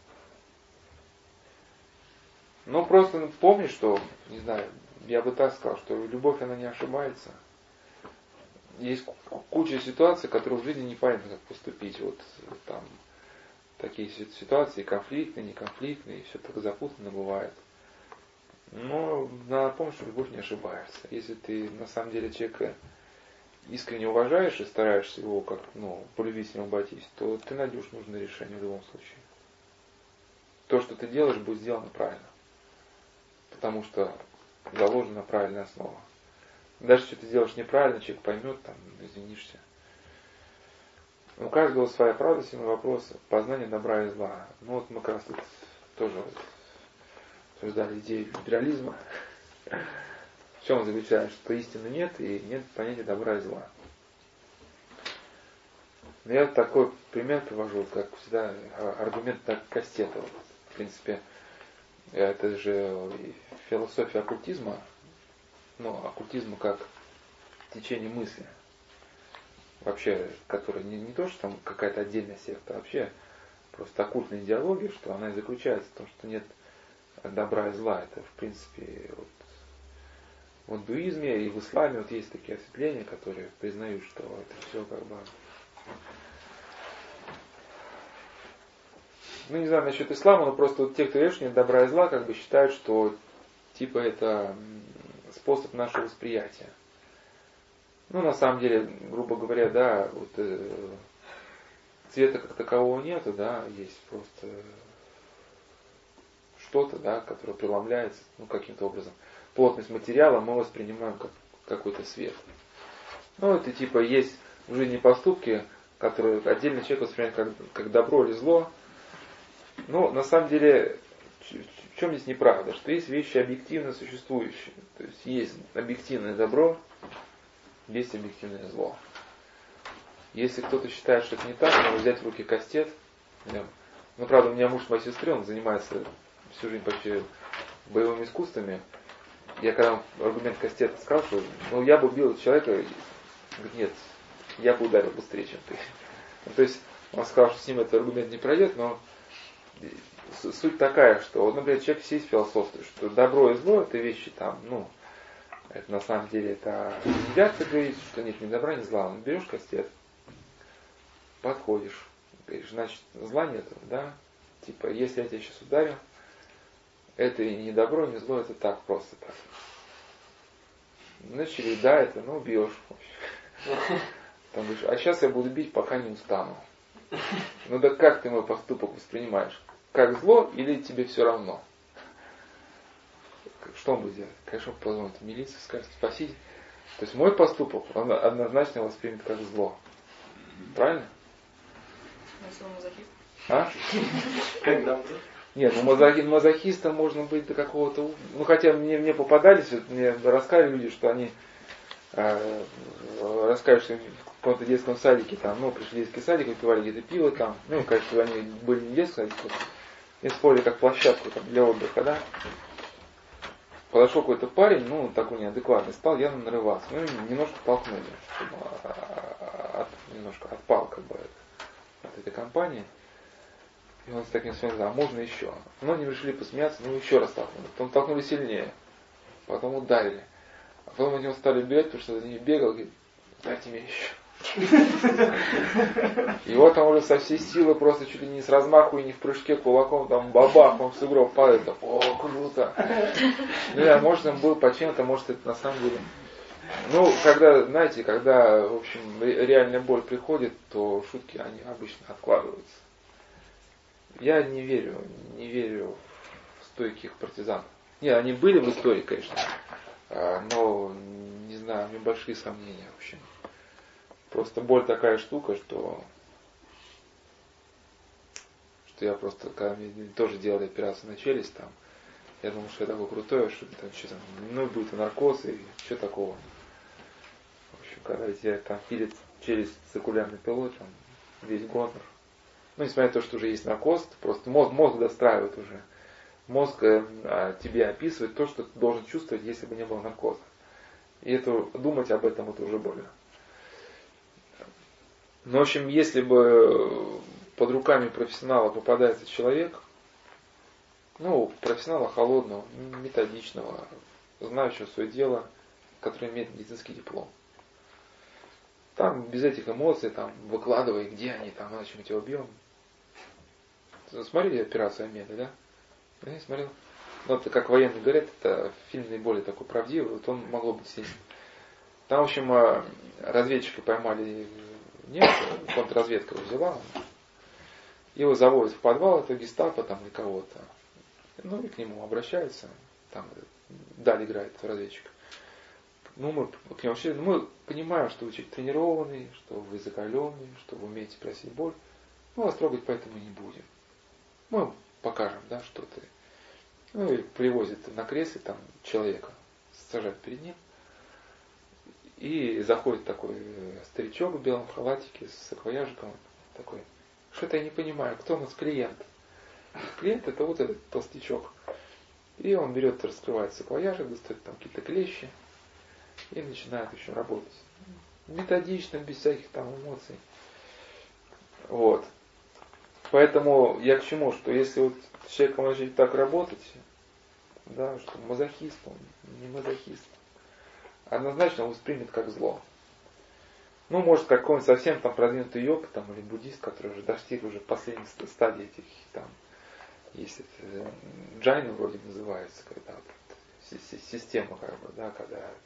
Ну просто помни, что, не знаю, я бы так сказал, что любовь она не ошибается. Есть куча ситуаций, которые в жизни непонятно как поступить. Вот там такие ситуации конфликтные, неконфликтные, все так запутанно бывает. Но надо помнить, что любовь не ошибается. Если ты на самом деле человека искренне уважаешь и стараешься его как, по любви с ним обойтись, то ты найдешь нужное решение в любом случае. То, что ты делаешь, будет сделано правильно. Потому что заложена правильная основа. Даже если ты делаешь неправильно, человек поймет, там, извинишься. У каждого своя правда, свой вопрос, познание добра и зла. Ну вот мы как раз тут тоже обсуждали идею либерализма. В чем заключается, что истины нет и нет понятия добра и зла. Но я такой пример привожу, как всегда, аргумент Кастета. В принципе, это же философия оккультизма, оккультизма как течение мысли. Вообще, которая не то, что там какая-то отдельная секта, а вообще просто оккультная идеология, что она и заключается в том, что нет добра и зла. Это, в принципе, в индуизме и в исламе есть такие осветления, которые признают, что это все как бы... Ну, не знаю насчет ислама, но просто те, кто верит, что нет добра и зла, как бы считают, что типа это способ нашего восприятия. Ну, на самом деле, грубо говоря, да, цвета как такового нету, да, есть просто что-то, да, которое преломляется, каким-то образом. Плотность материала мы воспринимаем как какой-то свет. Это типа есть в жизни поступки, которые отдельно человек воспринимает как добро или зло. Но на самом деле, в чем здесь неправда? Что есть вещи объективно существующие. То есть объективное добро, есть объективное зло. Если кто-то считает, что это не так, надо взять в руки кастет. Правда, у меня муж моей сестры, он занимается всю жизнь почти боевыми искусствами. Я когда аргумент кастета сказал, что я бы убил человека, говорит, нет, я бы ударил быстрее, чем ты. То есть он сказал, что с ним этот аргумент не пройдет, но суть такая, что, например, человек сидит философствует, что добро и зло это вещи там, это на самом деле это нельзя так говорить, что нет ни добра, ни зла. Берешь кастет, подходишь, говоришь, значит, зла нету, да? Типа, если я тебя сейчас ударю, это и не добро, не зло, это так, просто так. Начали, да, это, бьешь. Там говоришь, а сейчас я буду бить, пока не устану. Да как ты мой поступок воспринимаешь? Как зло или тебе все равно? Что он будет делать? Конечно, он позвонит в милицию, скажет, спасите. То есть мой поступок, он однозначно воспримет как зло. Правильно? Если он мазохист. А? Когда? Нет, ну мазохистом можно быть до какого-то... Ну хотя мне попадались, вот, мне рассказывали люди, что они рассказывают, что в каком-то детском садике там, ну, пришли в детский садик, выпивали где-то пиво там, ну, конечно, они были не в детском садике, использовали как площадку там, для отдыха, да. Подошел какой-то парень, ну, такой неадекватный, стал явно нарываться. Ну, немножко толкнули, чтобы немножко отпал как бы от этой компании. И он с таким своим сказал, а можно еще? Но они решили посмеяться, ну еще раз толкнули. Потом толкнули сильнее, потом ударили. А потом от него стали бегать, потому что за ним бегал, говорит, дайте мне еще. И вот там уже со всей силы, просто чуть ли не с размаху и не в прыжке кулаком, там бабах, он в сугроб падает, там, о, круто. Ну, я, может, он был по чем-то, может, это на самом деле. Ну, когда, знаете, когда, в общем, реальная боль приходит, то шутки, они обычно откладываются. Я не верю в стойких партизан. Не, они были в истории, конечно, но, не знаю, у меня большие сомнения, в общем. Просто боль такая штука, что я просто, когда мне тоже делали операцию на челюсть, там, я думал, что я такой крутой, что там, что там, ну, будет наркоз и что такого. В общем, когда тебе там пилит челюсть циркулярной пилой, там, весь гонор. Ну, несмотря на то, что уже есть наркоз, просто мозг достраивает уже. Мозг тебе описывает то, что ты должен чувствовать, если бы не было наркоза. И это, думать об этом, это уже больно. Но, в общем, если бы под руками профессионала попадается человек, ну, профессионала холодного, методичного, знающего свое дело, который имеет медицинский диплом. Там без этих эмоций, там, выкладывай, где они, там, иначе мы тебя убьем. Смотрели операцию Амеда, да? Я не смотрел. Ну, это как военные говорят, это фильм наиболее такой правдивый, вот он могло быть сильным. Там, в общем, разведчика поймали немцы, контрразведка его взяла, его заводят в подвал, это гестапо там или кого-то. Ну и к нему обращаются, там Даль играет разведчик. Ну, мы к нему шли, мы понимаем, что вы человек тренированный, что вы закаленный, что вы умеете просить боль. Мы вас трогать поэтому не будем. Мы вам покажем, да, что ты. Ну и привозят на кресле там человека, сажают перед ним. И заходит такой старичок в белом халатике с саквояжиком, такой, что-то я не понимаю, кто у нас клиент? Клиент это вот этот толстячок. И он берет, раскрывает саквояжик, достает там какие-то клещи и начинает еще работать. Методично, без всяких там эмоций. Вот. Поэтому я к чему, что если вот с человеком начать так работать, да, что мазохист, он не мазохист, однозначно он воспримет как зло. Ну, может, какой-нибудь совсем там продвинутый йог, там, или буддист, который уже достиг уже последней стадии этих, там, есть это, джайна вроде называется, когда вот, система, как бы, да,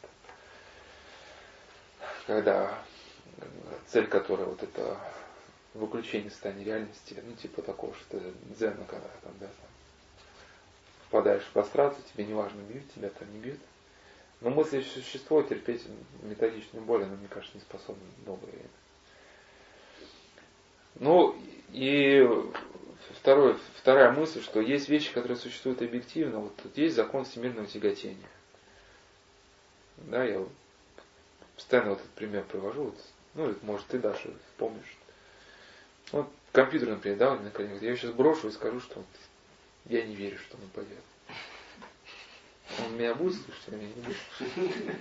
когда цель которой вот это выключение состояния реальности, ну, типа такого, что дзена, когда там, да, там, впадаешь в прострацию, тебе не важно, бьют тебя, там не бьют. Но мысли существо терпеть методичную боль, оно, мне кажется, не способно долгое время. Ну, и вторая мысль, что есть вещи, которые существуют объективно. Вот тут есть закон всемирного тяготения. Да, я постоянно вот этот пример привожу. Вот, ну, может, ты даже вспомнишь. Вот компьютер, например, да, на коленях. Я его сейчас брошу и скажу, что вот, я не верю, что он упадет. Он меня будет слушать, а меня не будет слушать.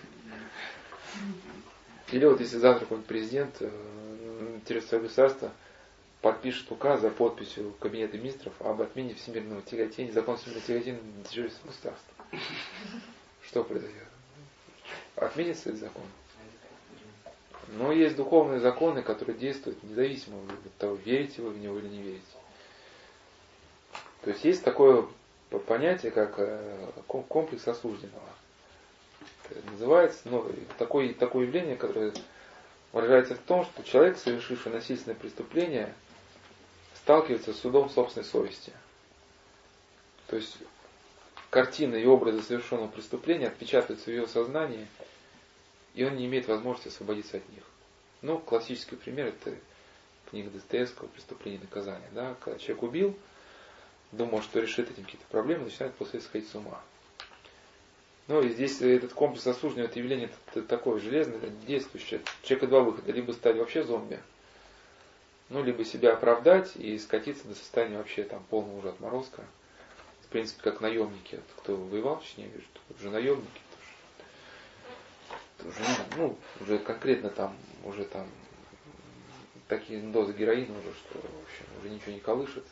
Или вот если завтра какой-нибудь президент территориального государства подпишет указ за подписью Кабинета министров об отмене всемирного тяготения, закон всемирного тяготения на территориального государства. Что произойдет? Отменится этот закон? Но есть духовные законы, которые действуют независимо от того, верите вы в него или не верите. То есть есть такое понятие, как комплекс осужденного. Это называется, ну, такое явление, которое выражается в том, что человек, совершивший насильственное преступление, сталкивается с судом собственной совести. То есть картины и образы совершенного преступления отпечатываются в его сознании, и он не имеет возможности освободиться от них. Ну, классический пример — это книга Достоевского «Преступление и наказание». Да? Когда человек убил, думал, что решит этим какие-то проблемы, начинает после этого сходить с ума. Ну и здесь этот комплекс осуждения, это явление такое железное, действующее. У человека два выхода: либо стать вообще зомби, ну, либо себя оправдать и скатиться до состояния вообще там полного уже отморозка. В принципе, как наемники. Кто воевал в Чечне, вижу, что уже наемники тоже, ну, уже конкретно там, уже там такие дозы героина уже, что в общем, уже ничего не колышет.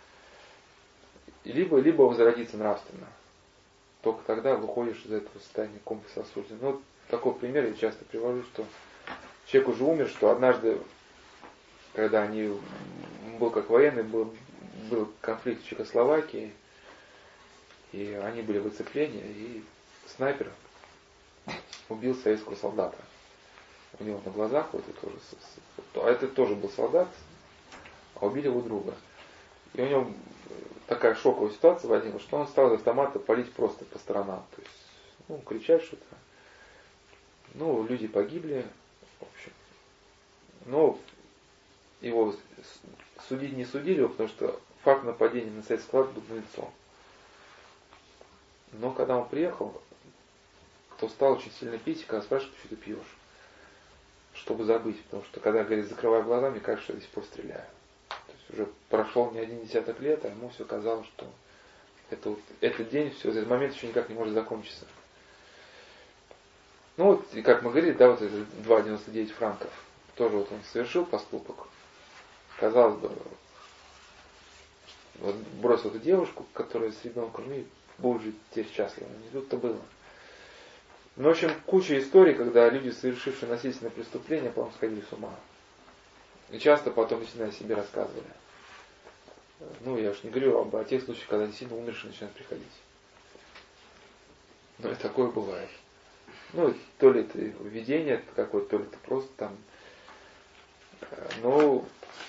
Либо возродиться нравственно. Только тогда выходишь из этого состояния комплекса осуждения. Ну, вот такой пример я часто привожу, что человек уже умер, что однажды, когда был как военный, был конфликт в Чехословакии, и они были в оцеплении, и снайпер убил советского солдата. У него на глазах, вот это тоже, а это тоже был солдат, а убили его друга. И у него такая шоковая ситуация возникла, что он стал из автомата палить просто по сторонам. То есть, ну, кричать что-то. Ну, люди погибли, в общем. Но его судить не судили, потому что факт нападения на советский склад был налицо. Но когда он приехал, то стал очень сильно пить, и когда спрашивают, что ты пьешь, чтобы забыть. Потому что когда, говорит, закрываю глаза, мне кажется, что я до сих пор стреляю. То есть уже прошел не один десяток лет, а ему все казалось, что этот день, все, этот момент еще никак не может закончиться. Ну вот, и как мы говорили, да, вот это 2,99 франков. Тоже вот он совершил поступок. Казалось бы, вот бросил эту девушку, которая с ребенком, и будет жить теперь счастливо. Не тут-то было. Ну, в общем, куча историй, когда люди, совершившие насильственное преступление, потом сходили с ума. И часто потом действительно о себе рассказывали. Ну, я уж не говорю о тех случаях, когда действительно умершие начинают приходить. Но и такое бывает. Ну, то ли это видение какое-то, то ли это просто там. Но,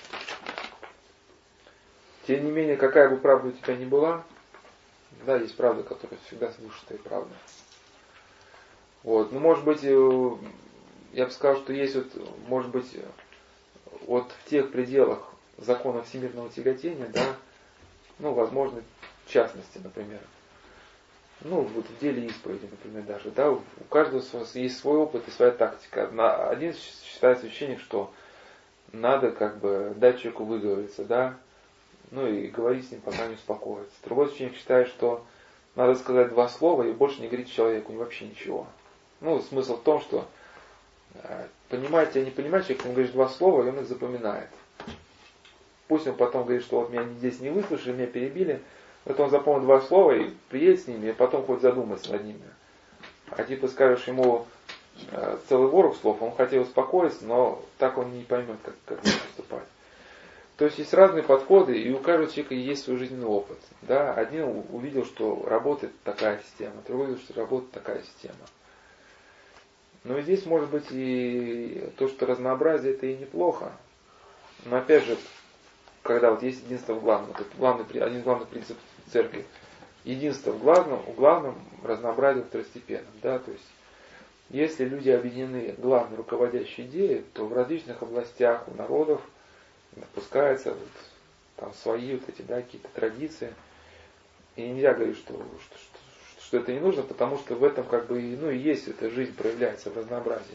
тем не менее, какая бы правда у тебя ни была, да, есть правда, которая всегда слушает твоей правды. Вот, ну, может быть, я бы сказал, что есть вот, может быть, вот в тех пределах закона всемирного тяготения, да, ну, возможно, частности, например. Ну, вот в деле исповеди, например, даже, да, у каждого есть свой опыт и своя тактика. Один считает священник, что надо как бы дать человеку выговориться, да, ну и говорить с ним, пока не успокоится. Другой священник считает, что надо сказать два слова и больше не говорить человеку вообще ничего. Ну, смысл в том, что понимать или не понимать, человек ему говорит два слова, и он их запоминает. Пусть он потом говорит, что вот меня здесь не выслушали, меня перебили, это он запомнил два слова и приедет с ними, и потом хоть задумается над ними. А типа скажешь ему целый ворох слов, он хотел успокоиться, но так он не поймет, как поступать. То есть есть разные подходы, и у каждого человека есть свой жизненный опыт. Да? Один увидел, что работает такая система, другой увидел, что работает такая система. Но и здесь может быть и то, что разнообразие это и неплохо. Но опять же, когда вот есть единство в главном, вот это один из главных принципов церкви, единство в главном, разнообразие второстепенном. Да? То есть, если люди объединены главной руководящей идеей, то в различных областях у народов допускаются вот, там свои вот эти, да, какие-то традиции. И нельзя говорить, что это не нужно, потому что в этом как бы ну, и есть эта жизнь проявляется в разнообразии.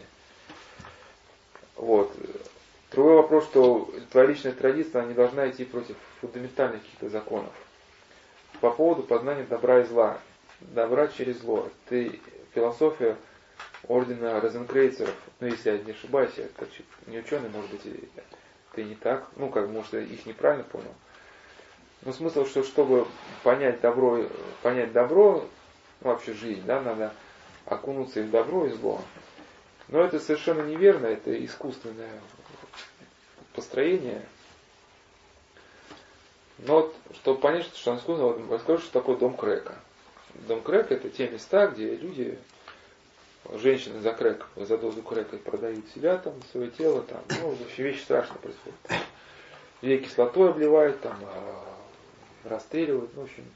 Вот. Другой вопрос, что твоя личная традиция, она не должна идти против фундаментальных каких-то законов. По поводу познания добра и зла. Добра через зло. Это философия ордена розенкрейцеров. Ну, если я не ошибаюсь, я не ученый, может быть, это и не так. Ну, как, может, я их неправильно понял. Но смысл, что чтобы понять добро, ну, вообще жизнь, да, надо окунуться и в добро, и в зло. Но это совершенно неверно, это искусственное построение. Но вот, чтобы понять, что оно искусственно, вот, расскажу, что такое дом крэка. Дом крэка это те места, где люди, женщины за крэк, за дозу крэка продают себя, там, свое тело, там, ну, вообще вещи страшные происходят. Людей кислотой обливают, там, расстреливают, ну, в общем,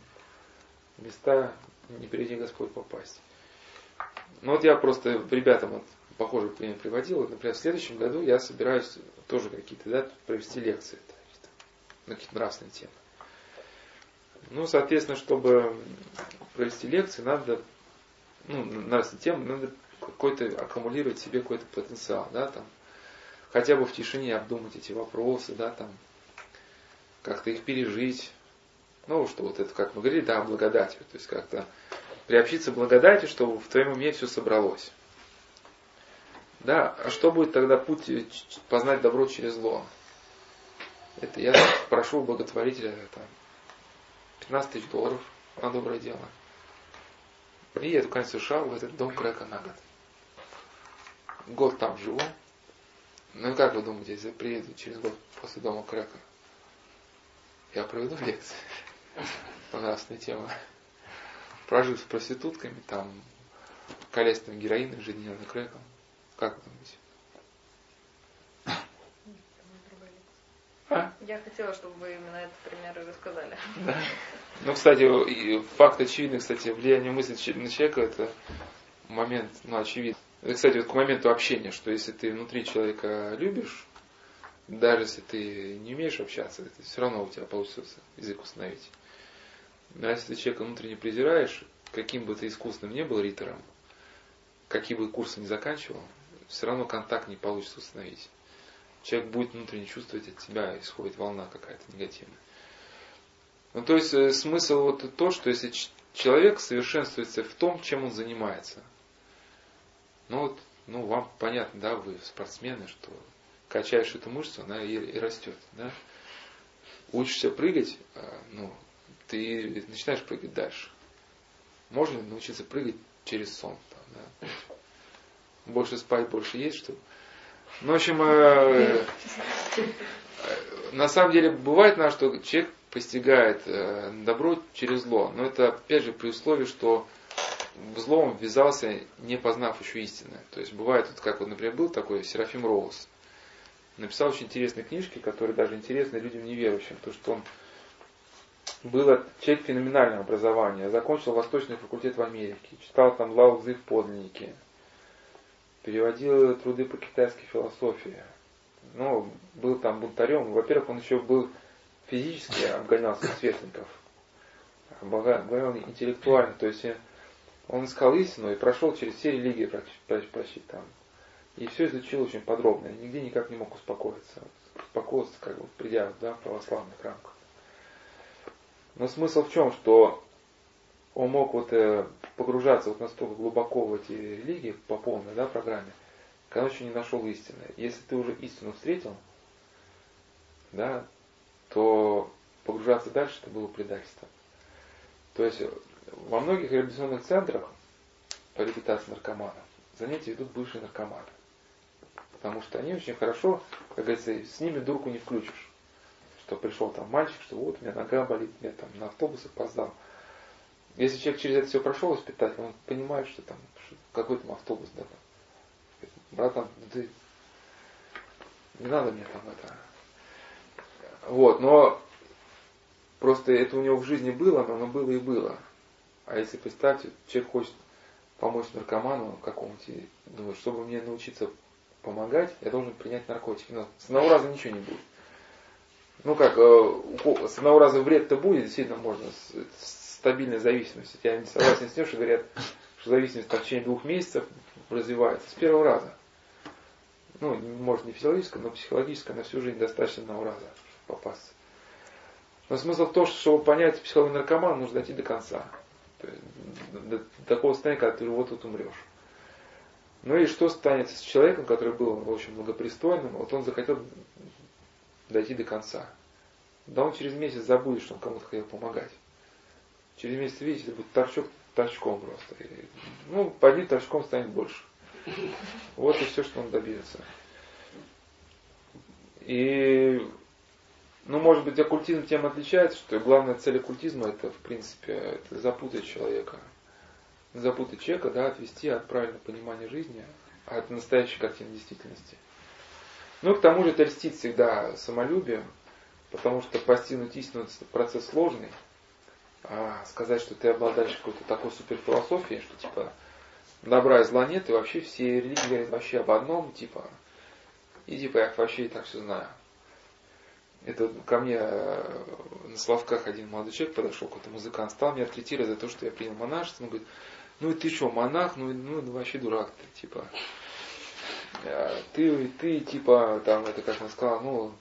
места, не приведи Господь попасть. Ну вот я просто ребятам вот похожий пример приводил. Вот, например, в следующем году я собираюсь тоже какие-то, да, провести лекции на какие-то нравственные темы. Ну, соответственно, чтобы провести лекции, надо, нравственные темы, надо какой-то аккумулировать в себе какой-то потенциал, да, там, хотя бы в тишине обдумать эти вопросы, да, там, как-то их пережить. Ну, что вот это, как мы говорили, да, благодатью. То есть как-то приобщиться к благодати, чтобы в твоем уме все собралось. Да, а что будет тогда путь познать добро через зло? Это я прошу у благотворителя там, $15 000 на доброе дело. И еду, конечно, США в этот дом Крэка на год. Год там живу. Ну и как вы думаете, если я приеду через год после дома Крэка, я проведу лекции по нравственной теме, прожив с проститутками, там, колесным героином, ежедневным крэком. Как вы думаете? Я хотела, чтобы вы именно этот пример и рассказали. Да. Ну, кстати, факт очевидный, кстати, влияние мысли на человека, это момент, очевидный. Это, кстати, вот к моменту общения, что если ты внутри человека любишь, даже если ты не умеешь общаться, это все равно у тебя получится язык установить. А если ты человека внутренне презираешь, каким бы ты искусным ни был ритором, какие бы курсы ни заканчивал, все равно контакт не получится установить. Человек будет внутренне чувствовать от тебя, исходит волна какая-то негативная. Ну, то есть смысл вот то, что если человек совершенствуется в том, чем он занимается. Вам понятно, да, вы спортсмены, что качаешь эту мышцу, она и растет. Да? Учишься прыгать, ты начинаешь прыгать дальше. Можно научиться прыгать через сон. Там, да? Больше спать, больше есть, чтобы... Ну, в общем, на самом деле бывает, что человек постигает добро через зло. Но это, опять же, при условии, что в зло он ввязался, не познав еще истины. То есть бывает, вот как вот, например, был такой Серафим Роуз. Написал очень интересные книжки, которые даже интересны людям неверующим. Потому что он был человек феноменального образования. Закончил Восточный факультет в Америке. Читал там Лао Цзы в подлиннике. Переводил труды по китайской философии. Был там бунтарем. Во-первых, он еще был физически обгонялся сверстников. Говорил интеллектуально. То есть он искал истину и прошел через все религии почти там. И все изучил очень подробно. И нигде никак не мог успокоиться. Успокоиться, придя в православных рамках. Но смысл в чем? Что он мог погружаться настолько глубоко в эти религии по полной программе, когда он еще не нашел истины. Если ты уже истину встретил, да, то погружаться дальше это было предательство. То есть во многих реабилитационных центрах по реабилитации наркоманов занятия ведут бывшие наркоманы. Потому что они очень хорошо, как говорится, с ними дурку не включишь. Что пришел там мальчик, что вот у меня нога болит, я там на автобус опоздал. Если человек через это все прошел испытательно, он понимает, что там какой там автобус, да, там. Братан, ты не надо мне там это. Вот, но просто это у него в жизни было, но оно было и было. А если представьте, человек хочет помочь наркоману какому-то, думает, чтобы мне научиться помогать, я должен принять наркотики. Но с одного раза ничего не будет. С одного раза вред-то будет, действительно можно, стабильная зависимость. Я не согласен с тем, что говорят, что зависимость в течение 2 месяцев развивается с первого раза. Может не физиологическая, но психологическая на всю жизнь достаточно одного раза, чтобы попасться. Но смысл в том, что чтобы понять психологию наркомана, нужно дойти до конца. То есть, до такого состояния, когда ты вот тут умрешь. И что станет с человеком, который был очень благопристойным, он захотел дойти до конца. Да он через месяц забудет, что он кому-то хотел помогать. Через месяц, видите, будет торчком просто. По одним торчком станет больше. Вот и все, что он добьется. И, может быть, оккультизм тем отличается, что главная цель оккультизма это, в принципе, это запутать человека. Запутать человека, да, отвести от правильного понимания жизни, от настоящей картины действительности. К тому же это льстит всегда самолюбию, потому что постигнуть истину это процесс сложный. А сказать, что ты обладаешь какой-то такой суперфилософией, что добра и зла нет, и вообще все религии говорят вообще об одном, типа, и типа я вообще и так все знаю. Это вот ко мне на Славках один молодой человек подошел, какой-то музыкант, стал меня третировать за то, что я принял монашество. Он говорит, ну и ты что, монах, ну вообще дурак ты, типа. Ты типа, там, это как он сказал, ну,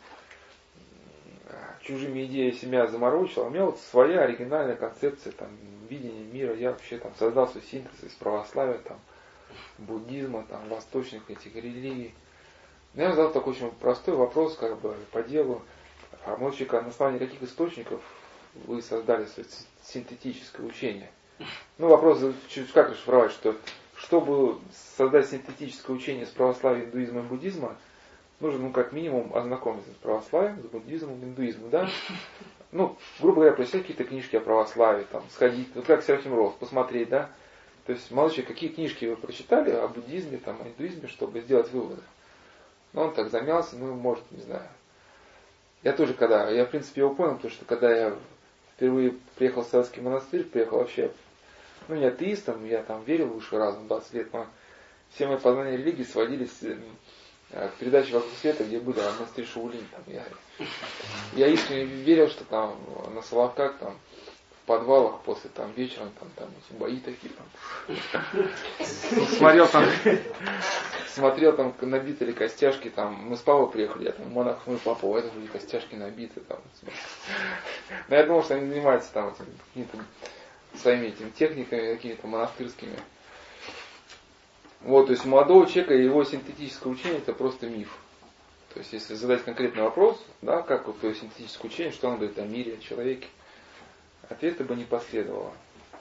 чужими идеями себя заморочил, а у меня вот своя оригинальная концепция, там, видения мира, я вообще там создал свой синтез из православия, там, буддизма, там, восточных этих религий. Я задал такой очень простой вопрос, как бы, по делу. А мальчик, на основании каких источников вы создали свое синтетическое учение? Ну, вопрос как расшифровать, что чтобы создать синтетическое учение с православием, индуизма и буддизма, нужно, ну, как минимум, ознакомиться с православием, с буддизмом, индуизмом, да? Ну, грубо говоря, прочитать какие-то книжки о православии, там, сходить, вот как Серафим Роуз, посмотреть, да? То есть, молодой человек, какие книжки вы прочитали о буддизме, там, о индуизме, чтобы сделать выводы? Ну, он так замялся, ну, может, не знаю. Я тоже я в принципе его понял, потому что когда я впервые приехал в Савский монастырь, приехал вообще, ну, не атеистом, я там верил в высший разум 20 лет, но все мои познания религии сводились к передаче «Вокруг света», где были монастырь Шаолинь. Я искренне верил, что там на Соловках, там, в подвалах после там вечером, там эти бои такие, там. Смотрел там набитые ли костяшки, там, мы с папой приехали, я там монах, мы папа, это были костяшки набиты, там. Но я думал, что они занимаются там какими-то своими этими техниками, какими-то монастырскими. Вот, то есть у молодого человека его синтетическое учение это просто миф. То есть если задать конкретный вопрос, да, как вот твое синтетическое учение, что он говорит о мире, о человеке, ответа бы не последовало.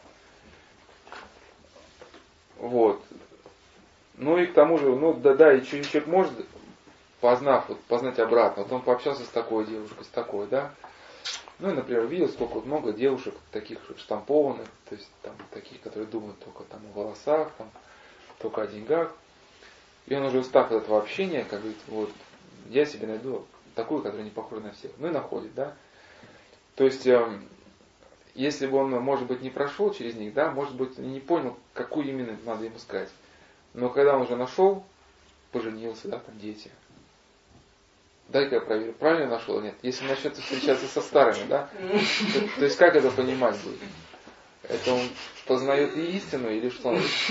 Вот. Ну и к тому же, ну да, и человек может, познать обратно. Вот он пообщался с такой девушкой, с такой, да. Ну и, например, видел, сколько вот много девушек таких штампованных, то есть там таких, которые думают только там о волосах, там, только о деньгах. И он уже устав от этого общения, как говорит, вот, я себе найду такую, которая не похожа на всех. Ну и находит, да. То есть, если бы он, может быть, не прошел через них, да, может быть, не понял, какую именно надо ему сказать. Но когда он уже нашел, поженился, да, там дети. Дай-ка я проверю, правильно я нашел или нет. Если он начнет встречаться со старыми, да, то есть как это понимать будет? Это он познает и истину или что?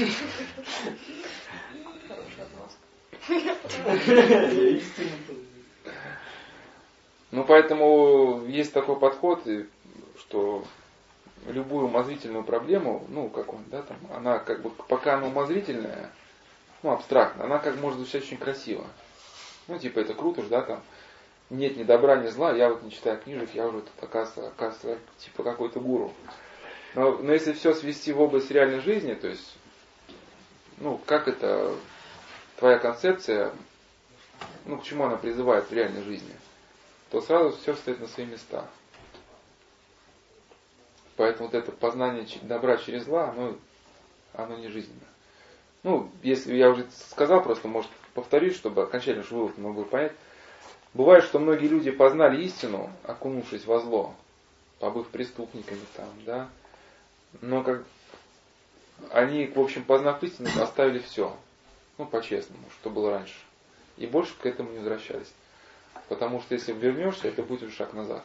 Ну, поэтому есть такой подход, что любую умозрительную проблему, ну, как он, да, там, она как бы, пока она умозрительная, ну, абстрактно, она как может звучать очень красиво. Ну, типа, это круто же, да, там, нет ни добра, ни зла, я вот не читаю книжек, я уже тут, оказывается типа какой-то гуру. Но если все свести в область реальной жизни, то есть, ну, как это твоя концепция, ну, к чему она призывает в реальной жизни, то сразу все встает на свои места. Поэтому вот это познание добра через зла, оно не жизненно. Ну, если я уже сказал, просто, может, повторюсь, чтобы окончательно вывод могу понять. Бывает, что многие люди познали истину, окунувшись во зло, побыв преступниками там, да, но как они, в общем, познав истину, оставили все, ну, по-честному, что было раньше, и больше к этому не возвращались. Потому что если вернешься, это будет уже шаг назад.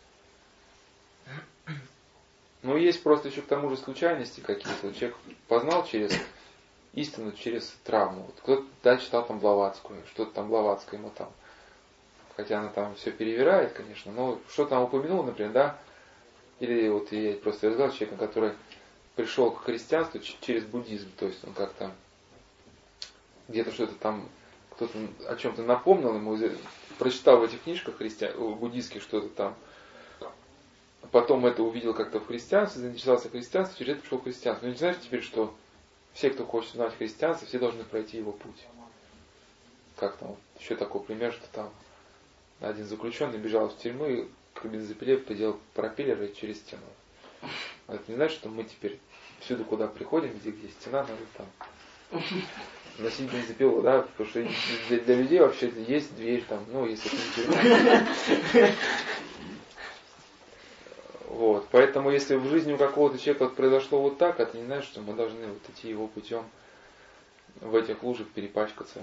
Но есть просто еще к тому же случайности какие-то. Человек познал через истину, через травму. Вот кто-то читал там Блаватскую, что-то там Блаватская ему там. Хотя она там все перевирает, конечно, но что там упомянул, например, да? Или вот я просто рассказал человека, который пришел к христианству через буддизм. То есть он как-то где-то что-то там, кто-то о чем-то напомнил ему, прочитал в этих книжках буддийских что-то там. Потом это увидел как-то в христианстве, заинтересовался христианством, через это пришел к христианству. Но не знаешь теперь, что все, кто хочет узнать христианство, все должны пройти его путь. Как там, еще такой пример, что там один заключенный бежал в тюрьму и к бензопиле поделал пропеллеры через стену. Это не значит, что мы теперь всюду, куда приходим, где стена, надо там носить бензопилу, да, потому что для людей вообще есть дверь там, ну, если это не тюрьма. Вот. Поэтому, если в жизни у какого-то человека вот произошло вот так, это не значит, что мы должны вот идти его путем в этих лужах перепачкаться.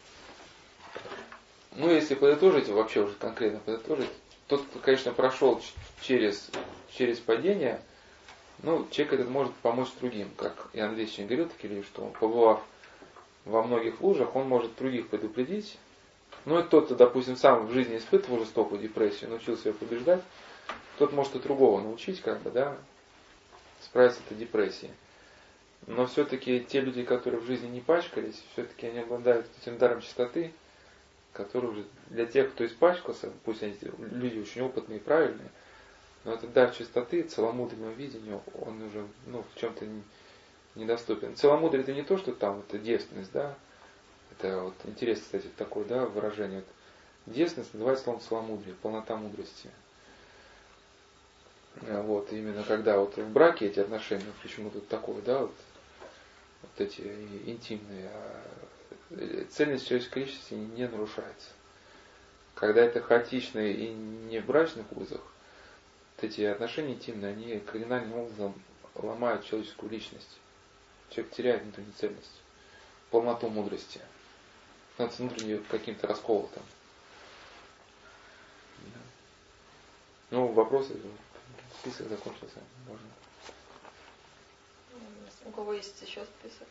Ну, если подытожить, вообще уже конкретно подытожить, тот, кто, конечно, прошел через падение, ну, человек этот может помочь другим. Как Иоанн Андреевич говорил, такие, что побывав во многих лужах, он может других предупредить. Ну, и тот, кто, допустим, сам в жизни испытывал жестокую депрессию, научился ее побеждать, тот может и другого научить, как бы, да, справиться с этой депрессией. Но все-таки те люди, которые в жизни не пачкались, все-таки они обладают этим даром чистоты, который уже для тех, кто испачкался, пусть они люди очень опытные и правильные, но этот дар чистоты, целомудренного видения, он уже в чем-то недоступен. Целомудрие это не то, что там это девственность, да, это вот интересно, кстати, такое, да, выражение. Вот, девственность называется словом целомудрие, полнота мудрости. Вот, именно когда вот в браке эти отношения, почему-то такое, да, вот эти интимные, цельность человеческой личности не нарушается. Когда это хаотично и не в брачных узах, вот эти отношения интимные, они кардинальным образом ломают человеческую личность. Человек теряет внутреннюю цельность, полноту мудрости. Становится внутренне каким-то расколотым. Ну, вопросы, список закончился. Можно. У кого есть еще список?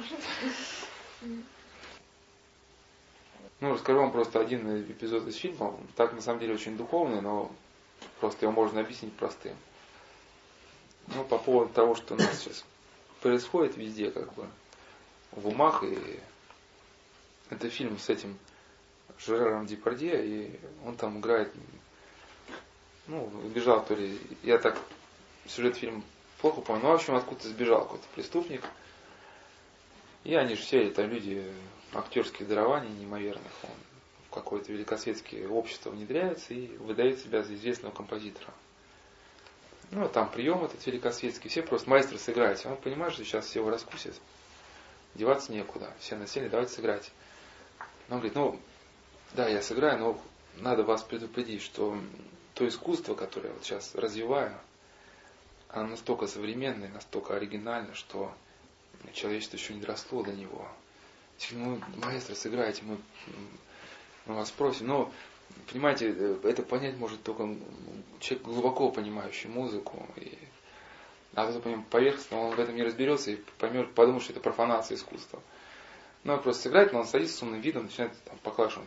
Ну, расскажу вам просто один эпизод из фильма. Так, на самом деле, очень духовный, но просто его можно объяснить простым. Ну, по поводу того, что у нас сейчас происходит везде, как бы, в умах, и это фильм с этим Жераром Депардье, и он там играет, ну, сбежал, то ли, я так сюжет фильма плохо помню, но, в общем, откуда-то сбежал какой-то преступник, и они же все, это люди актерских дарований неимоверных, он в какое-то великосветское общество внедряется и выдает себя за известного композитора. Ну, там прием этот великосветский, все просто маэстро сыграйте. Он понимает, что сейчас все его раскусят, деваться некуда, все насели, давайте сыграть. Но он говорит, ну, да, я сыграю, но надо вас предупредить, что то искусство, которое я вот сейчас развиваю, оно настолько современное, настолько оригинальное, что человечество еще не доросло до него. Ну, маэстро, сыграйте, мы вас просим. Но, понимаете, это понять может только человек, глубоко понимающий музыку. А кто поверхностно, он в этом не разберется и поймет, подумает, что это профанация искусства. Ну, он просто сыграет, но он садится с умным видом, начинает там, по клавишам.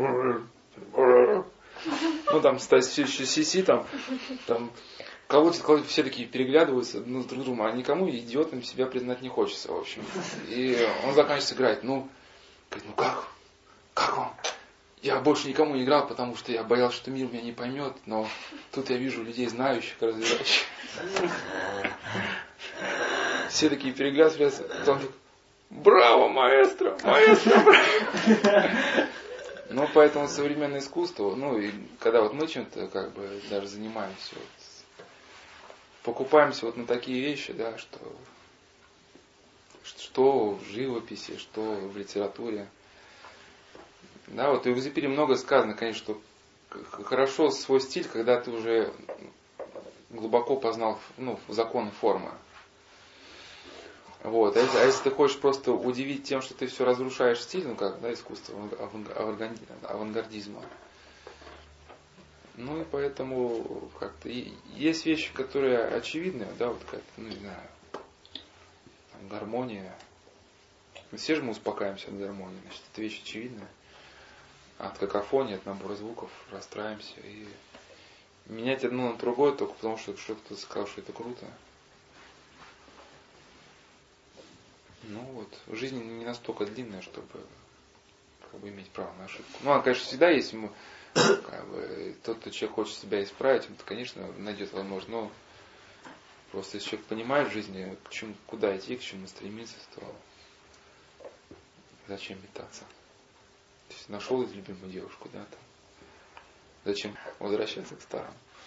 Ну, там, си, там колотит, все такие переглядываются друг с другом, а никому идиотом себя признать не хочется, в общем. И он заканчивает играть, говорит, ну как вам? Я больше никому не играл, потому что я боялся, что мир меня не поймет, но тут я вижу людей знающих, разбирающих. Все такие переглядываются, потом браво, маэстро, браво! Ну, поэтому современное искусство, ну, и когда вот мы чем-то, как бы, даже занимаемся, вот, покупаемся вот на такие вещи, да, что в живописи, что в литературе. Да, вот и в Экзюпери много сказано, конечно, что хорошо свой стиль, когда ты уже глубоко познал, законы формы. Вот. А если ты хочешь просто удивить тем, что ты все разрушаешь стиль, искусство авангардизма. Ну и поэтому как-то есть вещи, которые очевидны, да, вот как-то, не знаю, гармония. Все же мы успокаиваемся от гармонии, значит, это вещь очевидная. От какофонии, от набора звуков расстраиваемся. И менять одно на другое только потому, что кто-то сказал, что это круто. Ну вот, жизнь не настолько длинная, чтобы иметь право на ошибку. Ну, она, конечно, всегда есть. Тот, кто человек хочет себя исправить, он, конечно, найдет возможность. Но просто если человек понимает в жизни, куда идти, к чему стремиться, то зачем метаться? То есть нашел любимую девушку, да, там. Зачем возвращаться к старому?